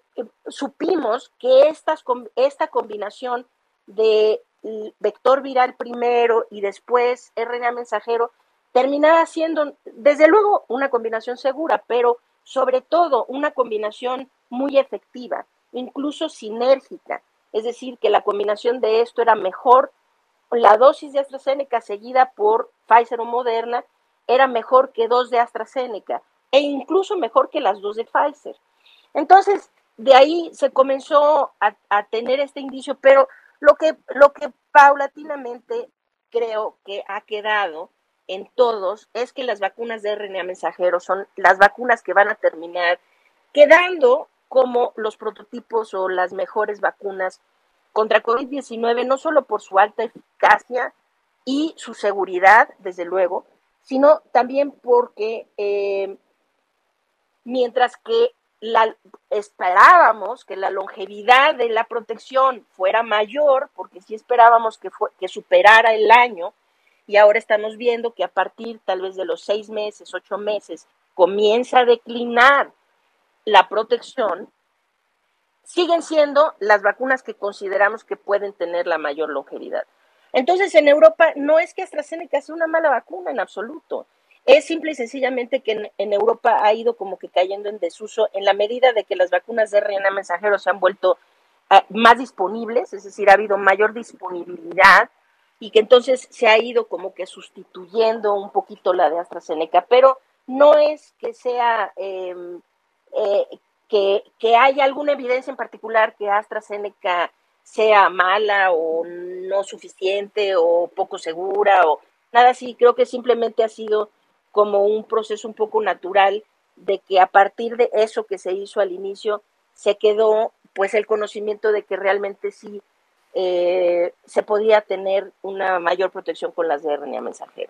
supimos que estas, esta combinación de vector viral primero y después R N A mensajero terminaba siendo, desde luego, una combinación segura, pero sobre todo una combinación muy efectiva, incluso sinérgica. Es decir, que la combinación de esto era mejor, la dosis de AstraZeneca seguida por Pfizer o Moderna era mejor que dos de AstraZeneca e incluso mejor que las dos de Pfizer. Entonces, de ahí se comenzó a, a tener este indicio, pero lo que, lo que paulatinamente creo que ha quedado en todos es que las vacunas de R N A mensajero son las vacunas que van a terminar quedando como los prototipos o las mejores vacunas contra COVID diecinueve, no solo por su alta eficacia y su seguridad, desde luego, sino también porque eh, mientras que la, esperábamos que la longevidad de la protección fuera mayor, porque sí esperábamos que, fue, que superara el año, y ahora estamos viendo que a partir tal vez de los seis meses, ocho meses, comienza a declinar la protección, siguen siendo las vacunas que consideramos que pueden tener la mayor longevidad. Entonces, en Europa no es que AstraZeneca sea una mala vacuna en absoluto, es simple y sencillamente que en, en Europa ha ido como que cayendo en desuso en la medida de que las vacunas de R N A mensajero se han vuelto uh, más disponibles, es decir, ha habido mayor disponibilidad y que entonces se ha ido como que sustituyendo un poquito la de AstraZeneca, pero no es que sea eh, eh, que, que haya alguna evidencia en particular que AstraZeneca sea mala o no suficiente o poco segura o nada así. Creo que simplemente ha sido como un proceso un poco natural de que a partir de eso que se hizo al inicio se quedó pues el conocimiento de que realmente sí eh, se podía tener una mayor protección con las de R N A mensajero.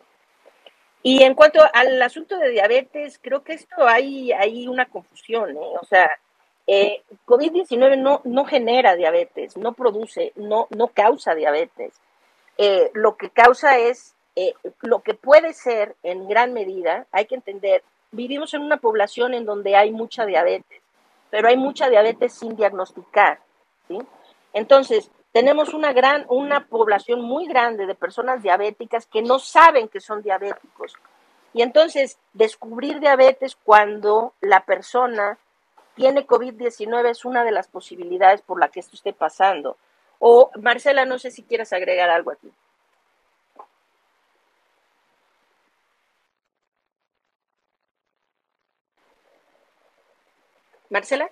Y en cuanto al asunto de diabetes, creo que esto hay, hay una confusión, ¿eh? O sea, eh, COVID diecinueve no, no genera diabetes, no produce, no, no causa diabetes. eh, lo que causa es, eh, lo que puede ser en gran medida, hay que entender, vivimos en una población en donde hay mucha diabetes, pero hay mucha diabetes sin diagnosticar, ¿sí? Entonces, tenemos una gran, una población muy grande de personas diabéticas que no saben que son diabéticos. Y entonces, descubrir diabetes cuando la persona tiene COVID diecinueve es una de las posibilidades por la que esto esté pasando. O, Marcela, no sé si quieres agregar algo aquí. Marcela.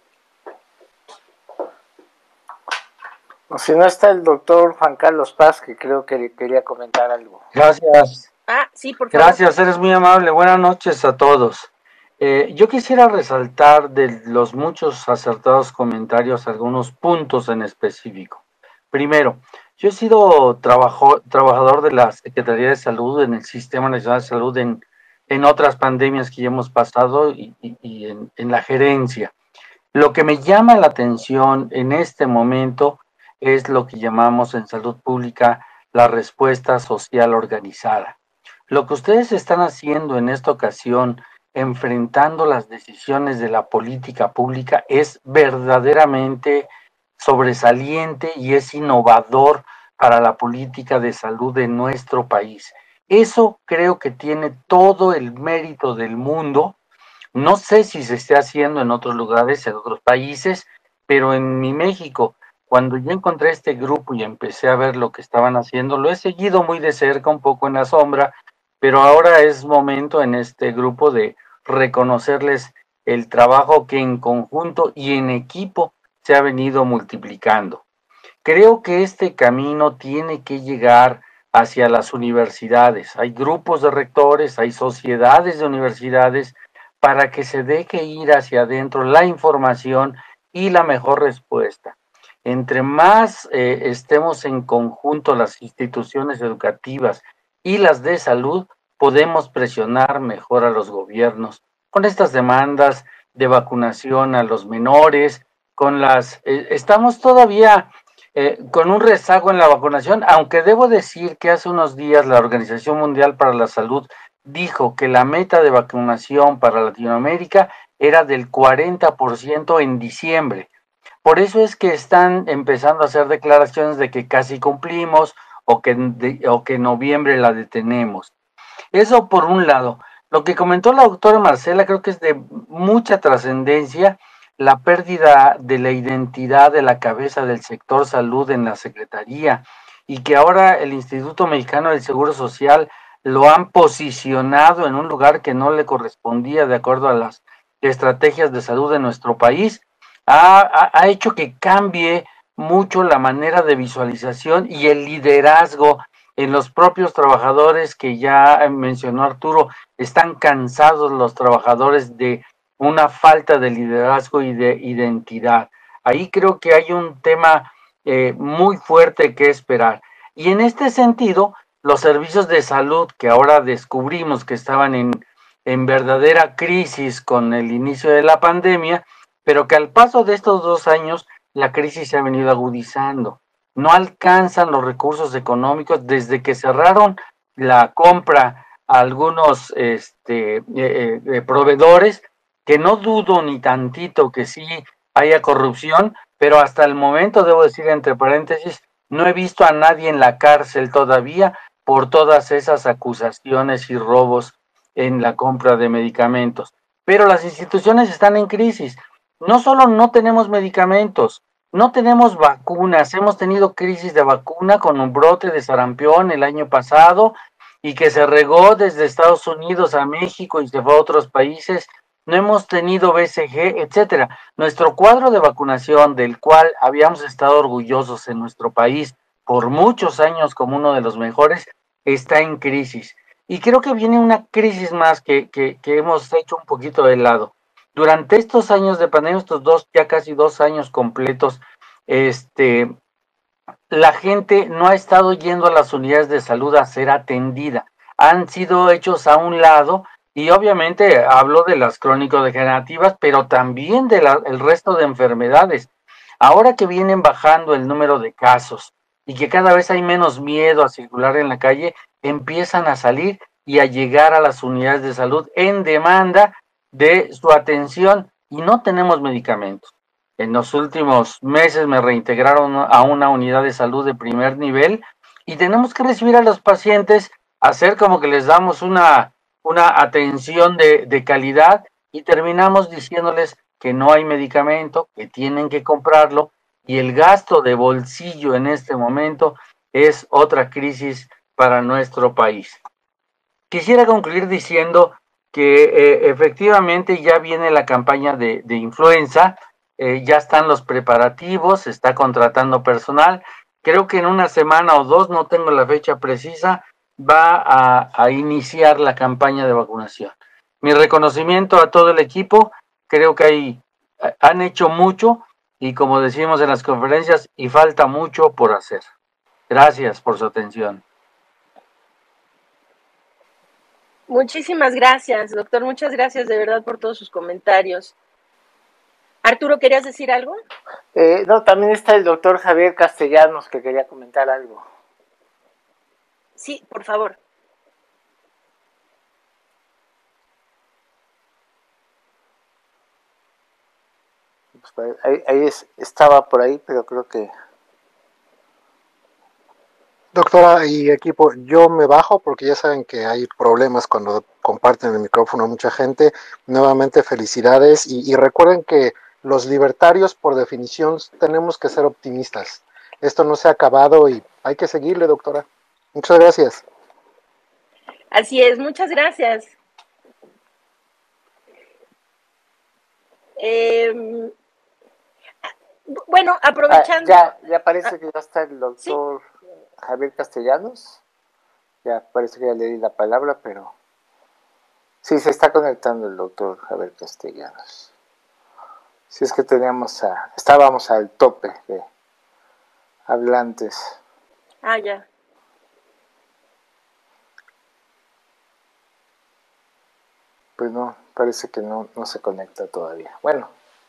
Si no está el doctor Juan Carlos Paz, que creo que quería comentar algo. Gracias. Ah, sí, por favor. Gracias, eres muy amable. Buenas noches a todos. Eh, yo quisiera resaltar de los muchos acertados comentarios algunos puntos en específico. Primero, yo he sido trabajo, trabajador de la Secretaría de Salud en el Sistema Nacional de Salud en, en otras pandemias que ya hemos pasado y, y, y en, en la gerencia. Lo que me llama la atención en este momento es lo que llamamos en salud pública la respuesta social organizada. Lo que ustedes están haciendo en esta ocasión, enfrentando las decisiones de la política pública, es verdaderamente sobresaliente y es innovador para la política de salud de nuestro país. Eso creo que tiene todo el mérito del mundo. No sé si se esté haciendo en otros lugares, en otros países, pero en mi México, cuando yo encontré este grupo y empecé a ver lo que estaban haciendo, lo he seguido muy de cerca, un poco en la sombra, pero ahora es momento en este grupo de reconocerles el trabajo que en conjunto y en equipo se ha venido multiplicando. Creo que este camino tiene que llegar hacia las universidades. Hay grupos de rectores, hay sociedades de universidades para que se deje ir hacia adentro la información y la mejor respuesta. Entre más eh, estemos en conjunto las instituciones educativas y las de salud, podemos presionar mejor a los gobiernos con estas demandas de vacunación a los menores, con las... Eh, estamos todavía eh, con un rezago en la vacunación, aunque debo decir que hace unos días la Organización Mundial para la Salud dijo que la meta de vacunación para Latinoamérica era del cuarenta por ciento en diciembre. Por eso es que están empezando a hacer declaraciones de que casi cumplimos o que, de, o que en noviembre la detenemos. Eso por un lado. Lo que comentó la doctora Marcela creo que es de mucha trascendencia, la pérdida de la identidad de la cabeza del sector salud en la Secretaría y que ahora el Instituto Mexicano del Seguro Social lo han posicionado en un lugar que no le correspondía de acuerdo a las estrategias de salud de nuestro país. Ha, ha, ha hecho que cambie mucho la manera de visualización y el liderazgo en los propios trabajadores que ya mencionó Arturo. Están cansados los trabajadores de una falta de liderazgo y de identidad. Ahí creo que hay un tema eh, muy fuerte que esperar. Y en este sentido, los servicios de salud que ahora descubrimos que estaban en, en verdadera crisis con el inicio de la pandemia, pero que al paso de estos dos años la crisis se ha venido agudizando. No alcanzan los recursos económicos desde que cerraron la compra a algunos este, eh, eh, proveedores, que no dudo ni tantito que sí haya corrupción, pero hasta el momento, debo decir entre paréntesis, no he visto a nadie en la cárcel todavía por todas esas acusaciones y robos en la compra de medicamentos. Pero las instituciones están en crisis. No solo no tenemos medicamentos, no tenemos vacunas. Hemos tenido crisis de vacuna con un brote de sarampión el año pasado y que se regó desde Estados Unidos a México y se fue a otros países. No hemos tenido B C G, etcétera. Nuestro cuadro de vacunación, del cual habíamos estado orgullosos en nuestro país por muchos años como uno de los mejores, está en crisis. Y creo que viene una crisis más que, que, que hemos hecho un poquito de lado. Durante estos años de pandemia, estos dos, ya casi dos años completos, este, la gente no ha estado yendo a las unidades de salud a ser atendida. Han sido hechos a un lado. Y obviamente hablo de las crónico-degenerativas, pero también del resto de enfermedades. Ahora que vienen bajando el número de casos y que cada vez hay menos miedo a circular en la calle, empiezan a salir y a llegar a las unidades de salud en demanda de su atención y no tenemos medicamentos. En los últimos meses me reintegraron a una unidad de salud de primer nivel y tenemos que recibir a los pacientes, hacer como que les damos una, una atención de, de calidad y terminamos diciéndoles que no hay medicamento, que tienen que comprarlo y el gasto de bolsillo en este momento es otra crisis para nuestro país. Quisiera concluir diciendo que eh, efectivamente ya viene la campaña de, de influenza, eh, ya están los preparativos, se está contratando personal. Creo que en una semana o dos, no tengo la fecha precisa, va a, a iniciar la campaña de vacunación. Mi reconocimiento a todo el equipo, creo que hay, han hecho mucho y como decimos en las conferencias, y falta mucho por hacer. Gracias por su atención. Muchísimas gracias, doctor. Muchas gracias de verdad por todos sus comentarios. Arturo, ¿querías decir algo? Eh, no, también está el doctor Javier Castellanos que quería comentar algo. Sí, por favor. Pues ahí, ahí es, estaba por ahí, pero creo que... Doctora y equipo, yo me bajo porque ya saben que hay problemas cuando comparten el micrófono a mucha gente. Nuevamente felicidades y, y recuerden que los libertarios por definición tenemos que ser optimistas. Esto no se ha acabado y hay que seguirle, doctora. Muchas gracias. Así es, muchas gracias. Eh, bueno, aprovechando... Ah, ya, ya parece que ya está el doctor... ¿Sí? Javier Castellanos, ya parece que ya le di la palabra, pero sí, se está conectando el doctor Javier Castellanos. Si es que teníamos a, estábamos al tope de hablantes. Ah, ya. Pues no, parece que no, no se conecta todavía. Bueno.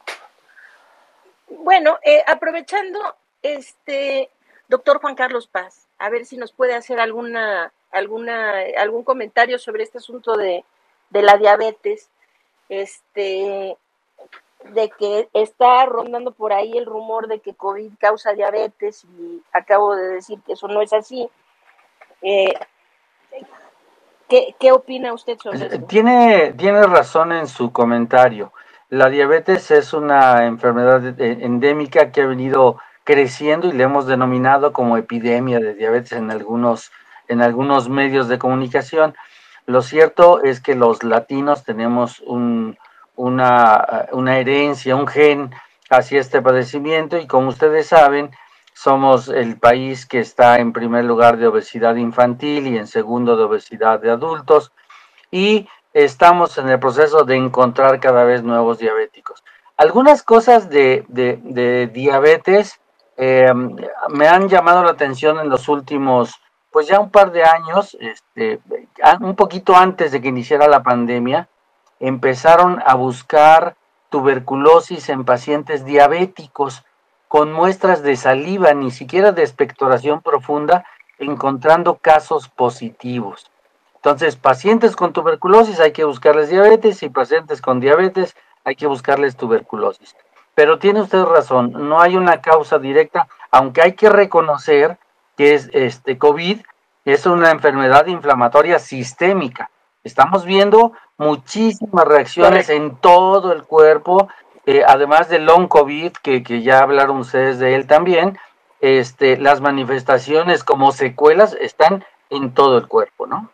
Bueno, eh, aprovechando, este... doctor Juan Carlos Paz, a ver si nos puede hacer alguna, alguna, algún comentario sobre este asunto de, de la diabetes, este, de que está rondando por ahí el rumor de que COVID causa diabetes y acabo de decir que eso no es así. Eh, ¿qué, ¿Qué opina usted sobre eso? Tiene, tiene razón en su comentario. La diabetes es una enfermedad endémica que ha venido creciendo y le hemos denominado como epidemia de diabetes en algunos, en algunos medios de comunicación. Lo cierto es que los latinos tenemos un, una, una herencia, un gen hacia este padecimiento y como ustedes saben, somos el país que está en primer lugar de obesidad infantil y en segundo de obesidad de adultos y estamos en el proceso de encontrar cada vez nuevos diabéticos. Algunas cosas de, de, de diabetes Eh, me han llamado la atención en los últimos, pues ya un par de años, este, un poquito antes de que iniciara la pandemia, empezaron a buscar tuberculosis en pacientes diabéticos con muestras de saliva, ni siquiera de expectoración profunda, encontrando casos positivos. Entonces, pacientes con tuberculosis hay que buscarles diabetes y pacientes con diabetes hay que buscarles tuberculosis. Pero tiene usted razón, no hay una causa directa, aunque hay que reconocer que es este COVID es una enfermedad inflamatoria sistémica. Estamos viendo muchísimas reacciones en todo el cuerpo, eh, además del long COVID, que, que ya hablaron ustedes de él también, este, las manifestaciones como secuelas están en todo el cuerpo, ¿no?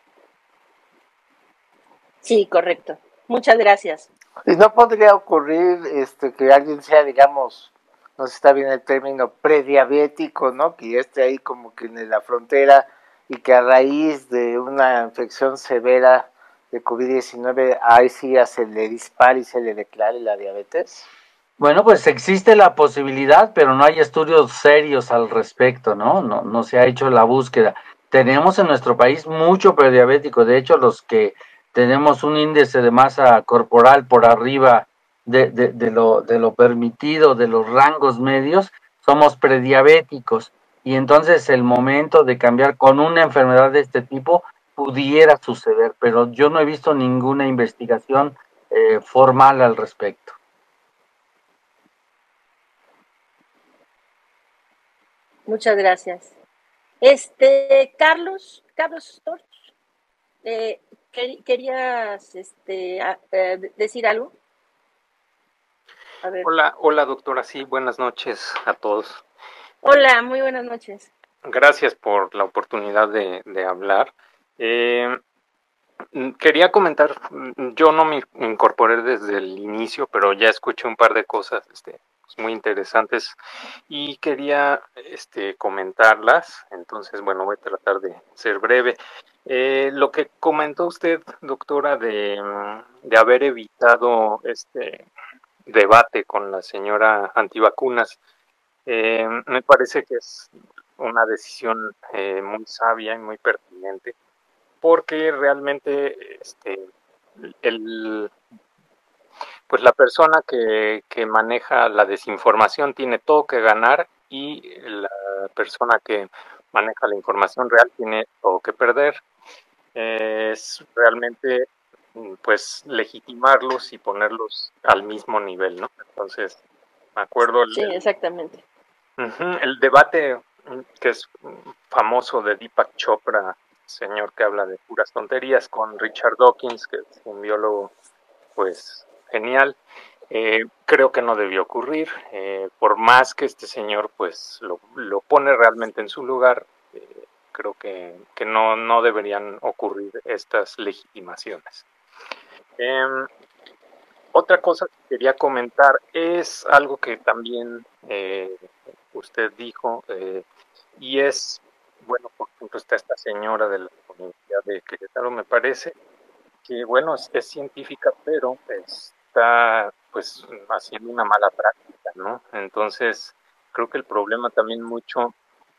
Sí, correcto. Muchas gracias. ¿Y no podría ocurrir este que alguien sea, digamos, no sé si está bien el término, prediabético, ¿no? Que esté ahí como que en la frontera y que a raíz de una infección severa de COVID diecinueve, ahí sí ya se le dispare y se le declare la diabetes? Bueno, pues existe la posibilidad, pero no hay estudios serios al respecto, ¿no? No, no se ha hecho la búsqueda. Tenemos en nuestro país mucho prediabético, de hecho los que tenemos un índice de masa corporal por arriba de, de, de, lo, de lo permitido, de los rangos medios, somos prediabéticos. y entonces el momento de cambiar con una enfermedad de este tipo pudiera suceder, pero yo no he visto ninguna investigación eh, formal al respecto. Muchas gracias. Este, Carlos, Carlos Storch, eh, ¿querías este, a, eh, decir algo? A ver. Hola, hola doctora, sí, buenas noches a todos. Hola, muy buenas noches. Gracias por la oportunidad de, de hablar. Eh, quería comentar, yo no me incorporé desde el inicio, pero ya escuché un par de cosas este, muy interesantes y quería este, comentarlas. Entonces, bueno, voy a tratar de ser breve. Eh, lo que comentó usted, doctora, de, de haber evitado este debate con la señora antivacunas, eh, me parece que es una decisión eh, muy sabia y muy pertinente, porque realmente este, el, pues la persona que, que maneja la desinformación tiene todo que ganar y la persona que maneja la información real tiene todo que perder. Eh, es realmente pues legitimarlos y ponerlos al mismo nivel, ¿no? Entonces, me acuerdo el, sí, exactamente. Uh-huh, el debate que es famoso de Deepak Chopra, señor que habla de puras tonterías, con Richard Dawkins, que es un biólogo pues genial. Eh, creo que no debió ocurrir, eh, por más que este señor pues lo, lo pone realmente en su lugar, eh, creo que, que no, no deberían ocurrir estas legitimaciones. Eh, otra cosa que quería comentar es algo que también eh, usted dijo, eh, y es, bueno, por ejemplo, está esta señora de la Universidad de Querétaro, me parece, que, bueno, es, es científica, pero está, pues, haciendo una mala práctica, ¿no? Entonces, creo que el problema también mucho,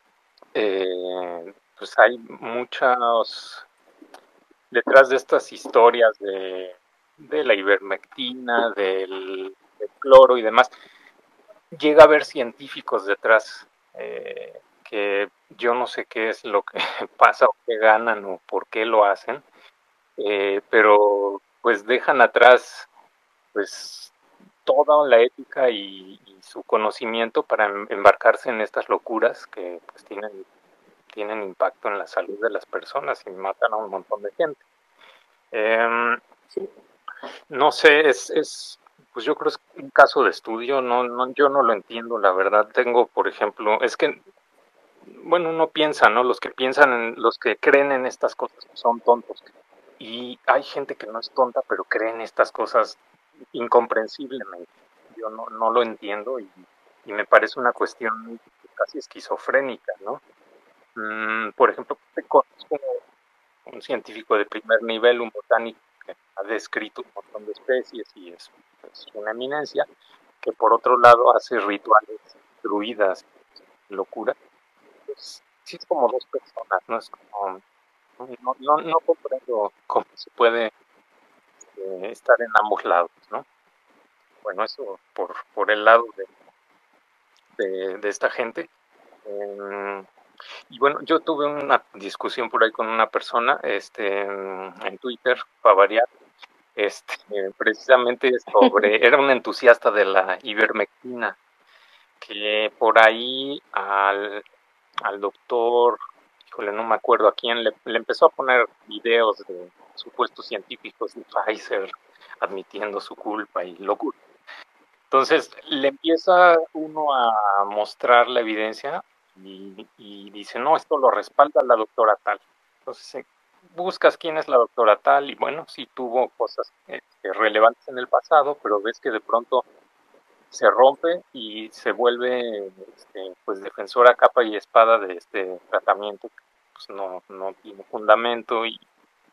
eh, pues hay muchos, detrás de estas historias de, de la ivermectina, del, del cloro y demás, llega a haber científicos detrás eh, que yo no sé qué es lo que pasa o qué ganan o por qué lo hacen, eh, pero pues dejan atrás pues toda la ética y, y su conocimiento para embarcarse en estas locuras que pues tienen, tienen impacto en la salud de las personas y matan a un montón de gente. Eh, sí. No sé, es, es, pues yo creo que es un caso de estudio, no, no, yo no lo entiendo, la verdad. Tengo, por ejemplo, es que, bueno, uno piensa, ¿no? Los que piensan, en, los que creen en estas cosas son tontos. Y hay gente que no es tonta, pero cree en estas cosas incomprensiblemente. Yo no, no lo entiendo y, y me parece una cuestión casi esquizofrénica, ¿no? Mm, por ejemplo, conozco un científico de primer nivel, un botánico que ha descrito un montón de especies y es, es una eminencia, que por otro lado hace rituales druidas, locura. Pues, sí es como dos personas, no es como, no, no, no comprendo cómo se puede eh, estar en ambos lados, ¿no? Bueno, eso por, por el lado de, de, de esta gente. Eh, y bueno, yo tuve una discusión por ahí con una persona este, en Twitter, para variar, este, precisamente sobre, era un entusiasta de la ivermectina, que por ahí al, al doctor, híjole, no me acuerdo a quién, le, le empezó a poner videos de supuestos científicos de Pfizer admitiendo su culpa y locura. Entonces le empieza uno a mostrar la evidencia y, y dice, no, esto lo respalda la doctora tal. Entonces eh, buscas quién es la doctora tal y bueno, sí tuvo cosas eh, relevantes en el pasado, pero ves que de pronto se rompe y se vuelve este, pues defensora capa y espada de este tratamiento que pues, no, no tiene fundamento y,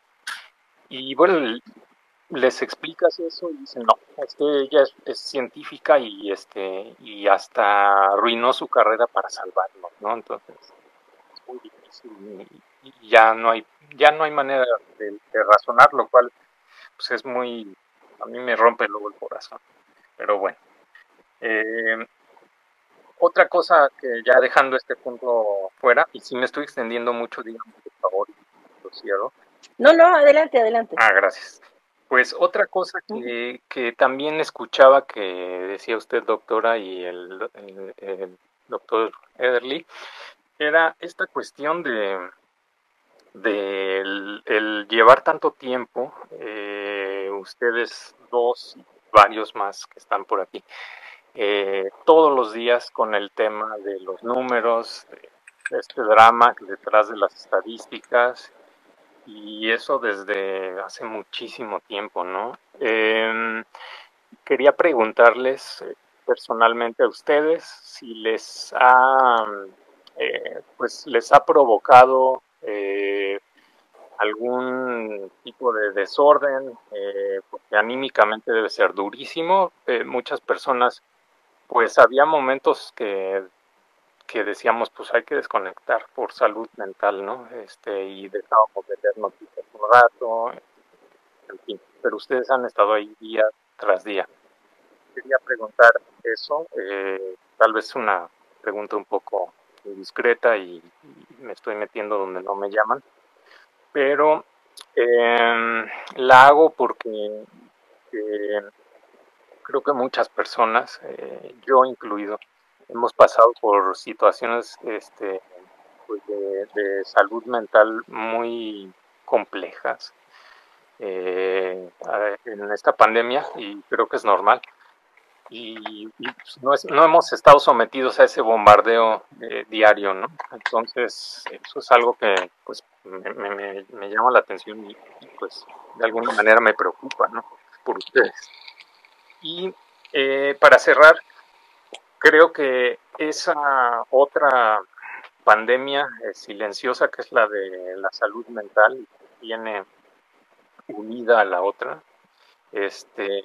y bueno, les explicas eso y dicen, no, es que ella es, es científica y este y hasta arruinó su carrera para salvarnos, ¿no? Entonces es muy difícil y, y ya no hay ya no hay manera de, de razonar, lo cual pues es muy, a mí me rompe luego el corazón, pero bueno. Eh, otra cosa que ya dejando este punto fuera, y si me estoy extendiendo mucho, díganme por favor, lo cierro. No, no, adelante, adelante. Ah, gracias. Pues otra cosa que, que también escuchaba que decía usted, doctora, y el, el, el doctor Ederly, era esta cuestión de, de el, el llevar tanto tiempo, eh, ustedes dos y varios más que están por aquí, eh, todos los días con el tema de los números, de este drama detrás de las estadísticas, y eso desde hace muchísimo tiempo, ¿no? Eh, quería preguntarles eh, personalmente a ustedes si les ha, eh, pues les ha provocado eh, algún tipo de desorden, eh, porque anímicamente debe ser durísimo. Eh, muchas personas, pues había momentos que que decíamos, pues hay que desconectar por salud mental, ¿no? Este, y dejábamos de ver noticias un rato, en fin, pero ustedes han estado ahí día tras día. Quería preguntar eso, eh, tal vez una pregunta un poco indiscreta y, y me estoy metiendo donde no me llaman, pero eh, la hago porque eh, creo que muchas personas, eh, yo incluido, hemos pasado por situaciones este, pues de, de salud mental muy complejas eh, en esta pandemia, y creo que es normal. Y, y pues no, es, no hemos estado sometidos a ese bombardeo eh, diario, ¿no? Entonces, eso es algo que pues me, me, me llama la atención y, y pues de alguna manera me preocupa, ¿no? Por ustedes. Y eh, para cerrar, creo que esa otra pandemia eh, silenciosa, que es la de la salud mental, viene unida a la otra, este,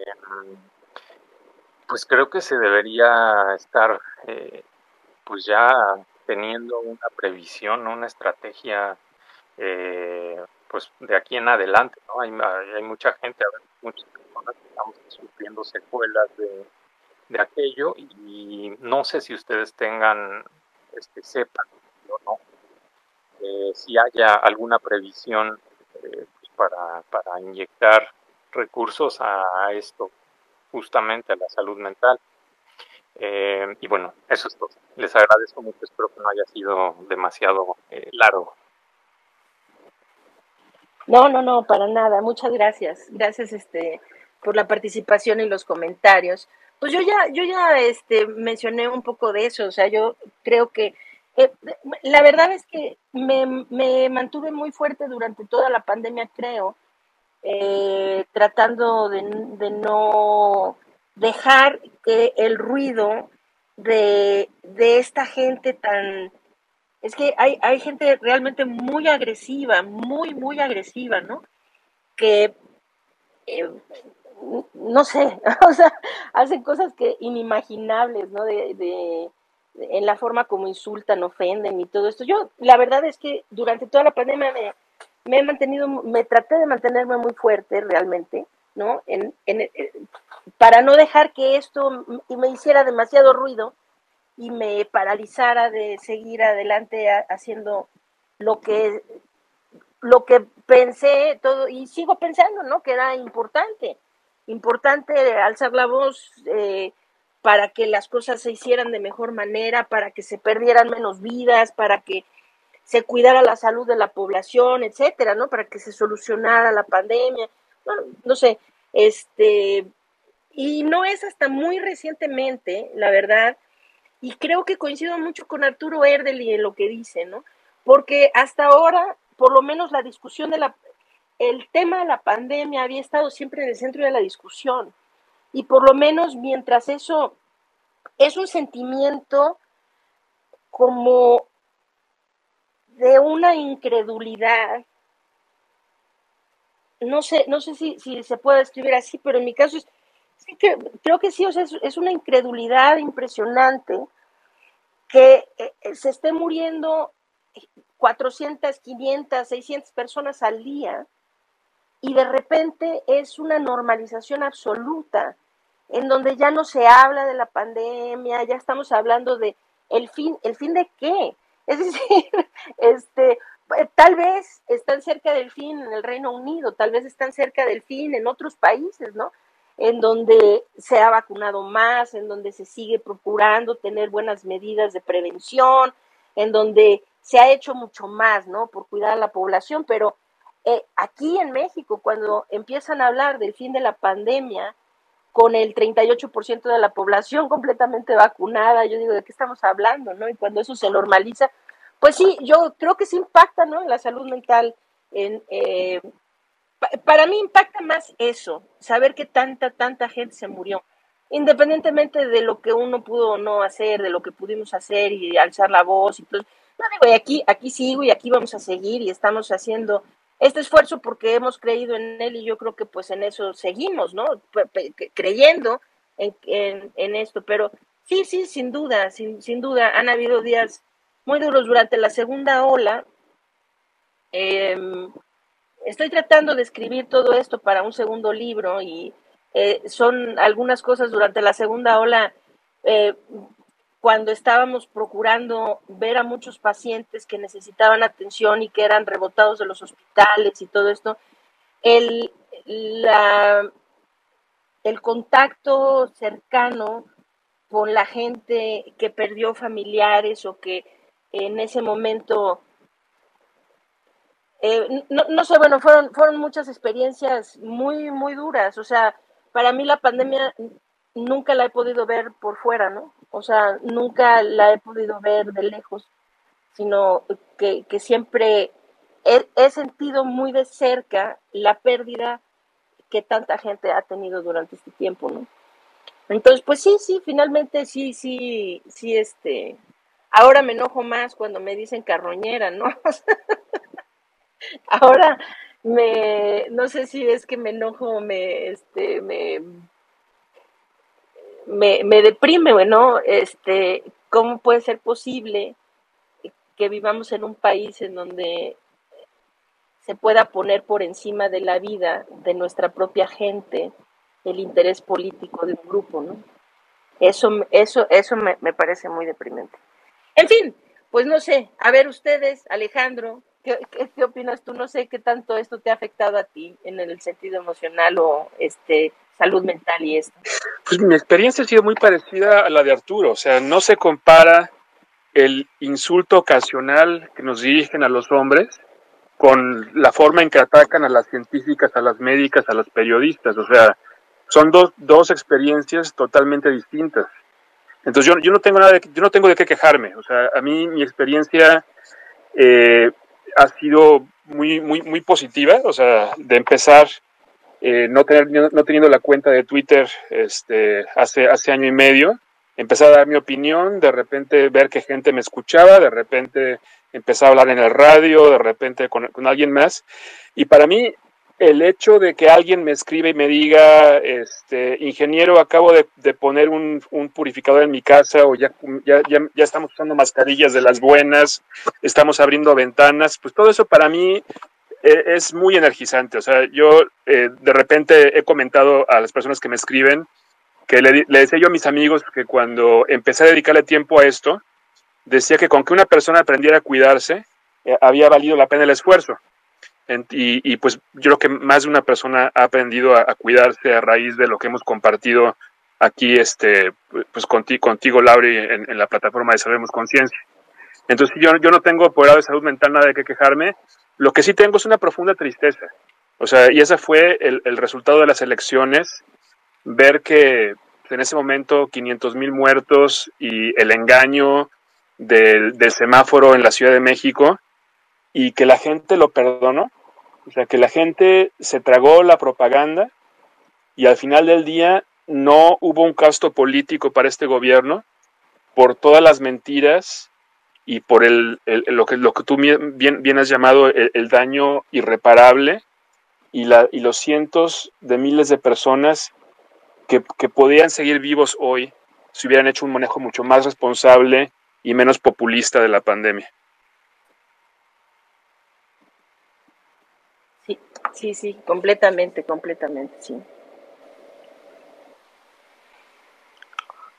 pues creo que se debería estar eh, pues ya teniendo una previsión, una estrategia eh, pues de aquí en adelante, ¿no? Hay, hay mucha gente, a ver, muchas personas que estamos sufriendo secuelas de de aquello, y no sé si ustedes tengan, este, sepan o no, eh, si haya alguna previsión eh, pues para, para inyectar recursos a, a esto, justamente a la salud mental. Eh, y bueno, eso es todo. Les agradezco mucho, espero que no haya sido demasiado eh, largo. No, no, no, para nada. Muchas gracias. Gracias, este, por la participación y los comentarios. Pues yo ya, yo ya, este, mencioné un poco de eso. O sea, yo creo que eh, la verdad es que me, me mantuve muy fuerte durante toda la pandemia, creo, eh, tratando de, de no dejar que el ruido de, de esta gente tan... Es que hay, hay gente realmente muy agresiva, muy, muy agresiva, ¿no? Que, eh, no sé, o sea, hacen cosas que inimaginables, ¿no? De, de, de, en la forma como insultan, ofenden y todo esto. Yo, la verdad es que durante toda la pandemia me, me he mantenido, me traté de mantenerme muy fuerte realmente, ¿no? En, en, en, para no dejar que esto me hiciera demasiado ruido y me paralizara de seguir adelante a, haciendo lo que lo que pensé todo y sigo pensando, ¿no? Que era importante, importante alzar la voz eh, para que las cosas se hicieran de mejor manera, para que se perdieran menos vidas, para que se cuidara la salud de la población, etcétera, ¿no? Para que se solucionara la pandemia, bueno, no sé, este, y no es hasta muy recientemente, la verdad, y creo que coincido mucho con Arturo Erdely en lo que dice, ¿no? Porque hasta ahora, por lo menos la discusión de la, el tema de la pandemia había estado siempre en el centro de la discusión. Y por lo menos mientras eso es un sentimiento como de una incredulidad, no sé, no sé si, si se puede describir así, pero en mi caso es, sí que, creo que sí, o sea, es, es una incredulidad impresionante que eh, se esté muriendo cuatrocientas, quinientas, seiscientas personas al día y de repente es una normalización absoluta en donde ya no se habla de la pandemia, ya estamos hablando de ¿El fin, el fin de qué? Es decir, este, tal vez están cerca del fin en el Reino Unido, tal vez están cerca del fin en otros países, ¿no? En donde se ha vacunado más, en donde se sigue procurando tener buenas medidas de prevención, en donde se ha hecho mucho más, ¿no? Por cuidar a la población, pero eh, aquí en México, cuando empiezan a hablar del fin de la pandemia, con el treinta y ocho por ciento de la población completamente vacunada, yo digo, ¿de qué estamos hablando, no? Y cuando eso se normaliza, pues sí, yo creo que sí impacta, ¿no? En la salud mental, en, eh, pa para mí impacta más eso, saber que tanta, tanta gente se murió, independientemente de lo que uno pudo o no hacer, de lo que pudimos hacer y alzar la voz y todo. No digo, y aquí, aquí sigo y aquí vamos a seguir y estamos haciendo este esfuerzo porque hemos creído en él y yo creo que pues en eso seguimos, ¿no? Creyendo en, en, en esto, pero sí, sí, sin duda, sin, sin duda, han habido días muy duros durante la segunda ola. Eh, estoy tratando de escribir todo esto para un segundo libro y eh, son algunas cosas durante la segunda ola, eh, cuando estábamos procurando ver a muchos pacientes que necesitaban atención y que eran rebotados de los hospitales y todo esto, el, la, el contacto cercano con la gente que perdió familiares o que en ese momento, eh, no, no sé, bueno, fueron, fueron muchas experiencias muy, muy duras. O sea, para mí la pandemia nunca la he podido ver por fuera, ¿no? O sea, nunca la he podido ver de lejos, sino que, que siempre he, he sentido muy de cerca la pérdida que tanta gente ha tenido durante este tiempo, ¿no? Entonces, pues sí, sí, finalmente sí, sí, sí, este, ahora me enojo más cuando me dicen carroñera, ¿no? Ahora me, no sé si es que me enojo, me, este, me, me, me deprime, ¿no? Este, ¿cómo puede ser posible que vivamos en un país en donde se pueda poner por encima de la vida de nuestra propia gente el interés político de un grupo, ¿no? Eso, eso, eso me, me parece muy deprimente. En fin, pues no sé, a ver ustedes, Alejandro, ¿qué, qué, qué opinas tú? No sé qué tanto esto te ha afectado a ti en el sentido emocional o este salud mental y esto. Pues mi experiencia ha sido muy parecida a la de Arturo, o sea, no se compara el insulto ocasional que nos dirigen a los hombres con la forma en que atacan a las científicas, a las médicas, a las periodistas, o sea, son dos, dos experiencias totalmente distintas. Entonces yo, yo no tengo nada de, yo no tengo de qué quejarme, o sea, a mí mi experiencia eh, ha sido muy, muy, muy positiva, o sea, de empezar eh, no, tener, no teniendo la cuenta de Twitter este, hace, hace año y medio, empecé a dar mi opinión, de repente ver que gente me escuchaba, de repente empecé a hablar en el radio, de repente con, con alguien más, y para mí el hecho de que alguien me escribe y me diga, este, ingeniero, acabo de, de poner un, un purificador en mi casa, o ya, ya, ya, ya estamos usando mascarillas de las buenas, estamos abriendo ventanas, pues todo eso para mí es muy energizante. O sea, yo eh, de repente he comentado a las personas que me escriben que le, le decía yo a mis amigos que cuando empecé a dedicarle tiempo a esto, decía que con que una persona aprendiera a cuidarse, eh, había valido la pena el esfuerzo. En, y, y pues yo creo que más de una persona ha aprendido a, a cuidarse a raíz de lo que hemos compartido aquí, este, pues contigo, contigo Lauri, en, en la plataforma de Salvemos Conciencia. Entonces yo, yo no tengo por lado de salud mental nada de qué quejarme. Lo que sí tengo es una profunda tristeza. O sea, y ese fue el, el resultado de las elecciones, ver que en ese momento quinientos mil muertos y el engaño del, del semáforo en la Ciudad de México, y que la gente lo perdonó. O sea, que la gente se tragó la propaganda y al final del día no hubo un gasto político para este gobierno por todas las mentiras y por el, el, lo, que, lo que tú bien, bien has llamado el, el daño irreparable y, la, y los cientos de miles de personas que, que podían seguir vivos hoy si hubieran hecho un manejo mucho más responsable y menos populista de la pandemia. Sí, sí, sí, completamente, completamente, sí. Creo,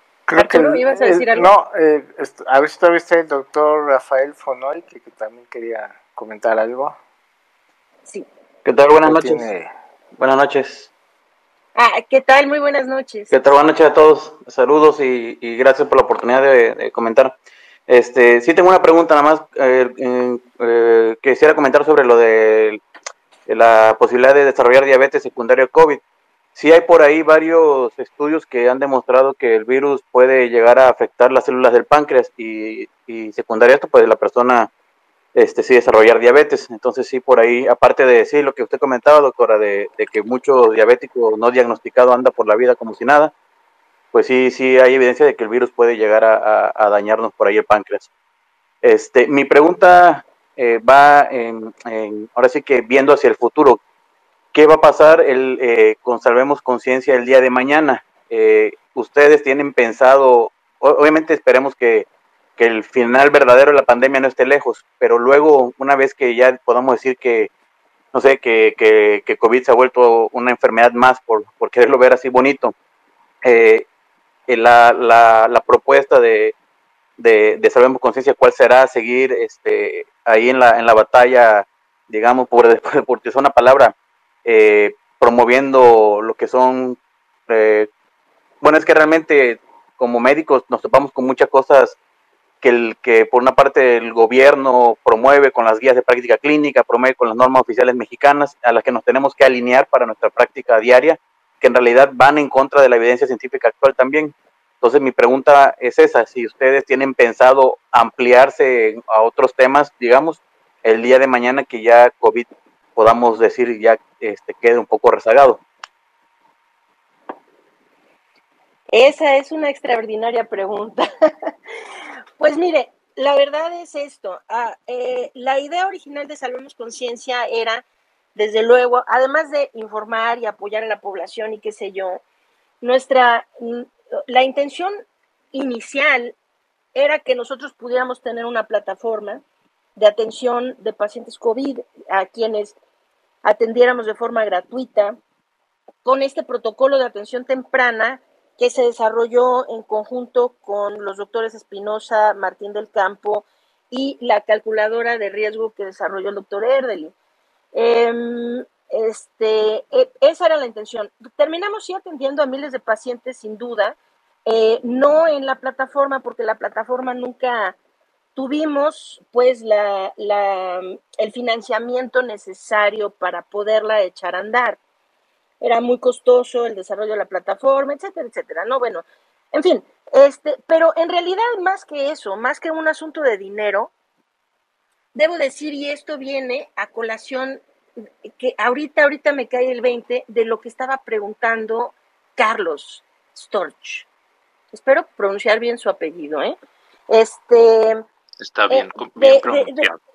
Bueno, que Arturo, el, ¿ibas a decir el- algo? no, eh, est- a ver si todavía está el doctor Rafael Fonoy, que, que también quería comentar algo. Sí. ¿Qué tal? Buenas O noches. tiene... Buenas noches. Ah, ¿qué tal? Muy buenas noches. ¿Qué tal? Buenas noches a todos. Saludos y, y gracias por la oportunidad de, de comentar. Este, sí tengo una pregunta nada más eh, eh, eh, que quisiera comentar sobre lo de la posibilidad de desarrollar diabetes secundaria al COVID. Sí hay por ahí varios estudios que han demostrado que el virus puede llegar a afectar las células del páncreas y, y secundaria a esto, pues la persona este, sí desarrollar diabetes. Entonces sí, por ahí, aparte de sí, lo que usted comentaba, doctora, de, de que muchos diabéticos no diagnosticados anda por la vida como si nada, pues sí, sí hay evidencia de que el virus puede llegar a, a, a dañarnos por ahí el páncreas. Este, mi pregunta eh, va en, en, ahora sí que viendo hacia el futuro, ¿qué va a pasar el, eh, con Salvemos Conciencia el día de mañana? Eh, ¿Ustedes tienen pensado, obviamente esperemos que, que el final verdadero de la pandemia no esté lejos, pero luego, una vez que ya podamos decir que, no sé, que, que, que COVID se ha vuelto una enfermedad más, por, por quererlo ver así bonito, eh, la, la, la propuesta de, de, de Salvemos Conciencia, ¿cuál será? Seguir este, ahí en la, en la batalla, digamos, por, por utilizar una palabra, eh, promoviendo lo que son, eh, bueno, es que realmente como médicos nos topamos con muchas cosas que, el, que por una parte el gobierno promueve con las guías de práctica clínica, promueve con las normas oficiales mexicanas, a las que nos tenemos que alinear para nuestra práctica diaria, que en realidad van en contra de la evidencia científica actual también. Entonces mi pregunta es esa, si ustedes tienen pensado ampliarse a otros temas, digamos, el día de mañana que ya COVID podamos decir ya este, quede un poco rezagado. Esa es una extraordinaria pregunta. Pues mire, la verdad es esto. Ah, eh, la idea original de Salvemos Conciencia era, desde luego, además de informar y apoyar a la población y qué sé yo, nuestra, la intención inicial era que nosotros pudiéramos tener una plataforma de atención de pacientes COVID a quienes atendiéramos de forma gratuita con este protocolo de atención temprana que se desarrolló en conjunto con los doctores Espinosa, Martín del Campo y la calculadora de riesgo que desarrolló el doctor Erdely. Eh, este, eh, esa era la intención. Terminamos sí atendiendo a miles de pacientes, sin duda, eh, no en la plataforma, porque la plataforma nunca tuvimos pues la, la, el financiamiento necesario para poderla echar a andar. Era muy costoso el desarrollo de la plataforma, etcétera, etcétera, ¿no? Bueno, en fin, este, pero en realidad más que eso, más que un asunto de dinero, debo decir, y esto viene a colación, que ahorita, ahorita me cae el veinte de lo que estaba preguntando Carlos Storch. Espero pronunciar bien su apellido, ¿eh? Este... Está bien, eh, bien de, pronunciado. De, de,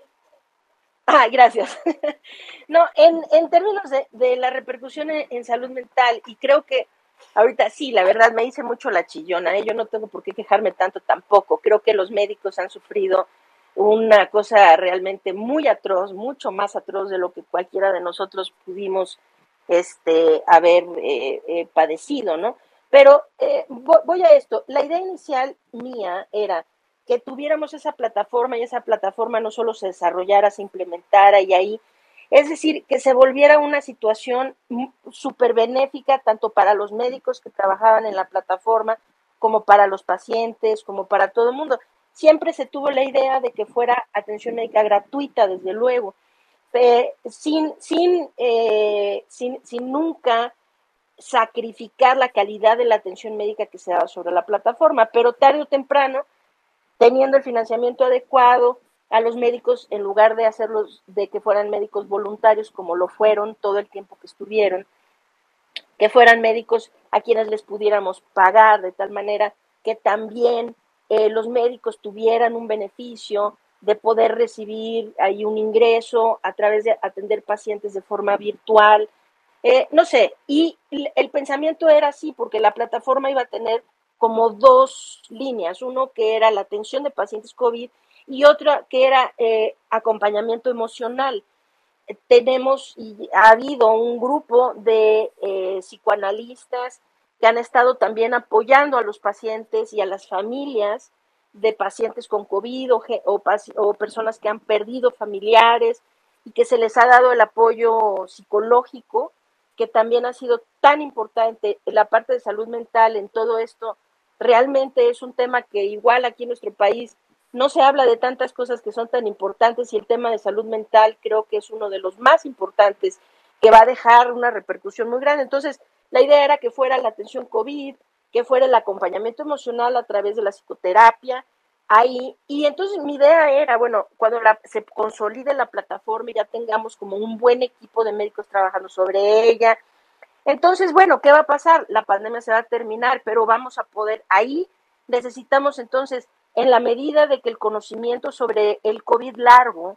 Ah, gracias. No, en, en términos de, de la repercusión en, en salud mental, y creo que ahorita sí, la verdad me hice mucho la chillona, ¿eh? Yo no tengo por qué quejarme tanto tampoco. Creo que los médicos han sufrido una cosa realmente muy atroz, mucho más atroz de lo que cualquiera de nosotros pudimos este, haber eh, eh, padecido, ¿no? Pero eh, voy a esto. La idea inicial mía era que tuviéramos esa plataforma y esa plataforma no solo se desarrollara, se implementara y ahí, es decir, que se volviera una situación súper benéfica tanto para los médicos que trabajaban en la plataforma como para los pacientes, como para todo el mundo. Siempre se tuvo la idea de que fuera atención médica gratuita, desde luego, eh, sin, sin, eh, sin, sin nunca sacrificar la calidad de la atención médica que se daba sobre la plataforma, pero tarde o temprano, teniendo el financiamiento adecuado a los médicos, en lugar de hacerlos de que fueran médicos voluntarios como lo fueron todo el tiempo que estuvieron, que fueran médicos a quienes les pudiéramos pagar de tal manera que también eh, los médicos tuvieran un beneficio de poder recibir ahí un ingreso a través de atender pacientes de forma virtual, eh, no sé, y el pensamiento era así porque la plataforma iba a tener como dos líneas, uno que era la atención de pacientes COVID y otra que era eh, acompañamiento emocional. Tenemos y ha habido un grupo de eh, psicoanalistas, que han estado también apoyando a los pacientes y a las familias de pacientes con COVID o, o, o personas que han perdido familiares y que se les ha dado el apoyo psicológico, que también ha sido tan importante. La parte de salud mental en todo esto realmente es un tema que igual aquí en nuestro país no se habla de tantas cosas que son tan importantes, y el tema de salud mental creo que es uno de los más importantes, que va a dejar una repercusión muy grande. Entonces, la idea era que fuera la atención COVID, que fuera el acompañamiento emocional a través de la psicoterapia, ahí, y entonces mi idea era, bueno, cuando la, se consolide la plataforma y ya tengamos como un buen equipo de médicos trabajando sobre ella, entonces, bueno, ¿qué va a pasar? La pandemia se va a terminar, pero vamos a poder, ahí necesitamos entonces, en la medida de que el conocimiento sobre el COVID largo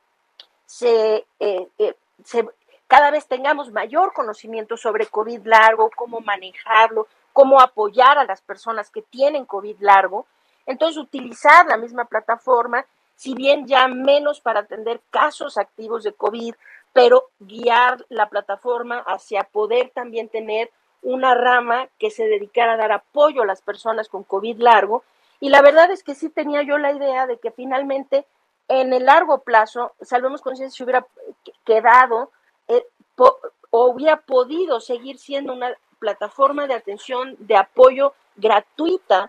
se, eh, eh, se cada vez tengamos mayor conocimiento sobre COVID largo, cómo manejarlo, cómo apoyar a las personas que tienen COVID largo, entonces utilizar la misma plataforma, si bien ya menos para atender casos activos de COVID, pero guiar la plataforma hacia poder también tener una rama que se dedicara a dar apoyo a las personas con COVID largo. Y la verdad es que sí tenía yo la idea de que finalmente en el largo plazo, Salvemos Conciencia se hubiera quedado eh, po, o hubiera podido seguir siendo una plataforma de atención, de apoyo gratuita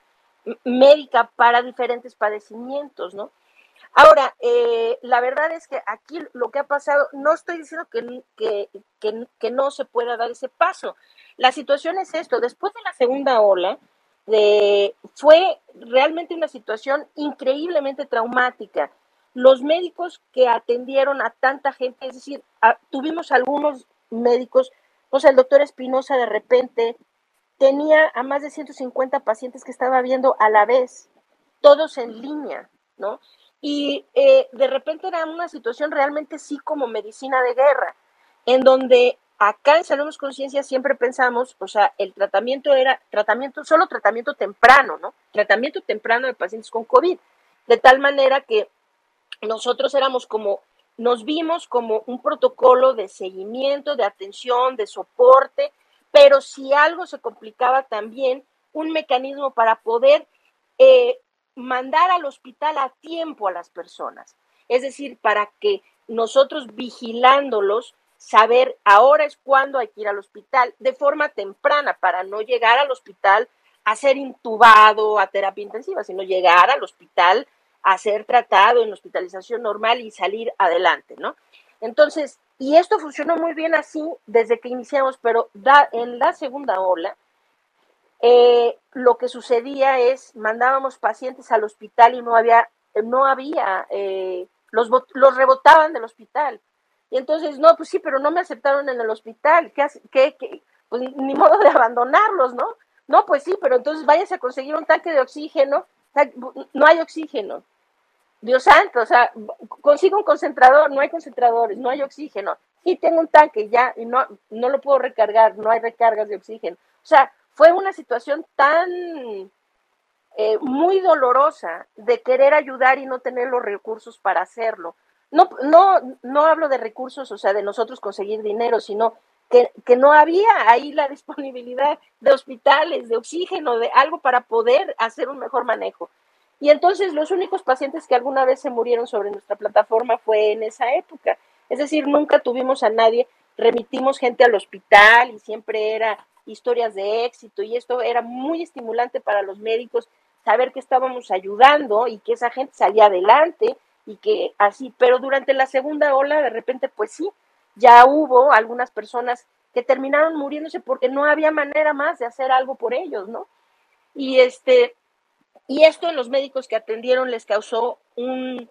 médica para diferentes padecimientos, ¿no? Ahora, eh, la verdad es que aquí lo que ha pasado, no estoy diciendo que, que, que, que no se pueda dar ese paso. La situación es esto: después de la segunda ola, de, fue realmente una situación increíblemente traumática. Los médicos que atendieron a tanta gente, es decir, a, tuvimos algunos médicos, o sea, el doctor Espinosa de repente tenía a más de ciento cincuenta pacientes que estaba viendo a la vez, todos en línea, ¿no? Y eh, de repente era una situación realmente sí como medicina de guerra, en donde acá en Salvemos Conciencia siempre pensamos, o sea, el tratamiento era tratamiento, solo tratamiento temprano, ¿no? Tratamiento temprano de pacientes con COVID, de tal manera que nosotros éramos como, nos vimos como un protocolo de seguimiento, de atención, de soporte, pero si algo se complicaba también, un mecanismo para poder eh, mandar al hospital a tiempo a las personas. Es decir, para que nosotros vigilándolos, saber ahora es cuando hay que ir al hospital, de forma temprana, para no llegar al hospital a ser intubado, a terapia intensiva, sino llegar al hospital a ser tratado en hospitalización normal y salir adelante, ¿no? Entonces, y esto funcionó muy bien así desde que iniciamos, pero da, en la segunda ola, eh, lo que sucedía es, mandábamos pacientes al hospital y no había, no había, eh, los, los rebotaban del hospital. Y entonces, no, pues sí, pero no me aceptaron en el hospital, ¿qué, qué, qué? Pues ni modo de abandonarlos, ¿no? No, pues sí, pero entonces váyase a conseguir un tanque de oxígeno, no hay oxígeno. Dios santo, o sea, consigo un concentrador, no hay concentradores, no hay oxígeno. Sí, tengo un tanque ya y no, no lo puedo recargar, no hay recargas de oxígeno. O sea, fue una situación tan eh, muy dolorosa de querer ayudar y no tener los recursos para hacerlo. No, no, no hablo de recursos, o sea, de nosotros conseguir dinero, sino que, que no había ahí la disponibilidad de hospitales, de oxígeno, de algo para poder hacer un mejor manejo. Y entonces los únicos pacientes que alguna vez se murieron sobre nuestra plataforma fue en esa época. Es decir, nunca tuvimos a nadie, remitimos gente al hospital y siempre era historias de éxito, y esto era muy estimulante para los médicos, saber que estábamos ayudando y que esa gente salía adelante y que así, pero durante la segunda ola de repente pues sí, ya hubo algunas personas que terminaron muriéndose porque no había manera más de hacer algo por ellos, ¿no? Y este... Y esto en los médicos que atendieron les causó un,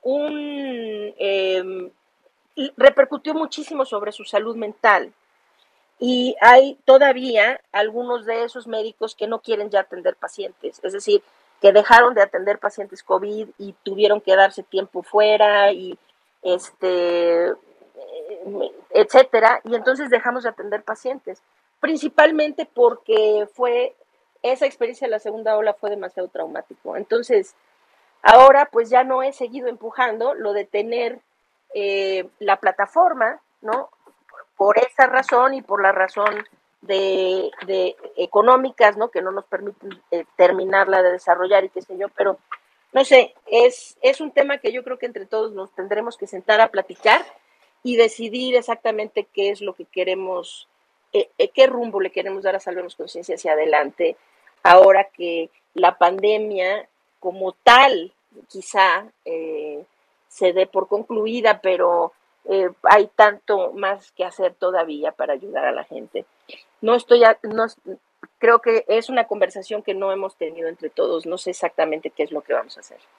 un eh, repercutió muchísimo sobre su salud mental. Y hay todavía algunos de esos médicos que no quieren ya atender pacientes, es decir, que dejaron de atender pacientes COVID y tuvieron que darse tiempo fuera y este, etcétera, y entonces dejamos de atender pacientes, principalmente porque fue esa experiencia de la segunda ola fue demasiado traumático. Entonces, ahora pues ya no he seguido empujando lo de tener eh, la plataforma, ¿no? Por esa razón y por la razón de, de económicas, ¿no? Que no nos permiten eh, terminarla de desarrollar y qué sé yo, pero no sé, es, es un tema que yo creo que entre todos nos tendremos que sentar a platicar y decidir exactamente qué es lo que queremos, eh, eh, qué rumbo le queremos dar a Salvemos Conciencia hacia adelante, ahora que la pandemia como tal quizá eh, se dé por concluida, pero eh, hay tanto más que hacer todavía para ayudar a la gente. No estoy, a, no, creo que es una conversación que no hemos tenido entre todos, no sé exactamente qué es lo que vamos a hacer.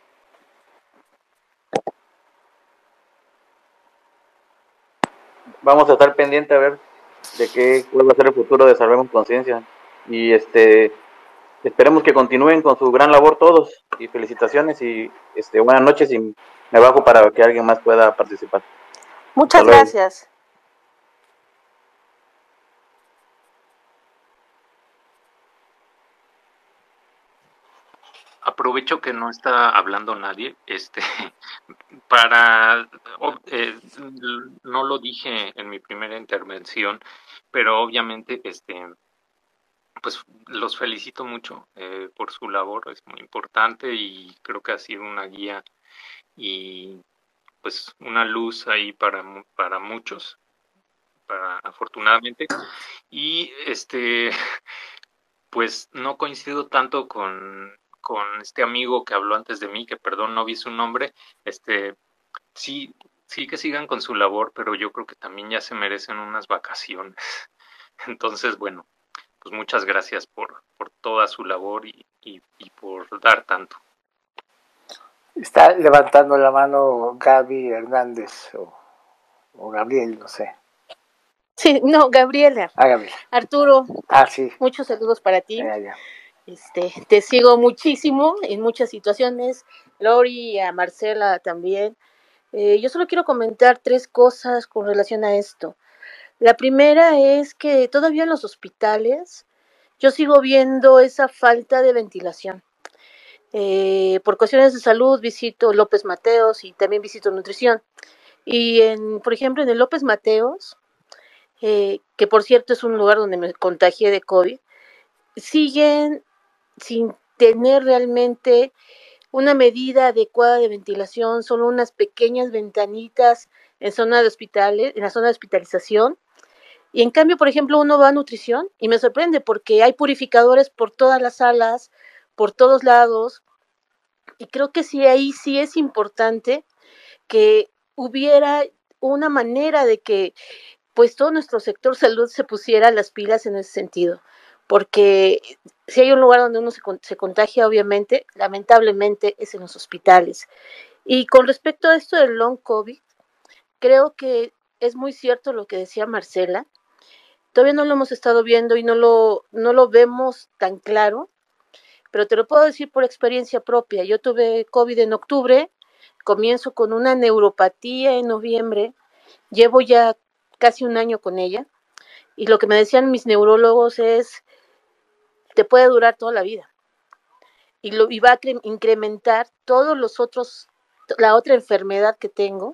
Vamos a estar pendiente a ver de qué cuál va a ser el futuro de Salvemos Conciencia. Y este esperemos que continúen con su gran labor todos. Y felicitaciones y este buenas noches, y me bajo para que alguien más pueda participar. Muchas gracias. Aprovecho que no está hablando nadie, este, para, eh, no lo dije en mi primera intervención, pero obviamente, este, pues los felicito mucho eh, por su labor, es muy importante y creo que ha sido una guía y pues una luz ahí para, para muchos, para, afortunadamente, y este, pues no coincido tanto con con este amigo que habló antes de mí, que perdón, no vi su nombre, este, sí, sí que sigan con su labor, pero yo creo que también ya se merecen unas vacaciones. Entonces, bueno, pues muchas gracias por, por toda su labor y, y, y por dar tanto. Está levantando la mano Gaby Hernández o, o Gabriel, no sé. Sí, no, Gabriela. Ah, Gabriela. Arturo. Ah, sí. Muchos saludos para ti. Ya, ya. Este, te sigo muchísimo en muchas situaciones, Lori y a Marcela también. Eh, yo solo quiero comentar tres cosas con relación a esto. La primera es que todavía en los hospitales yo sigo viendo esa falta de ventilación. Eh, por cuestiones de salud visito López Mateos y también visito nutrición. Y en, por ejemplo, en el López Mateos, eh, que por cierto es un lugar donde me contagié de COVID, siguen sin tener realmente una medida adecuada de ventilación, solo unas pequeñas ventanitas en zona de hospitales, en la zona de hospitalización. Y en cambio, por ejemplo, uno va a nutrición y me sorprende porque hay purificadores por todas las salas, por todos lados. Y creo que sí, ahí sí es importante que hubiera una manera de que pues todo nuestro sector salud se pusiera las pilas en ese sentido, porque si hay un lugar donde uno se, se contagia, obviamente, lamentablemente es en los hospitales. Y con respecto a esto del long COVID, creo que es muy cierto lo que decía Marcela, todavía no lo hemos estado viendo y no lo, no lo vemos tan claro, pero te lo puedo decir por experiencia propia. Yo tuve COVID en octubre, comienzo con una neuropatía en noviembre, llevo ya casi un año con ella, y lo que me decían mis neurólogos es, te puede durar toda la vida, y, lo, y va a incrementar todos los otros, la otra enfermedad que tengo,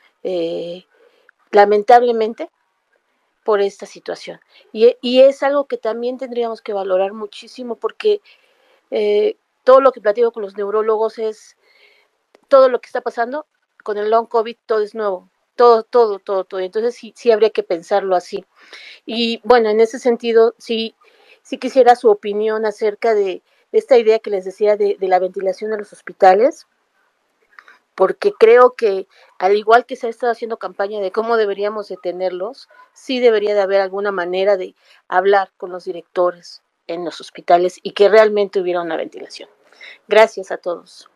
eh, lamentablemente, por esta situación. Y, y es algo que también tendríamos que valorar muchísimo, porque eh, todo lo que platico con los neurólogos es, todo lo que está pasando con el long COVID, todo es nuevo, todo, todo, todo, todo. Entonces sí, sí habría que pensarlo así. Y bueno, en ese sentido, sí, sí quisiera su opinión acerca de, de esta idea que les decía de, de la ventilación de los hospitales, porque creo que al igual que se ha estado haciendo campaña de cómo deberíamos de tenerlos, sí debería de haber alguna manera de hablar con los directores en los hospitales y que realmente hubiera una ventilación. Gracias a todos.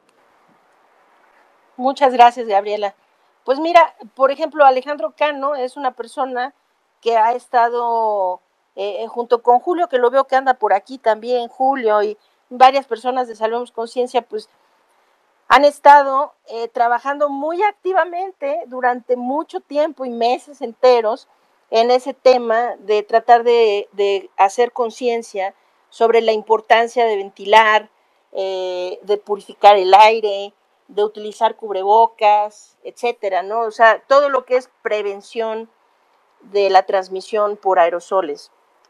Muchas gracias, Gabriela. Pues mira, por ejemplo, Alejandro Cano es una persona que ha estado eh, junto con Julio, que lo veo que anda por aquí también, Julio, y varias personas de Salvemos Conciencia, pues han estado eh, trabajando muy activamente durante mucho tiempo y meses enteros en ese tema de tratar de, de hacer conciencia sobre la importancia de ventilar, eh, de purificar el aire, de utilizar cubrebocas, etcétera, ¿no? O sea, todo lo que es prevención de la transmisión por aerosoles.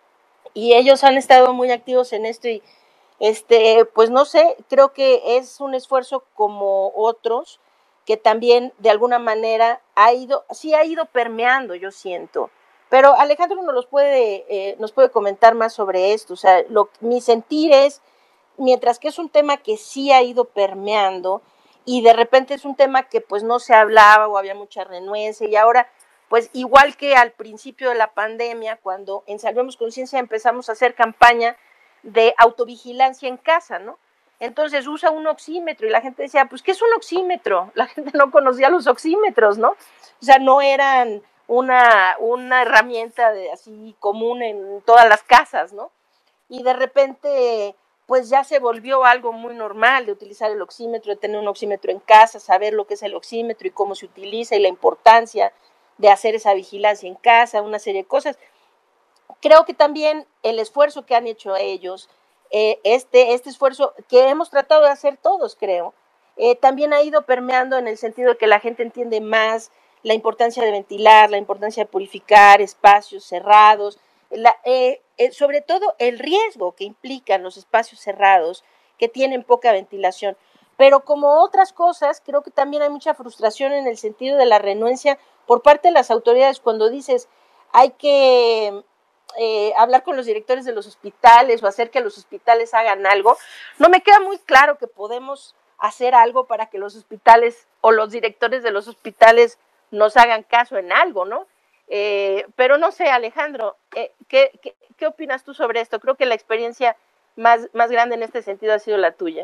y ellos han estado muy activos en esto y este, pues no sé, creo que es un esfuerzo como otros que también de alguna manera ha ido, sí ha ido permeando, yo siento. Pero Alejandro nos los puede, eh, nos puede comentar más sobre esto. O sea, lo, mi sentir es, mientras que es un tema que sí ha ido permeando y de repente es un tema que pues no se hablaba o había mucha renuencia y ahora pues igual que al principio de la pandemia, cuando en Salvemos Conciencia empezamos a hacer campaña de autovigilancia en casa, ¿no? Entonces usa un oxímetro y la gente decía, pues, ¿qué es un oxímetro? La gente no conocía los oxímetros, ¿no? O sea, no eran una, una herramienta de, así común en todas las casas, ¿no? Y de repente, pues ya se volvió algo muy normal de utilizar el oxímetro, de tener un oxímetro en casa, saber lo que es el oxímetro y cómo se utiliza y la importancia de hacer esa vigilancia en casa, una serie de cosas. Creo que también el esfuerzo que han hecho ellos, eh, este, este esfuerzo que hemos tratado de hacer todos, creo, eh, también ha ido permeando en el sentido de que la gente entiende más la importancia de ventilar, la importancia de purificar espacios cerrados, la, eh, eh, sobre todo el riesgo que implican los espacios cerrados que tienen poca ventilación. Pero como otras cosas, creo que también hay mucha frustración en el sentido de la renuencia por parte de las autoridades cuando dices hay que eh, hablar con los directores de los hospitales o hacer que los hospitales hagan algo. No me queda muy claro que podemos hacer algo para que los hospitales o los directores de los hospitales nos hagan caso en algo, ¿no? Eh, pero no sé, Alejandro, eh, ¿qué, qué, ¿qué opinas tú sobre esto? Creo que la experiencia más, más grande en este sentido ha sido la tuya.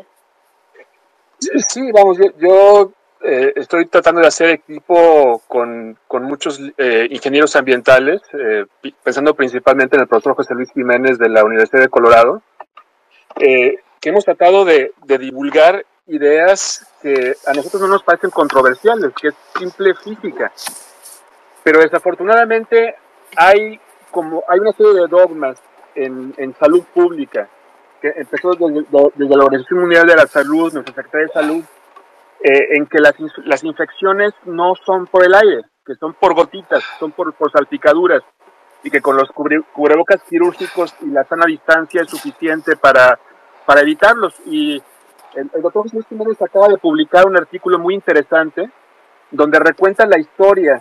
Sí, vamos, yo, yo eh, estoy tratando de hacer equipo con, con muchos eh, ingenieros ambientales, eh, pensando principalmente en el profesor José Luis Jiménez de la Universidad de Colorado, eh, que hemos tratado de, de divulgar ideas que a nosotros no nos parecen controversiales, que es simple física. Pero desafortunadamente hay, como, hay una serie de dogmas en, en salud pública que empezó desde, desde la Organización Mundial de la Salud, nuestra Secretaría de Salud, eh, en que las, las infecciones no son por el aire, que son por gotitas, son por, por salpicaduras, y que con los cubre, cubrebocas quirúrgicos y la sana distancia es suficiente para, para evitarlos. Y el, el doctor Jesús Jiménez acaba de publicar un artículo muy interesante donde recuenta la historia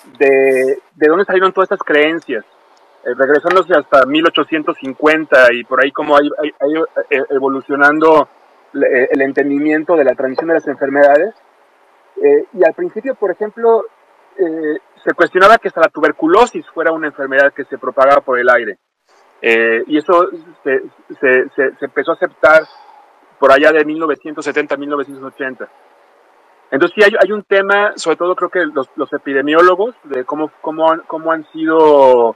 de, de dónde salieron todas estas creencias, eh, regresándose hasta mil ochocientos cincuenta y por ahí como ha ido evolucionando eh, el entendimiento de la transmisión de las enfermedades. Eh, y al principio, por ejemplo, eh, se cuestionaba que hasta la tuberculosis fuera una enfermedad que se propagaba por el aire. Eh, y eso se, se, se, se empezó a aceptar por allá de mil novecientos setenta a mil novecientos ochenta. Entonces sí hay, hay un tema, sobre todo creo que los, los epidemiólogos, de cómo, cómo, han, cómo han sido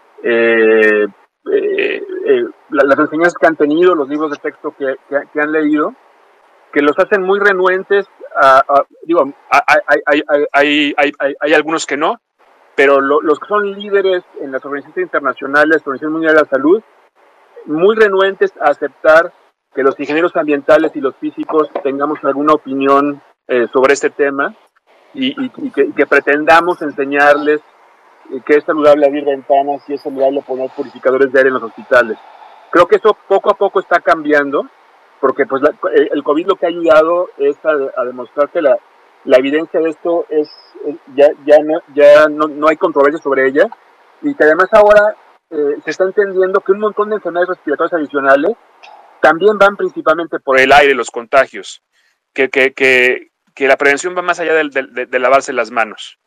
eh, eh, eh, las enseñanzas que han tenido, los libros de texto que, que, que han leído, que los hacen muy renuentes a, a, digo, hay, hay, hay, hay, hay, hay, hay algunos que no, pero lo, los que son líderes en las organizaciones internacionales, la Organización Mundial de la Salud, muy renuentes a aceptar que los ingenieros ambientales y los físicos tengamos alguna opinión eh, sobre este tema y, y, y, que, y que pretendamos enseñarles que es saludable abrir ventanas y es saludable poner purificadores de aire en los hospitales. Creo que eso poco a poco está cambiando, porque pues la, el COVID lo que ha ayudado es a, a demostrar que la, la evidencia de esto es, ya, ya, no, ya no, no hay controversia sobre ella, y que además ahora eh, se está entendiendo que un montón de enfermedades respiratorias adicionales también van principalmente por el aire, los contagios, que, que, que, que la prevención va más allá de, de, de lavarse las manos.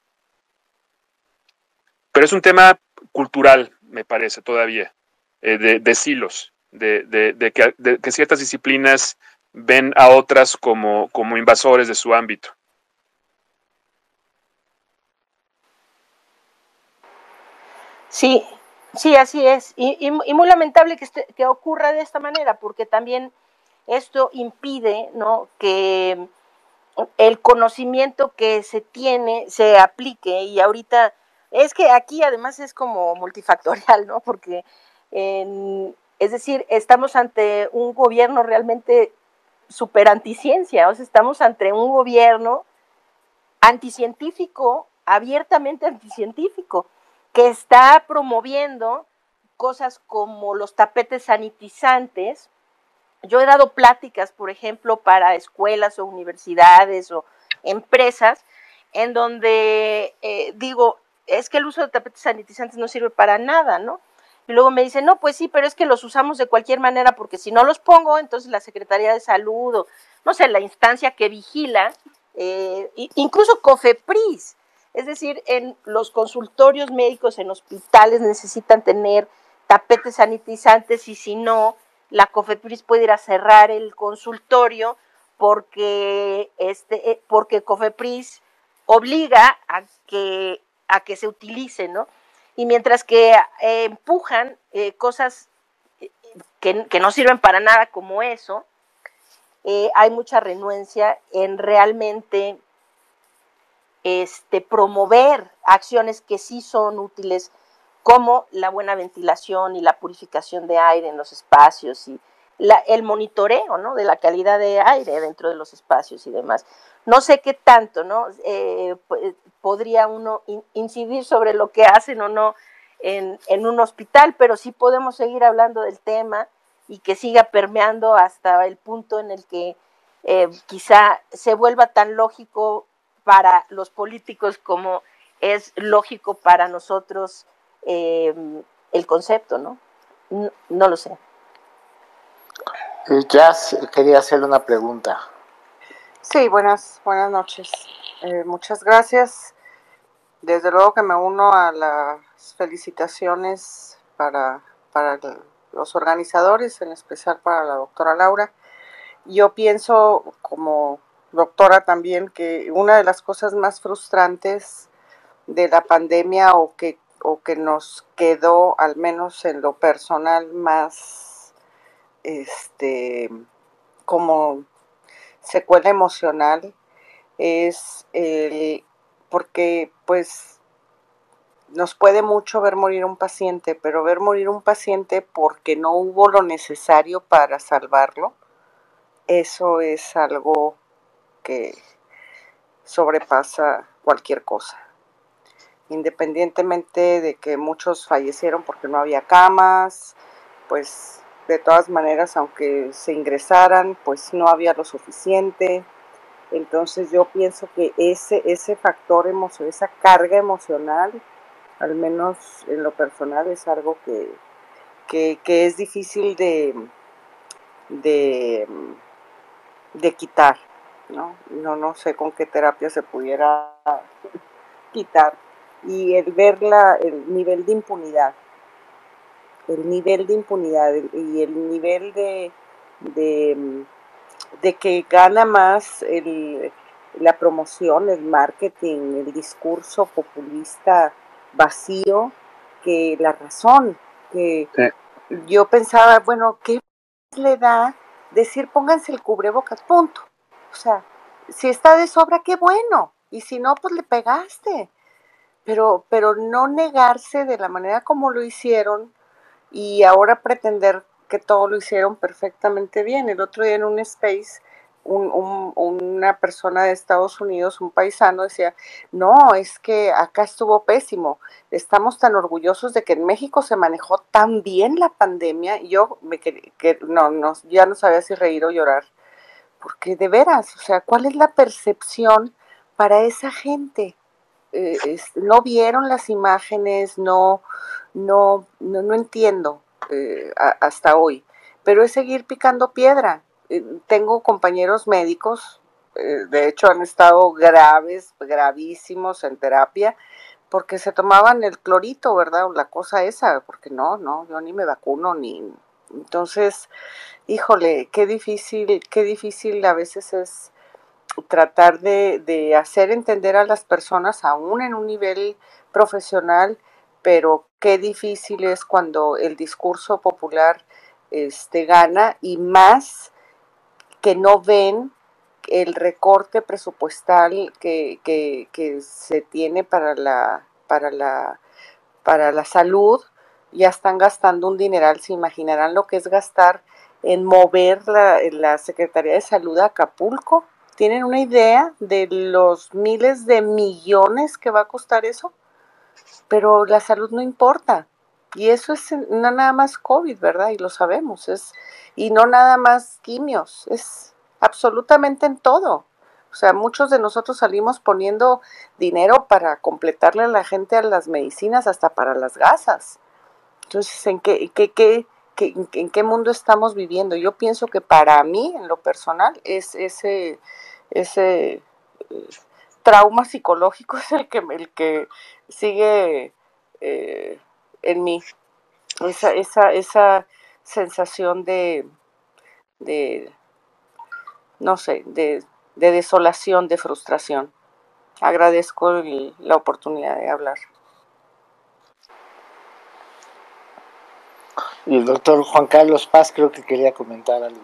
Pero es un tema cultural, me parece, todavía, eh, de, de silos, de, de, de, que, de que ciertas disciplinas ven a otras como, como invasores de su ámbito. Sí, sí, así es. Y, y, y muy lamentable que, este, que ocurra de esta manera, porque también esto impide, ¿no?, que el conocimiento que se tiene se aplique. Y ahorita es que aquí además es como multifactorial, ¿no? Porque, en, es decir, estamos ante un gobierno realmente súper anticiencia, o sea, estamos ante un gobierno anticientífico, abiertamente anticientífico, que está promoviendo cosas como los tapetes sanitizantes. Yo he dado pláticas, por ejemplo, para escuelas o universidades o empresas, en donde eh, digo, es que el uso de tapetes sanitizantes no sirve para nada, ¿no? Y luego me dicen, no, pues sí, pero es que los usamos de cualquier manera, porque si no los pongo, entonces la Secretaría de Salud, o no sé, la instancia que vigila, eh, incluso COFEPRIS, es decir, en los consultorios médicos, en hospitales, necesitan tener tapetes sanitizantes, y si no, la COFEPRIS puede ir a cerrar el consultorio, porque, este, porque COFEPRIS obliga a que, a que se utilice, ¿no? Y mientras que eh, empujan eh, cosas que, que no sirven para nada como eso, eh, hay mucha renuencia en realmente este, promover acciones que sí son útiles, como la buena ventilación y la purificación de aire en los espacios, y la, el monitoreo, ¿no?, de la calidad de aire dentro de los espacios y demás. No sé qué tanto, ¿no?, eh, podría uno in, incidir sobre lo que hacen o no en, en un hospital, pero sí podemos seguir hablando del tema y que siga permeando hasta el punto en el que eh, quizá se vuelva tan lógico para los políticos como es lógico para nosotros eh, el concepto, ¿no? ¿no? No lo sé. Jazz, quería hacerle una pregunta. Sí, buenas, buenas noches. Eh, muchas gracias. Desde luego que me uno a las felicitaciones para, para los organizadores, en especial para la doctora Laura. Yo pienso, como doctora también, que una de las cosas más frustrantes de la pandemia, o que, o que nos quedó, al menos en lo personal, más este, como secuela emocional, es el, porque pues nos puede mucho ver morir un paciente, pero ver morir un paciente porque no hubo lo necesario para salvarlo, eso es algo que sobrepasa cualquier cosa. Independientemente de que muchos fallecieron porque no había camas, pues de todas maneras, aunque se ingresaran, pues no había lo suficiente. Entonces yo pienso que ese, ese factor emocional, esa carga emocional, al menos en lo personal, es algo que, que, que es difícil de, de, de quitar, ¿no? No, no sé con qué terapia se pudiera quitar. Y el ver la, el nivel de impunidad, el nivel de impunidad y el nivel de, de, de que gana más el, la promoción, el marketing, el discurso populista vacío que la razón. Que sí. Yo pensaba, bueno, ¿qué le da decir pónganse el cubrebocas? Punto. O sea, si está de sobra, qué bueno. Y si no, pues le pegaste. Pero, pero no negarse de la manera como lo hicieron y ahora pretender que todo lo hicieron perfectamente bien. El otro día en un space, un, un, una persona de Estados Unidos, un paisano, decía, no, es que acá estuvo pésimo. Estamos tan orgullosos de que en México se manejó tan bien la pandemia. Y yo me que, que no, no, ya no sabía si reír o llorar. Porque de veras, o sea, ¿cuál es la percepción para esa gente? Eh, es, no vieron las imágenes, no, no, no, no entiendo eh, a, hasta hoy, pero es seguir picando piedra. Eh, tengo compañeros médicos, eh, de hecho han estado graves, gravísimos en terapia, porque se tomaban el clorito, ¿verdad? La cosa esa, porque no, no, yo ni me vacuno, ni... Entonces, híjole, qué difícil, qué difícil a veces es tratar de, de hacer entender a las personas, aún en un nivel profesional, pero qué difícil es cuando el discurso popular este, gana, y más que no ven el recorte presupuestal que, que, que se tiene para la, para, la, para la salud. Ya están gastando un dineral, se imaginarán lo que es gastar en mover la, la Secretaría de Salud a Acapulco. ¿Tienen una idea de los miles de millones que va a costar eso? Pero la salud no importa. Y eso es no nada más COVID, ¿verdad? Y lo sabemos, es, y no nada más quimios, es absolutamente en todo. O sea, muchos de nosotros salimos poniendo dinero para completarle a la gente a las medicinas, hasta para las gasas. Entonces, ¿en qué, qué, qué, qué, en qué mundo estamos viviendo? Yo pienso que para mí, en lo personal, es ese, ese eh, trauma psicológico es el que, el que sigue eh, en mí. Esa, esa, esa sensación de, de no sé, de, de desolación, de frustración. Agradezco el, la oportunidad de hablar. Y el doctor Juan Carlos Paz creo que quería comentar algo.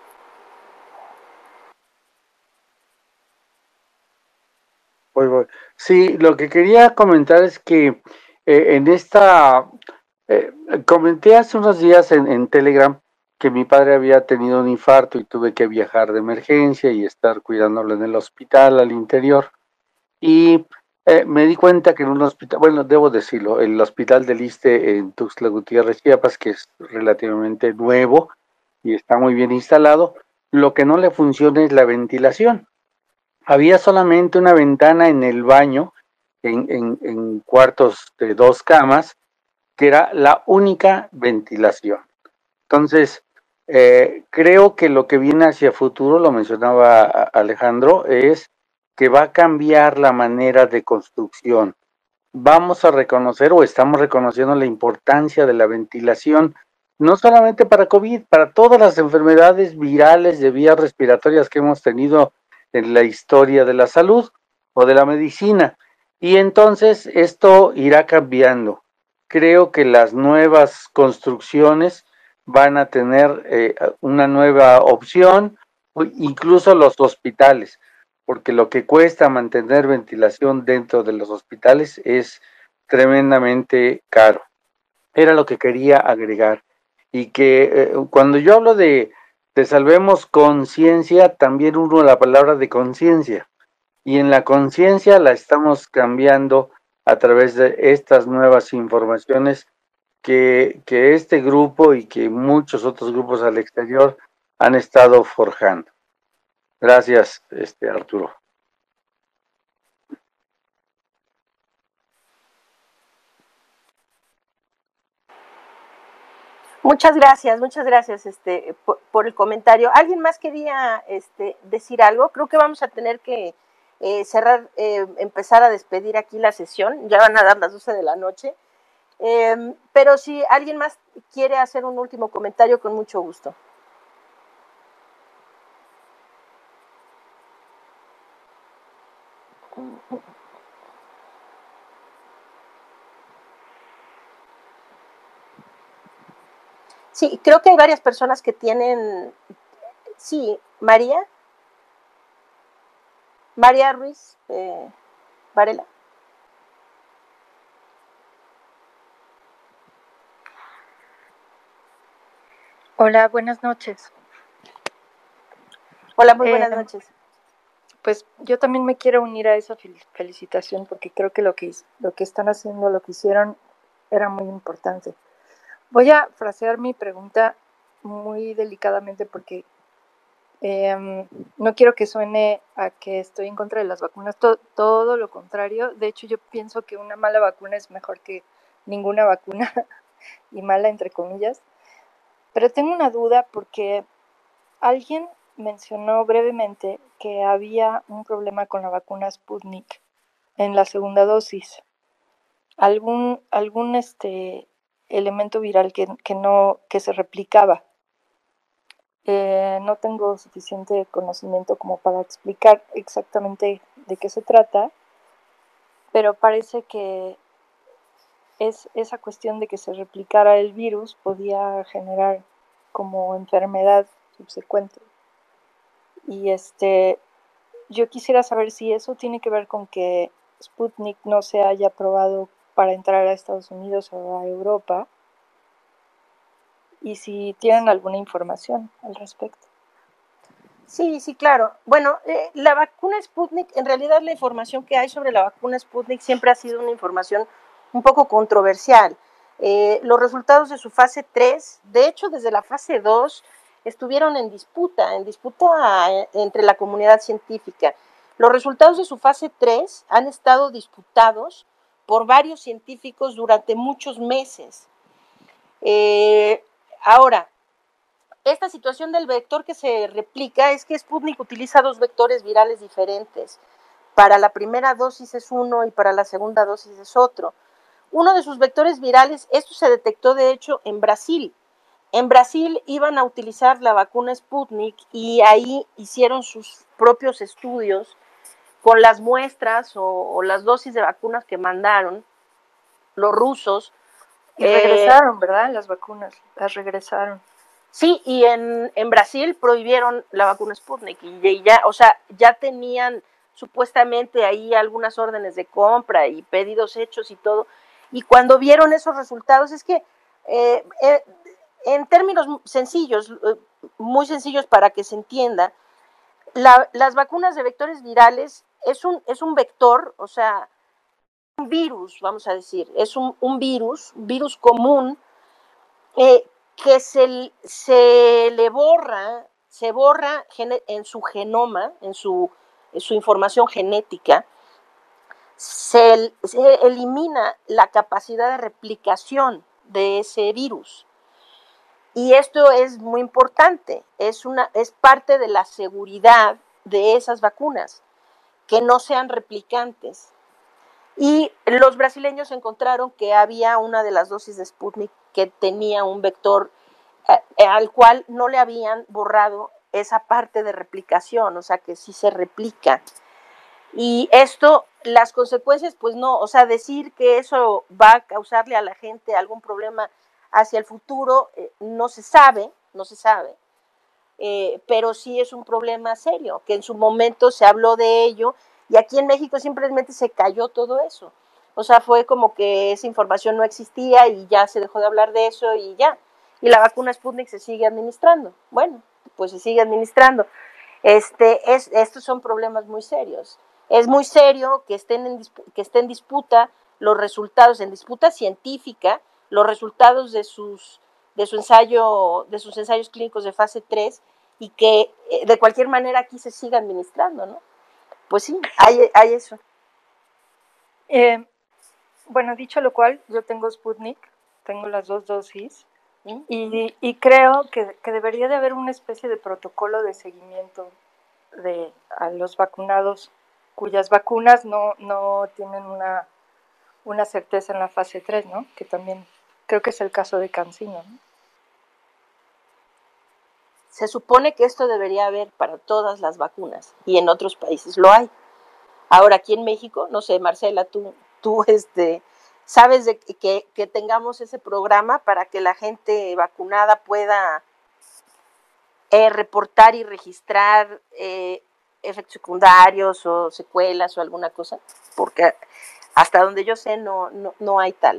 Voy, voy. Sí, lo que quería comentar es que eh, en esta, eh, comenté hace unos días en, en Telegram que mi padre había tenido un infarto y tuve que viajar de emergencia y estar cuidándolo en el hospital al interior. Y eh, me di cuenta que en un hospital, bueno, debo decirlo, el hospital del Iste en Tuxtla Gutiérrez, Chiapas, que es relativamente nuevo y está muy bien instalado, lo que no le funciona es la ventilación. Había solamente una ventana en el baño, en, en, en cuartos de dos camas, que era la única ventilación. Entonces, eh, creo que lo que viene hacia futuro, lo mencionaba Alejandro, es que va a cambiar la manera de construcción. Vamos a reconocer o estamos reconociendo la importancia de la ventilación, no solamente para COVID, para todas las enfermedades virales de vías respiratorias que hemos tenido en la historia de la salud o de la medicina. Y entonces esto irá cambiando. Creo que las nuevas construcciones van a tener eh, una nueva opción, incluso los hospitales, porque lo que cuesta mantener ventilación dentro de los hospitales es tremendamente caro. Era lo que quería agregar. Y que eh, cuando yo hablo de, de salvemos conciencia, también uno la palabra de conciencia. Y en la conciencia la estamos cambiando a través de estas nuevas informaciones que, que este grupo y que muchos otros grupos al exterior han estado forjando. Gracias, este Arturo. Muchas gracias, muchas gracias este, por, por el comentario. ¿Alguien más quería este, decir algo? Creo que vamos a tener que eh, cerrar, eh, empezar a despedir aquí la sesión. Ya van a dar las doce de la noche. Eh, pero si alguien más quiere hacer un último comentario, con mucho gusto. Sí, creo que hay varias personas que tienen... Sí, María. María Ruiz eh, Varela. Hola, buenas noches. Hola, muy buenas eh, noches. Pues yo también me quiero unir a esa felicitación porque creo que lo que, lo que están haciendo, lo que hicieron, era muy importante. Voy a frasear mi pregunta muy delicadamente porque eh, no quiero que suene a que estoy en contra de las vacunas, todo, todo lo contrario. De hecho, yo pienso que una mala vacuna es mejor que ninguna vacuna, y mala entre comillas. Pero tengo una duda porque alguien mencionó brevemente que había un problema con la vacuna Sputnik en la segunda dosis. Algún, algún este, elemento viral que, que, no, que se replicaba. Eh, no tengo suficiente conocimiento como para explicar exactamente de qué se trata, pero parece que es esa cuestión de que se replicara el virus podía generar como enfermedad subsecuente. Y este, yo quisiera saber si eso tiene que ver con que Sputnik no se haya aprobado para entrar a Estados Unidos o a Europa, y si tienen alguna información al respecto. Sí, sí, claro. Bueno, eh, la vacuna Sputnik, en realidad la información que hay sobre la vacuna Sputnik siempre ha sido una información un poco controversial. Eh, los resultados de su fase tres, de hecho desde la fase dos, estuvieron en disputa, en disputa entre la comunidad científica. Los resultados de su fase tres han estado disputados por varios científicos durante muchos meses. Eh, ahora, esta situación del vector que se replica es que Sputnik utiliza dos vectores virales diferentes. Para la primera dosis es uno y para la segunda dosis es otro. Uno de sus vectores virales, esto se detectó de hecho en Brasil. En Brasil iban a utilizar la vacuna Sputnik y ahí hicieron sus propios estudios con las muestras o, o las dosis de vacunas que mandaron los rusos. Y regresaron, eh, ¿verdad? Las vacunas, las regresaron. Sí, y en, en Brasil prohibieron la vacuna Sputnik y, y ya, o sea, ya tenían supuestamente ahí algunas órdenes de compra y pedidos hechos y todo. Y cuando vieron esos resultados, es que eh, eh, en términos sencillos, muy sencillos para que se entienda, la, las vacunas de vectores virales es un, es un vector, o sea, un virus, vamos a decir, es un, un virus, un virus común, eh, que se, se le borra, se borra en su genoma, en su, en su información genética, se, se elimina la capacidad de replicación de ese virus. Y esto es muy importante, es, una, es parte de la seguridad de esas vacunas, que no sean replicantes. Y los brasileños encontraron que había una de las dosis de Sputnik que tenía un vector eh, al cual no le habían borrado esa parte de replicación, o sea que sí se replica. Y esto, las consecuencias, pues no, o sea, decir que eso va a causarle a la gente algún problema hacia el futuro, eh, no se sabe, no se sabe, eh, pero sí es un problema serio, que en su momento se habló de ello, y aquí en México simplemente se cayó todo eso. O sea, fue como que esa información no existía y ya se dejó de hablar de eso y ya. Y la vacuna Sputnik se sigue administrando. Bueno, pues se sigue administrando. Este, es, estos son problemas muy serios. Es muy serio que estén en, que esté en disputa los resultados, en disputa científica, los resultados de sus, de su ensayo, de sus ensayos clínicos de fase tres y que de cualquier manera aquí se siga administrando, ¿no? Pues sí, hay, hay eso. Eh, bueno, dicho lo cual, yo tengo Sputnik, tengo las dos dosis, ¿Mm? y, y creo que, que debería de haber una especie de protocolo de seguimiento de a los vacunados cuyas vacunas no, no tienen una, una certeza en la fase tres, ¿no? Que también creo que es el caso de CanSino, ¿no? Se supone que esto debería haber para todas las vacunas y en otros países lo hay. Ahora aquí en México, no sé, Marcela, tú, tú este, sabes de que, que tengamos ese programa para que la gente vacunada pueda eh, reportar y registrar eh, efectos secundarios o secuelas o alguna cosa, porque hasta donde yo sé no, no, no hay tal.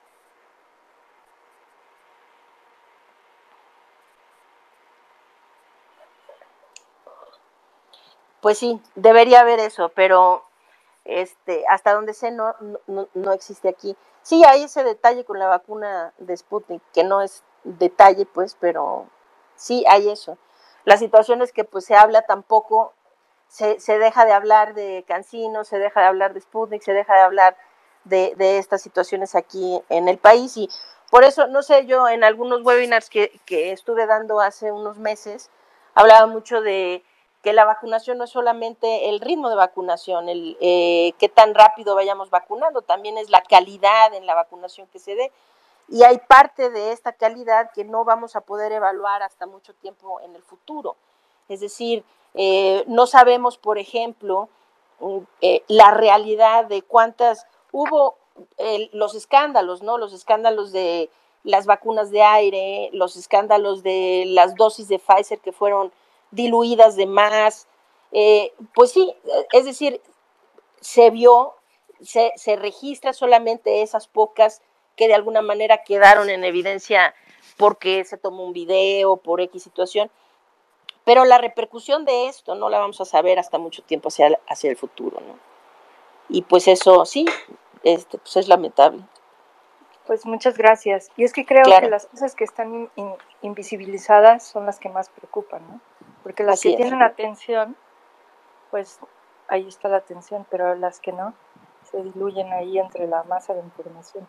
Pues sí, debería haber eso, pero este, hasta donde sé no, no, no existe aquí. Sí hay ese detalle con la vacuna de Sputnik, que no es detalle pues, pero sí hay eso. La situación es que pues se habla tampoco, se, se deja de hablar de CanSino, se deja de hablar de Sputnik, se deja de hablar de, de estas situaciones aquí en el país y por eso, no sé, yo en algunos webinars que, que estuve dando hace unos meses, hablaba mucho de que la vacunación no es solamente el ritmo de vacunación, el eh, qué tan rápido vayamos vacunando, también es la calidad en la vacunación que se dé. Y hay parte de esta calidad que no vamos a poder evaluar hasta mucho tiempo en el futuro. Es decir, eh, no sabemos, por ejemplo, eh, la realidad de cuántas, hubo eh, los escándalos, ¿no? Los escándalos de las vacunas de aire, los escándalos de las dosis de Pfizer que fueron diluidas de más, eh, pues sí, es decir, se vio, se, se registra solamente esas pocas que de alguna manera quedaron en evidencia porque se tomó un video, por X situación, pero la repercusión de esto no la vamos a saber hasta mucho tiempo hacia, hacia el futuro, ¿no? Y pues eso sí, este, pues es lamentable. Pues muchas gracias. Y es que creo Claro. que las cosas que están in, in, invisibilizadas son las que más preocupan, ¿no? Porque las Así que es. tienen atención, pues ahí está la atención, pero las que no, se diluyen ahí entre la masa de información.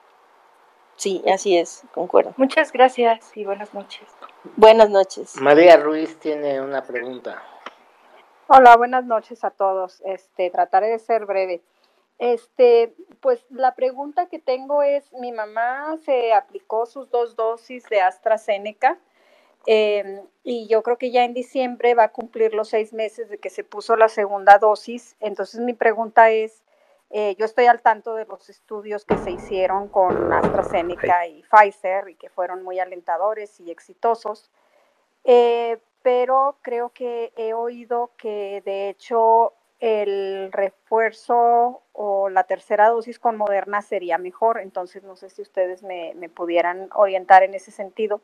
Sí, así es, concuerdo. Muchas gracias y buenas noches. Buenas noches. María Ruiz tiene una pregunta. Hola, buenas noches a todos. Este, trataré de ser breve. Este, pues la pregunta que tengo es, mi mamá se aplicó sus dos dosis de AstraZeneca eh, y yo creo que ya en diciembre va a cumplir los seis meses de que se puso la segunda dosis. Entonces mi pregunta es, eh, yo estoy al tanto de los estudios que se hicieron con AstraZeneca y Pfizer y que fueron muy alentadores y exitosos. Eh, pero creo que he oído que de hecho el refuerzo o la tercera dosis con Moderna sería mejor, entonces no sé si ustedes me, me pudieran orientar en ese sentido.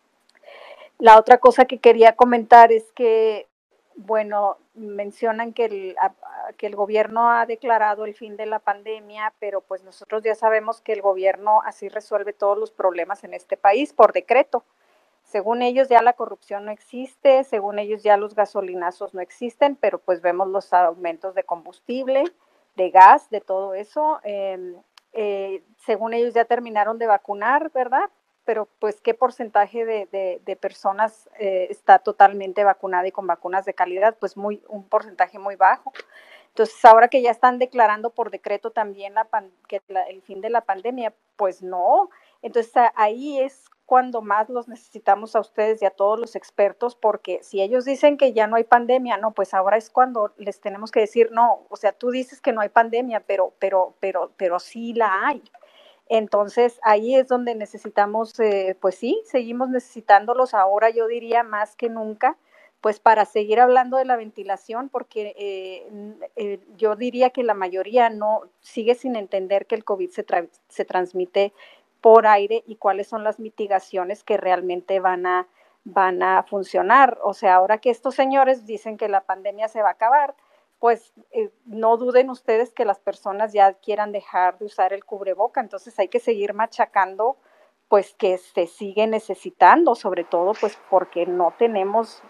La otra cosa que quería comentar es que, bueno, mencionan que el, que el gobierno ha declarado el fin de la pandemia, pero pues nosotros ya sabemos que el gobierno así resuelve todos los problemas en este país por decreto. Según ellos ya la corrupción no existe, según ellos ya los gasolinazos no existen, pero pues vemos los aumentos de combustible, de gas, de todo eso. Eh, eh, según ellos ya terminaron de vacunar, ¿verdad? Pero pues qué porcentaje de, de, de personas eh, está totalmente vacunada y con vacunas de calidad, pues muy un porcentaje muy bajo. Entonces ahora que ya están declarando por decreto también la pan, que la, el fin de la pandemia, pues no. Entonces ahí es cuando más los necesitamos a ustedes y a todos los expertos, porque si ellos dicen que ya no hay pandemia, no, pues ahora es cuando les tenemos que decir, no, o sea, tú dices que no hay pandemia, pero, pero, pero, pero sí la hay. Entonces ahí es donde necesitamos, eh, pues sí, seguimos necesitándolos ahora, yo diría más que nunca, pues para seguir hablando de la ventilación, porque eh, eh, yo diría que la mayoría no sigue sin entender que el COVID se, tra se transmite por aire y cuáles son las mitigaciones que realmente van a, van a funcionar. O sea, ahora que estos señores dicen que la pandemia se va a acabar, pues eh, no duden ustedes que las personas ya quieran dejar de usar el cubreboca, entonces hay que seguir machacando pues que se sigue necesitando, sobre todo pues porque no tenemos,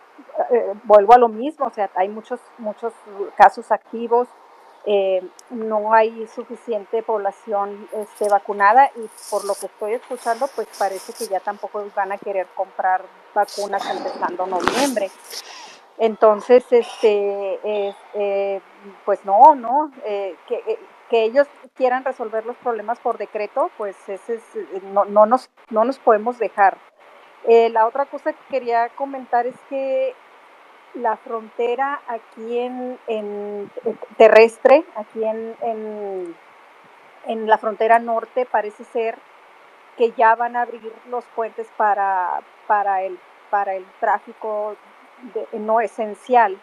eh, vuelvo a lo mismo, o sea, hay muchos, muchos casos activos, eh, no hay suficiente población este, vacunada y por lo que estoy escuchando pues parece que ya tampoco van a querer comprar vacunas empezando noviembre. Entonces, este, eh, eh, pues no, no, eh, que, que ellos quieran resolver los problemas por decreto, pues ese es, no, no, nos, no nos podemos dejar. Eh, la otra cosa que quería comentar es que la frontera aquí en, en terrestre, aquí en, en, en la frontera norte, parece ser que ya van a abrir los puentes para, para, el, para el tráfico de, no esencial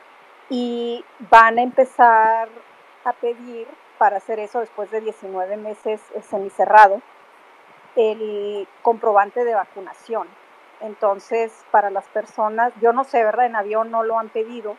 y van a empezar a pedir para hacer eso después de diecinueve meses semicerrado el comprobante de vacunación. Entonces, para las personas, yo no sé, ¿verdad? En avión no lo han pedido,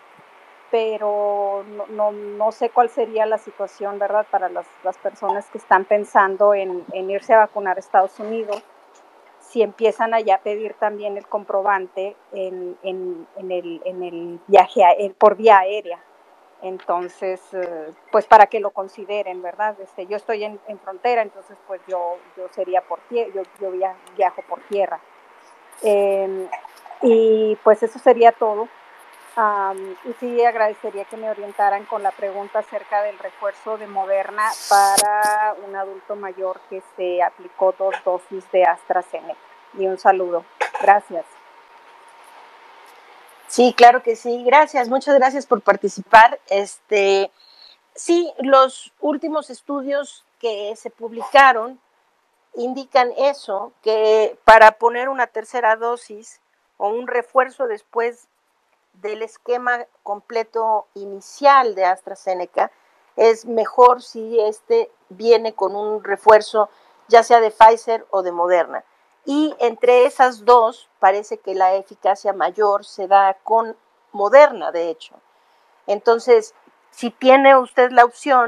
pero no, no, no sé cuál sería la situación, ¿verdad? Para las, las personas que están pensando en, en irse a vacunar a Estados Unidos, si empiezan allá a pedir también el comprobante en, en, en, el, en el viaje a, en, por vía aérea. Entonces, eh, pues para que lo consideren, ¿verdad? Este, yo estoy en, en frontera, entonces pues yo, yo sería por tierra, yo, yo via, viajo por tierra. Eh, y pues eso sería todo. Um, y sí agradecería que me orientaran con la pregunta acerca del refuerzo de Moderna para un adulto mayor que se aplicó dos dosis de AstraZeneca. Y un saludo. Gracias. Sí, claro que sí. Gracias, muchas gracias por participar. Este, sí, los últimos estudios que se publicaron indican eso, que para poner una tercera dosis o un refuerzo después del esquema completo inicial de AstraZeneca, es mejor si este viene con un refuerzo ya sea de Pfizer o de Moderna. Y entre esas dos parece que la eficacia mayor se da con Moderna, de hecho. Entonces, si tiene usted la opción,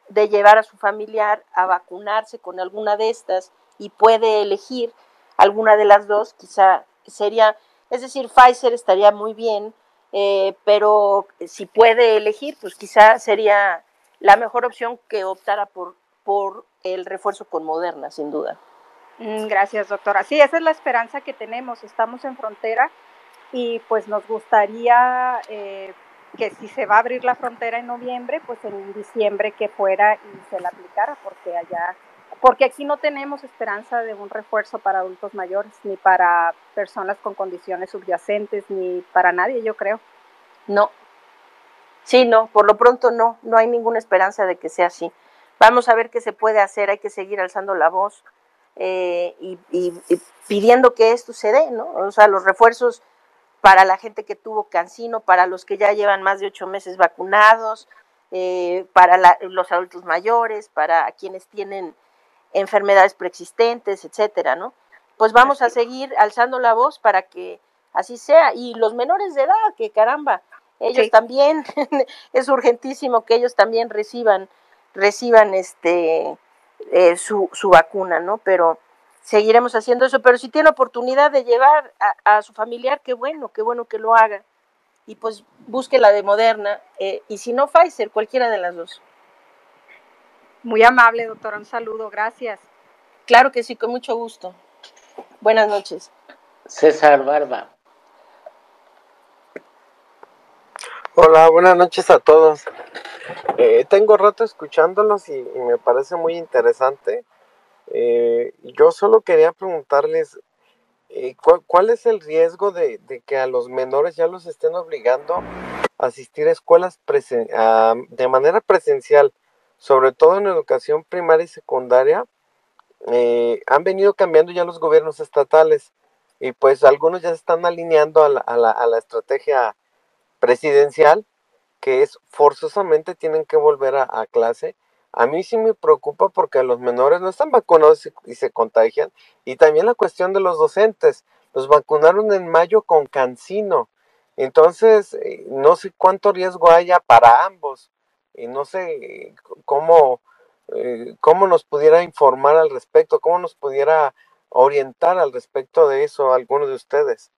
de llevar a su familiar a vacunarse con alguna de estas y puede elegir alguna de las dos, quizá sería, es decir, Pfizer estaría muy bien, eh, pero si puede elegir, pues quizá sería la mejor opción que optara por, por el refuerzo con Moderna, sin duda. Gracias, doctora. Sí, esa es la esperanza que tenemos. Estamos en frontera y pues nos gustaría eh, que si se va a abrir la frontera en noviembre, pues en diciembre que fuera y se la aplicara, porque allá, porque aquí no tenemos esperanza de un refuerzo para adultos mayores, ni para personas con condiciones subyacentes, ni para nadie, yo creo. No. Sí, no, por lo pronto no, no hay ninguna esperanza de que sea así. Vamos a ver qué se puede hacer, hay que seguir alzando la voz eh, y, y, y pidiendo que esto se dé, ¿no? O sea, los refuerzos para la gente que tuvo cancino, para los que ya llevan más de ocho meses vacunados, eh, para la, los adultos mayores, para quienes tienen enfermedades preexistentes, etcétera, ¿no? Pues vamos a seguir alzando la voz para que así sea. Y los menores de edad, que caramba, ellos sí. también, es urgentísimo que ellos también reciban, reciban este eh, su, su vacuna, ¿no? Pero seguiremos haciendo eso, pero si tiene oportunidad de llevar a, a su familiar, qué bueno, qué bueno que lo haga. Y pues busque la de Moderna, eh, y si no Pfizer, cualquiera de las dos. Muy amable, doctora, un saludo, gracias. Claro que sí, con mucho gusto. Buenas noches. César Barba. Hola, buenas noches a todos. Eh, tengo rato escuchándolos y, y me parece muy interesante. Eh, yo solo quería preguntarles, eh, ¿cuál, ¿cuál es el riesgo de, de que a los menores ya los estén obligando a asistir a escuelas presen a, de manera presencial, sobre todo en educación primaria y secundaria? Eh, han venido cambiando ya los gobiernos estatales y pues algunos ya se están alineando a la, a la, a la estrategia presidencial, que es forzosamente tienen que volver a, a clase. A mí sí me preocupa porque los menores no están vacunados y, y se contagian. Y también la cuestión de los docentes. Los vacunaron en mayo con CanSino. Entonces, eh, no sé cuánto riesgo haya para ambos. Y no sé eh, cómo, eh, cómo nos pudiera informar al respecto, cómo nos pudiera orientar al respecto de eso alguno de ustedes.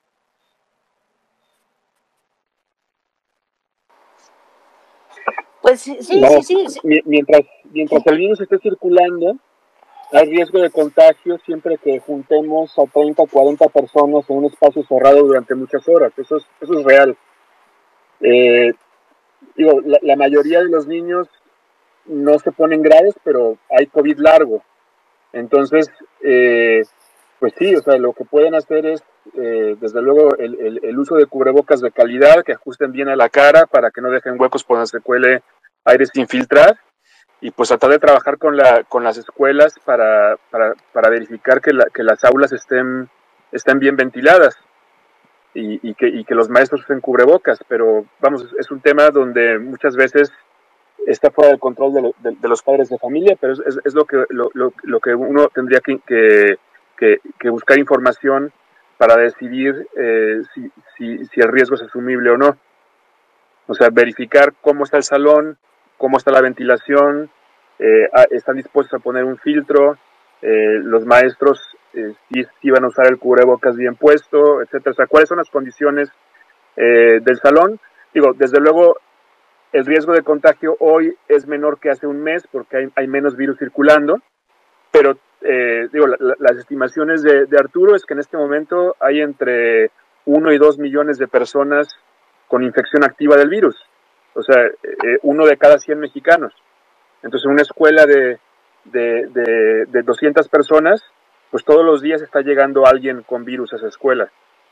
Pues sí, sí, no, sí, sí, sí. Mientras, mientras el virus esté circulando, hay riesgo de contagio siempre que juntemos a treinta, cuarenta personas en un espacio cerrado durante muchas horas. Eso es, eso es real. Eh, digo, la, la mayoría de los niños no se ponen graves, pero hay COVID largo. Entonces, eh, pues sí, o sea, lo que pueden hacer es, eh, desde luego, el, el, el uso de cubrebocas de calidad que ajusten bien a la cara para que no dejen huecos por donde se cuele aire sin filtrar, y pues tratar de trabajar con la con las escuelas para, para, para verificar que, la, que las aulas estén, estén bien ventiladas y, y, que, y que los maestros usen cubrebocas, pero vamos, es un tema donde muchas veces está fuera del control de, lo, de, de los padres de familia, pero es, es, es lo, que, lo, lo, lo que uno tendría que, que, que, que buscar información para decidir eh, si, si, si el riesgo es asumible o no. O sea, verificar cómo está el salón, cómo está la ventilación, eh, están dispuestos a poner un filtro, eh, los maestros eh, si, si van a usar el cubrebocas bien puesto, etcétera. O sea, cuáles son las condiciones eh, del salón. Digo, desde luego, el riesgo de contagio hoy es menor que hace un mes porque hay, hay menos virus circulando, pero eh, digo, la, la, las estimaciones de, de Arturo es que en este momento hay entre uno y dos millones de personas con infección activa del virus, o sea, eh, uno de cada cien mexicanos. Entonces, en una escuela de, de, de, de doscientas personas, pues todos los días está llegando alguien con virus a esa escuela.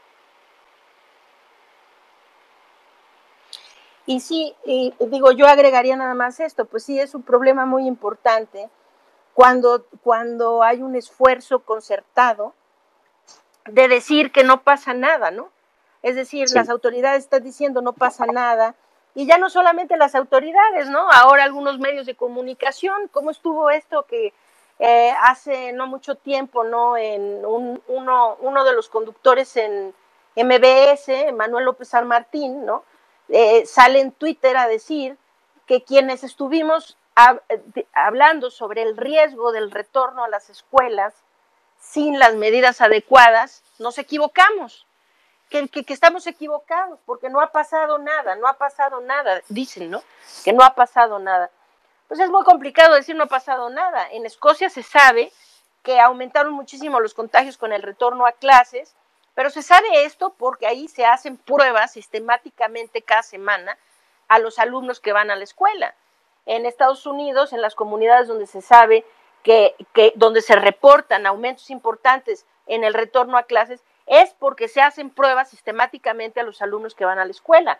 Y sí, y digo, yo agregaría nada más esto, pues sí, es un problema muy importante cuando, cuando hay un esfuerzo concertado de decir que no pasa nada, ¿no? Es decir, sí. Las autoridades están diciendo no pasa nada, y ya no solamente las autoridades, ¿no? Ahora algunos medios de comunicación, ¿cómo estuvo esto que eh, hace no mucho tiempo, ¿no? En un, uno, uno de los conductores en M B S, Manuel López San Martín, ¿no? Eh, sale en Twitter a decir que quienes estuvimos hab, de, hablando sobre el riesgo del retorno a las escuelas sin las medidas adecuadas, nos equivocamos. Que, que, que estamos equivocados, porque no ha pasado nada, no ha pasado nada, dicen, ¿no? Que no ha pasado nada. Pues es muy complicado decir no ha pasado nada. En Escocia se sabe que aumentaron muchísimo los contagios con el retorno a clases, pero se sabe esto porque ahí se hacen pruebas sistemáticamente cada semana a los alumnos que van a la escuela. En Estados Unidos, en las comunidades donde se sabe que, que donde se reportan aumentos importantes en el retorno a clases, es porque se hacen pruebas sistemáticamente a los alumnos que van a la escuela.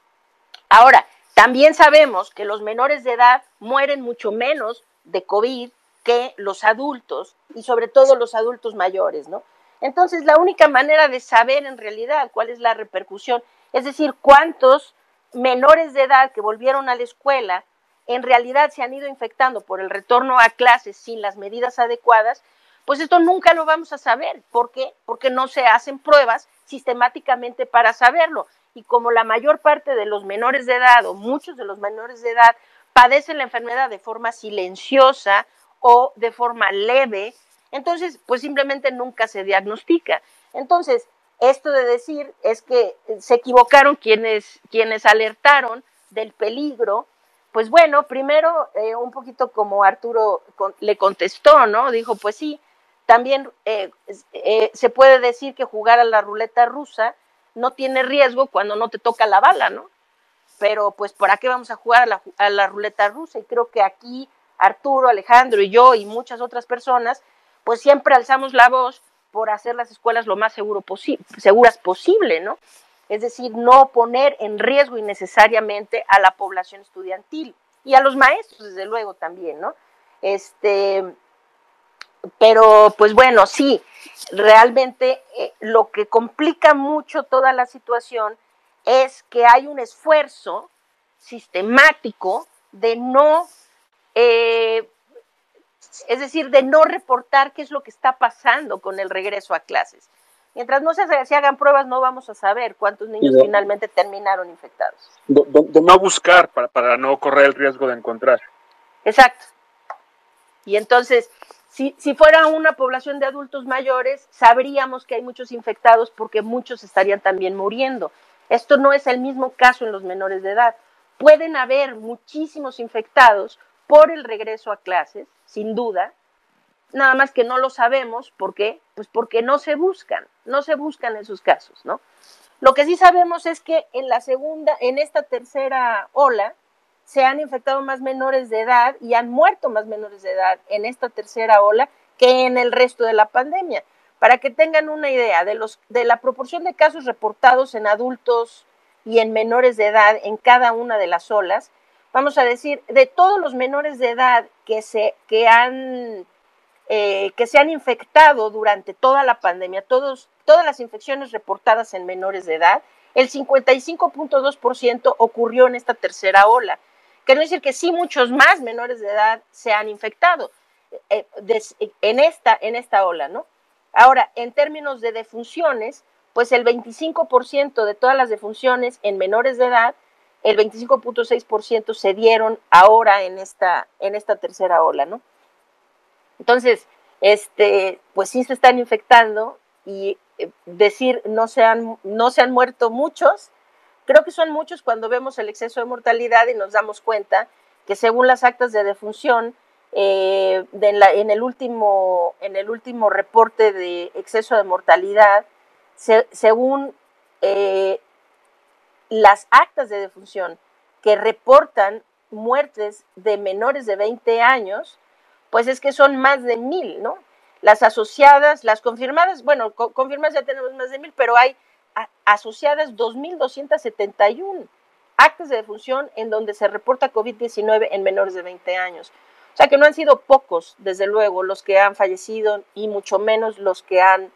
Ahora, también sabemos que los menores de edad mueren mucho menos de COVID que los adultos, y sobre todo los adultos mayores, ¿no? Entonces, la única manera de saber en realidad cuál es la repercusión, es decir, cuántos menores de edad que volvieron a la escuela en realidad se han ido infectando por el retorno a clases sin las medidas adecuadas, pues esto nunca lo vamos a saber. ¿Por qué? Porque no se hacen pruebas sistemáticamente para saberlo. Y como la mayor parte de los menores de edad, o muchos de los menores de edad, padecen la enfermedad de forma silenciosa o de forma leve, entonces pues simplemente nunca se diagnostica. Entonces, esto de decir es que se equivocaron quienes, quienes alertaron del peligro. Pues bueno, primero eh, un poquito como Arturo con, le contestó, ¿no? Dijo, pues sí, también eh, eh, se puede decir que jugar a la ruleta rusa no tiene riesgo cuando no te toca la bala, ¿no? Pero pues ¿para qué vamos a jugar a la, a la ruleta rusa? Y creo que aquí Arturo, Alejandro y yo y muchas otras personas, pues siempre alzamos la voz por hacer las escuelas lo más seguro posi- seguras posible, ¿no? Es decir, no poner en riesgo innecesariamente a la población estudiantil y a los maestros, desde luego, también, ¿no? Este, pero, pues bueno, sí, realmente eh, lo que complica mucho toda la situación es que hay un esfuerzo sistemático de no, eh, es decir, de no reportar qué es lo que está pasando con el regreso a clases. Mientras no se, se hagan pruebas, no vamos a saber cuántos niños de, finalmente terminaron infectados. De, de, de no buscar para, para no correr el riesgo de encontrar. Exacto. Y entonces, si, si fuera una población de adultos mayores, sabríamos que hay muchos infectados porque muchos estarían también muriendo. Esto no es el mismo caso en los menores de edad. Pueden haber muchísimos infectados por el regreso a clases, sin duda, nada más que no lo sabemos. ¿Por qué? Pues porque no se buscan, no se buscan esos casos, ¿no? Lo que sí sabemos es que en la segunda, en esta tercera ola, se han infectado más menores de edad y han muerto más menores de edad en esta tercera ola que en el resto de la pandemia. Para que tengan una idea de, los, de la proporción de casos reportados en adultos y en menores de edad en cada una de las olas, vamos a decir, de todos los menores de edad que se, que han... Eh, que se han infectado durante toda la pandemia, todos, todas las infecciones reportadas en menores de edad, el cincuenta y cinco punto dos por ciento ocurrió en esta tercera ola. Quiere decir que sí, muchos más menores de edad se han infectado eh, de, en, esta, en esta ola, ¿no? Ahora, en términos de defunciones, pues el veinticinco por ciento de todas las defunciones en menores de edad, el veinticinco punto seis por ciento se dieron ahora en esta, en esta tercera ola, ¿no? Entonces, este, pues sí se están infectando y eh, decir no se, han, no se han muerto muchos, creo que son muchos cuando vemos el exceso de mortalidad y nos damos cuenta que según las actas de defunción, eh, de la, en, el último, en el último reporte de exceso de mortalidad, se, según eh, las actas de defunción que reportan muertes de menores de veinte años, pues es que son más de mil, ¿no? Las asociadas, las confirmadas, bueno, co confirmadas ya tenemos más de mil, pero hay a asociadas dos mil doscientos setenta y uno actas de defunción en donde se reporta COVID diecinueve en menores de veinte años. O sea que no han sido pocos, desde luego, los que han fallecido y mucho menos los que han,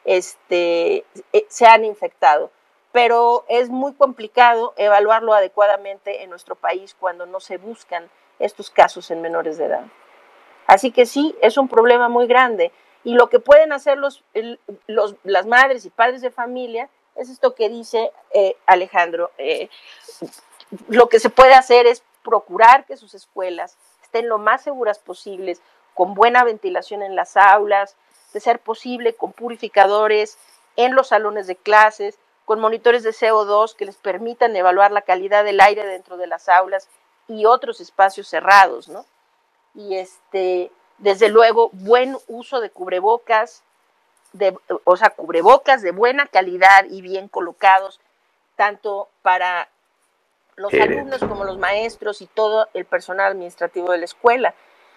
este, se han infectado. Pero es muy complicado evaluarlo adecuadamente en nuestro país cuando no se buscan estos casos en menores de edad. Así que sí, es un problema muy grande. Y lo que pueden hacer los, los, las madres y padres de familia es esto que dice eh, Alejandro. Eh, lo que se puede hacer es procurar que sus escuelas estén lo más seguras posibles, con buena ventilación en las aulas, de ser posible con purificadores en los salones de clases, con monitores de C O dos que les permitan evaluar la calidad del aire dentro de las aulas y otros espacios cerrados, ¿no? Y este, desde luego, buen uso de cubrebocas, de, o sea, cubrebocas de buena calidad y bien colocados, tanto para los Eres. alumnos como los maestros y todo el personal administrativo de la escuela.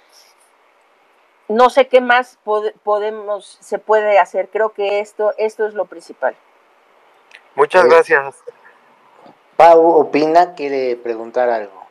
No sé qué más pod podemos, se puede hacer. Creo que esto, esto es lo principal. Muchas Eh, gracias. Pau opina, quiere preguntar algo.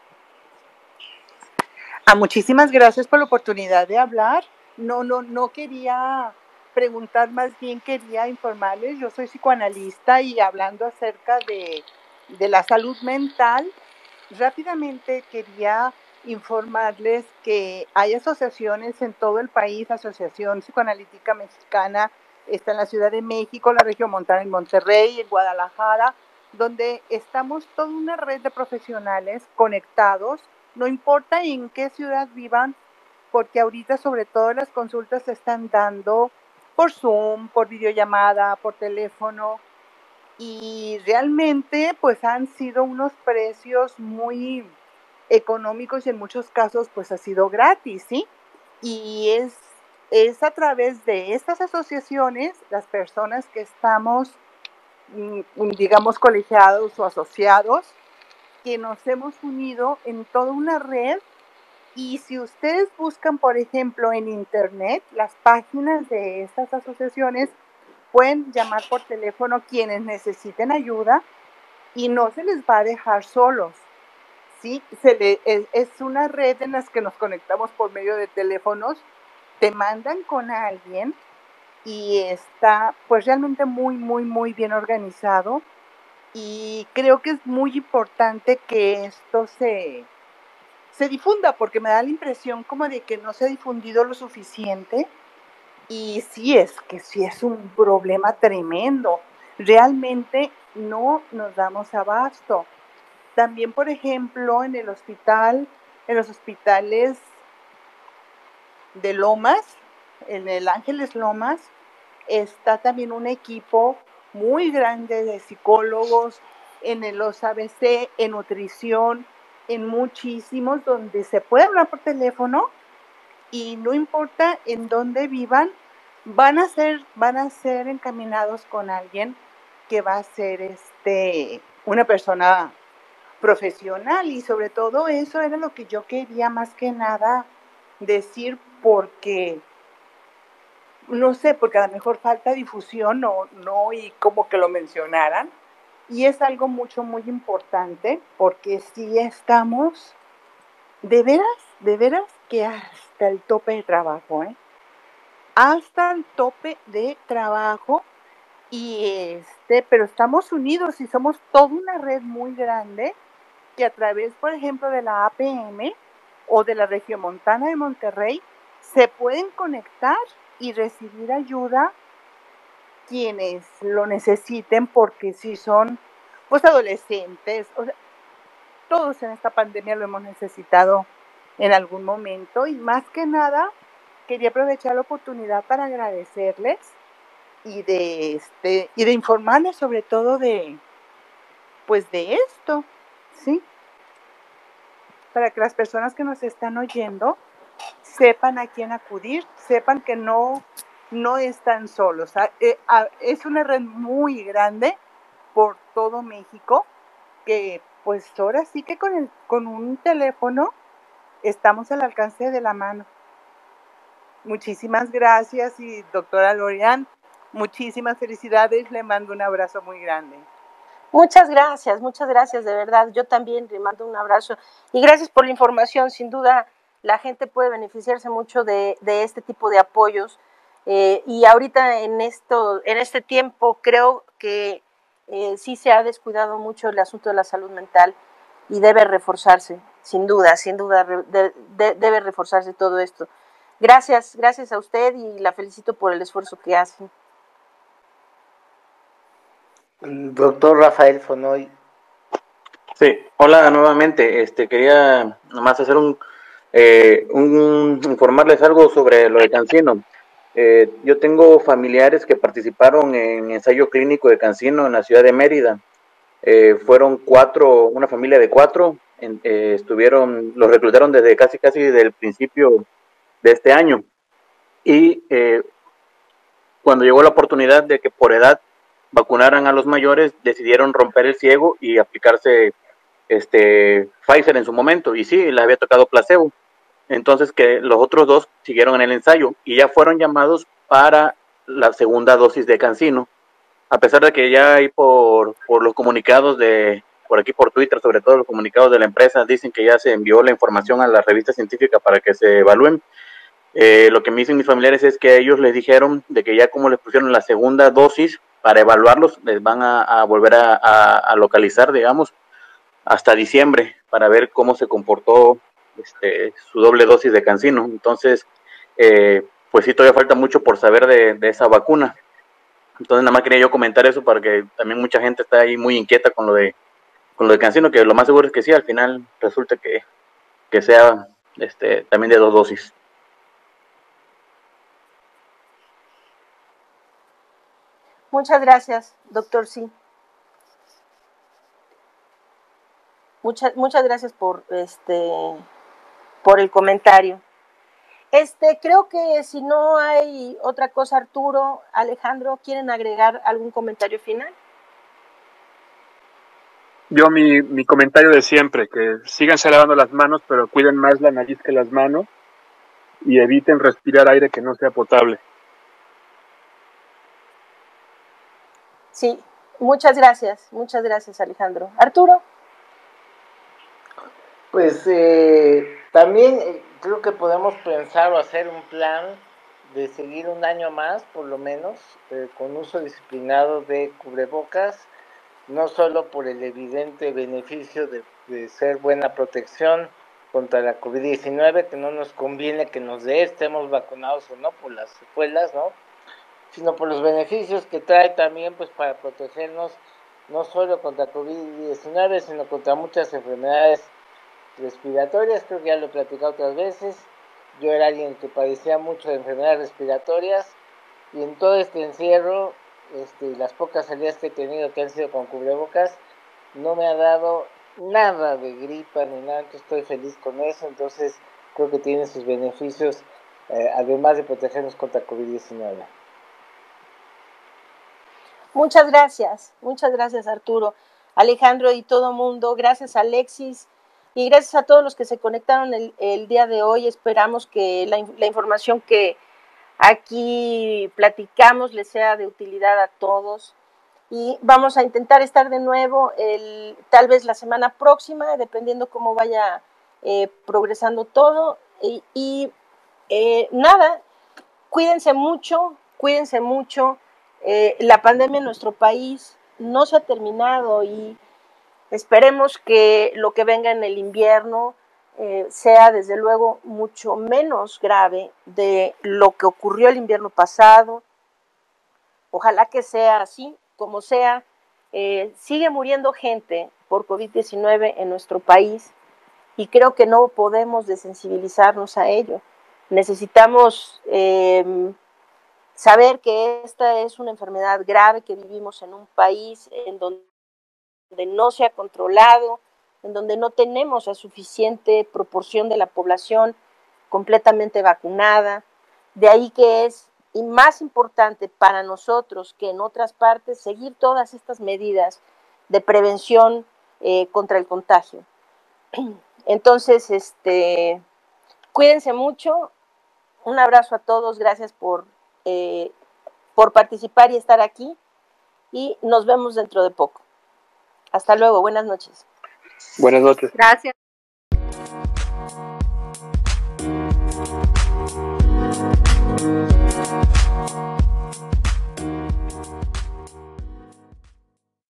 Ah, muchísimas gracias por la oportunidad de hablar. No, no, no quería preguntar, más bien quería informarles. Yo soy psicoanalista y hablando acerca de, de la salud mental, rápidamente quería informarles que hay asociaciones en todo el país, Asociación Psicoanalítica Mexicana, está en la Ciudad de México, la Regiomontana en Monterrey, en Guadalajara, donde estamos toda una red de profesionales conectados, no importa en qué ciudad vivan, porque ahorita sobre todo las consultas se están dando por Zoom, por videollamada, por teléfono, y realmente pues han sido unos precios muy económicos y en muchos casos pues ha sido gratis, ¿sí? Y es, es a través de estas asociaciones, las personas que estamos, digamos, colegiados o asociados, que nos hemos unido en toda una red. Y si ustedes buscan, por ejemplo, en internet, las páginas de estas asociaciones, pueden llamar por teléfono quienes necesiten ayuda y no se les va a dejar solos, ¿sí? Se le, es, es una red en la que nos conectamos por medio de teléfonos, te mandan con alguien y está pues realmente muy, muy, muy bien organizado y creo que es muy importante que esto se, se difunda porque me da la impresión como de que no se ha difundido lo suficiente. Y sí es que sí es un problema tremendo. Realmente no nos damos abasto. También, por ejemplo, en el hospital, en los hospitales de Lomas, en el Ángeles Lomas, está también un equipo muy grande de psicólogos, en los A B C, en nutrición, en muchísimos, donde se puede hablar por teléfono y no importa en dónde vivan, van a ser, van a ser encaminados con alguien que va a ser este, una persona profesional y sobre todo eso era lo que yo quería más que nada decir porque, no sé, porque a lo mejor falta difusión no, no y como que lo mencionaran y es algo mucho, muy importante porque sí estamos de veras, de veras que hasta el tope de trabajo, ¿eh? Hasta el tope de trabajo y este, pero estamos unidos y somos toda una red muy grande que a través, por ejemplo, de la A P M o de la Regiomontana de Monterrey se pueden conectar y recibir ayuda quienes lo necesiten porque si son pues adolescentes, o sea, todos en esta pandemia lo hemos necesitado en algún momento y más que nada quería aprovechar la oportunidad para agradecerles y de este y de informarles sobre todo de pues de esto, ¿sí? Para que las personas que nos están oyendo sepan a quién acudir, sepan que no no están solos. Es una red muy grande por todo México que pues ahora sí que con el con un teléfono estamos al alcance de la mano. Muchísimas gracias y doctora Lorian, muchísimas felicidades, le mando un abrazo muy grande. Muchas gracias, muchas gracias, de verdad, yo también le mando un abrazo y gracias por la información, sin duda la gente puede beneficiarse mucho de, de este tipo de apoyos eh, y ahorita en, esto, en este tiempo creo que eh, sí se ha descuidado mucho el asunto de la salud mental y debe reforzarse, sin duda, sin duda de, de, debe reforzarse todo esto. Gracias, gracias a usted y la felicito por el esfuerzo que hacen. Doctor Rafael Fonoy. Sí, hola nuevamente. Este quería nomás hacer un Eh, un, informarles algo sobre lo de Cancino. Eh, yo tengo familiares que participaron en ensayo clínico de Cancino en la ciudad de Mérida. Eh, fueron cuatro, una familia de cuatro, en, eh, estuvieron, los reclutaron desde casi casi desde el principio de este año. Y eh, cuando llegó la oportunidad de que por edad vacunaran a los mayores, decidieron romper el ciego y aplicarse este Pfizer en su momento. Y sí, les había tocado placebo. Entonces que los otros dos siguieron en el ensayo y ya fueron llamados para la segunda dosis de Cancino. A pesar de que ya hay por, por los comunicados de, por aquí por Twitter, sobre todo los comunicados de la empresa, dicen que ya se envió la información a la revista científica para que se evalúen. Eh, lo que me dicen mis familiares es que ellos les dijeron de que ya como les pusieron la segunda dosis para evaluarlos, les van a, a volver a, a, a localizar, digamos, hasta diciembre para ver cómo se comportó este, su doble dosis de Cancino. Entonces, eh, pues sí, todavía falta mucho por saber de, de esa vacuna. Entonces nada más quería yo comentar eso para que también mucha gente está ahí muy inquieta con lo de con lo de Cancino, que lo más seguro es que sí, al final resulta que, que sea este también de dos dosis. Muchas gracias, doctor Sí. Muchas, muchas gracias por este por el comentario. Este, creo que si no hay otra cosa, Arturo, Alejandro, ¿quieren agregar algún comentario final? Yo mi, mi comentario de siempre, que síganse lavando las manos, pero cuiden más la nariz que las manos y eviten respirar aire que no sea potable. Sí, muchas gracias, muchas gracias, Alejandro. Arturo. Pues eh, también eh, creo que podemos pensar o hacer un plan de seguir un año más, por lo menos, eh, con uso disciplinado de cubrebocas, no solo por el evidente beneficio de, de ser buena protección contra la COVID diecinueve, que no nos conviene que nos dé, estemos vacunados o no, por las secuelas, ¿no? Sino por los beneficios que trae también, pues, para protegernos no solo contra COVID diecinueve, sino contra muchas enfermedades respiratorias. Creo que ya lo he platicado otras veces. Yo era alguien que padecía mucho de enfermedades respiratorias y en todo este encierro, este, las pocas salidas que he tenido que han sido con cubrebocas, no me ha dado nada de gripa ni nada, entonces estoy feliz con eso. Entonces creo que tiene sus beneficios, eh, además de protegernos contra COVID diecinueve. Muchas gracias, muchas gracias, Arturo, Alejandro y todo mundo. Gracias, Alexis. Y gracias a todos los que se conectaron el, el día de hoy. Esperamos que la, la información que aquí platicamos les sea de utilidad a todos. Y vamos a intentar estar de nuevo el, tal vez la semana próxima, dependiendo cómo vaya eh, progresando todo. Y, y eh, nada, cuídense mucho, cuídense mucho. Eh, la pandemia en nuestro país no se ha terminado y esperemos que lo que venga en el invierno eh, sea desde luego mucho menos grave de lo que ocurrió el invierno pasado. Ojalá que sea así, como sea. Eh, sigue muriendo gente por COVID diecinueve en nuestro país y creo que no podemos desensibilizarnos a ello. Necesitamos eh, saber que esta es una enfermedad grave, que vivimos en un país en donde donde no se ha controlado, en donde no tenemos la suficiente proporción de la población completamente vacunada. De ahí que es, y más importante para nosotros que en otras partes, seguir todas estas medidas de prevención eh, contra el contagio. Entonces, este, cuídense mucho. Un abrazo a todos, gracias por, eh, por participar y estar aquí. Y nos vemos dentro de poco. Hasta luego, buenas noches. Buenas noches. Gracias. Thank you.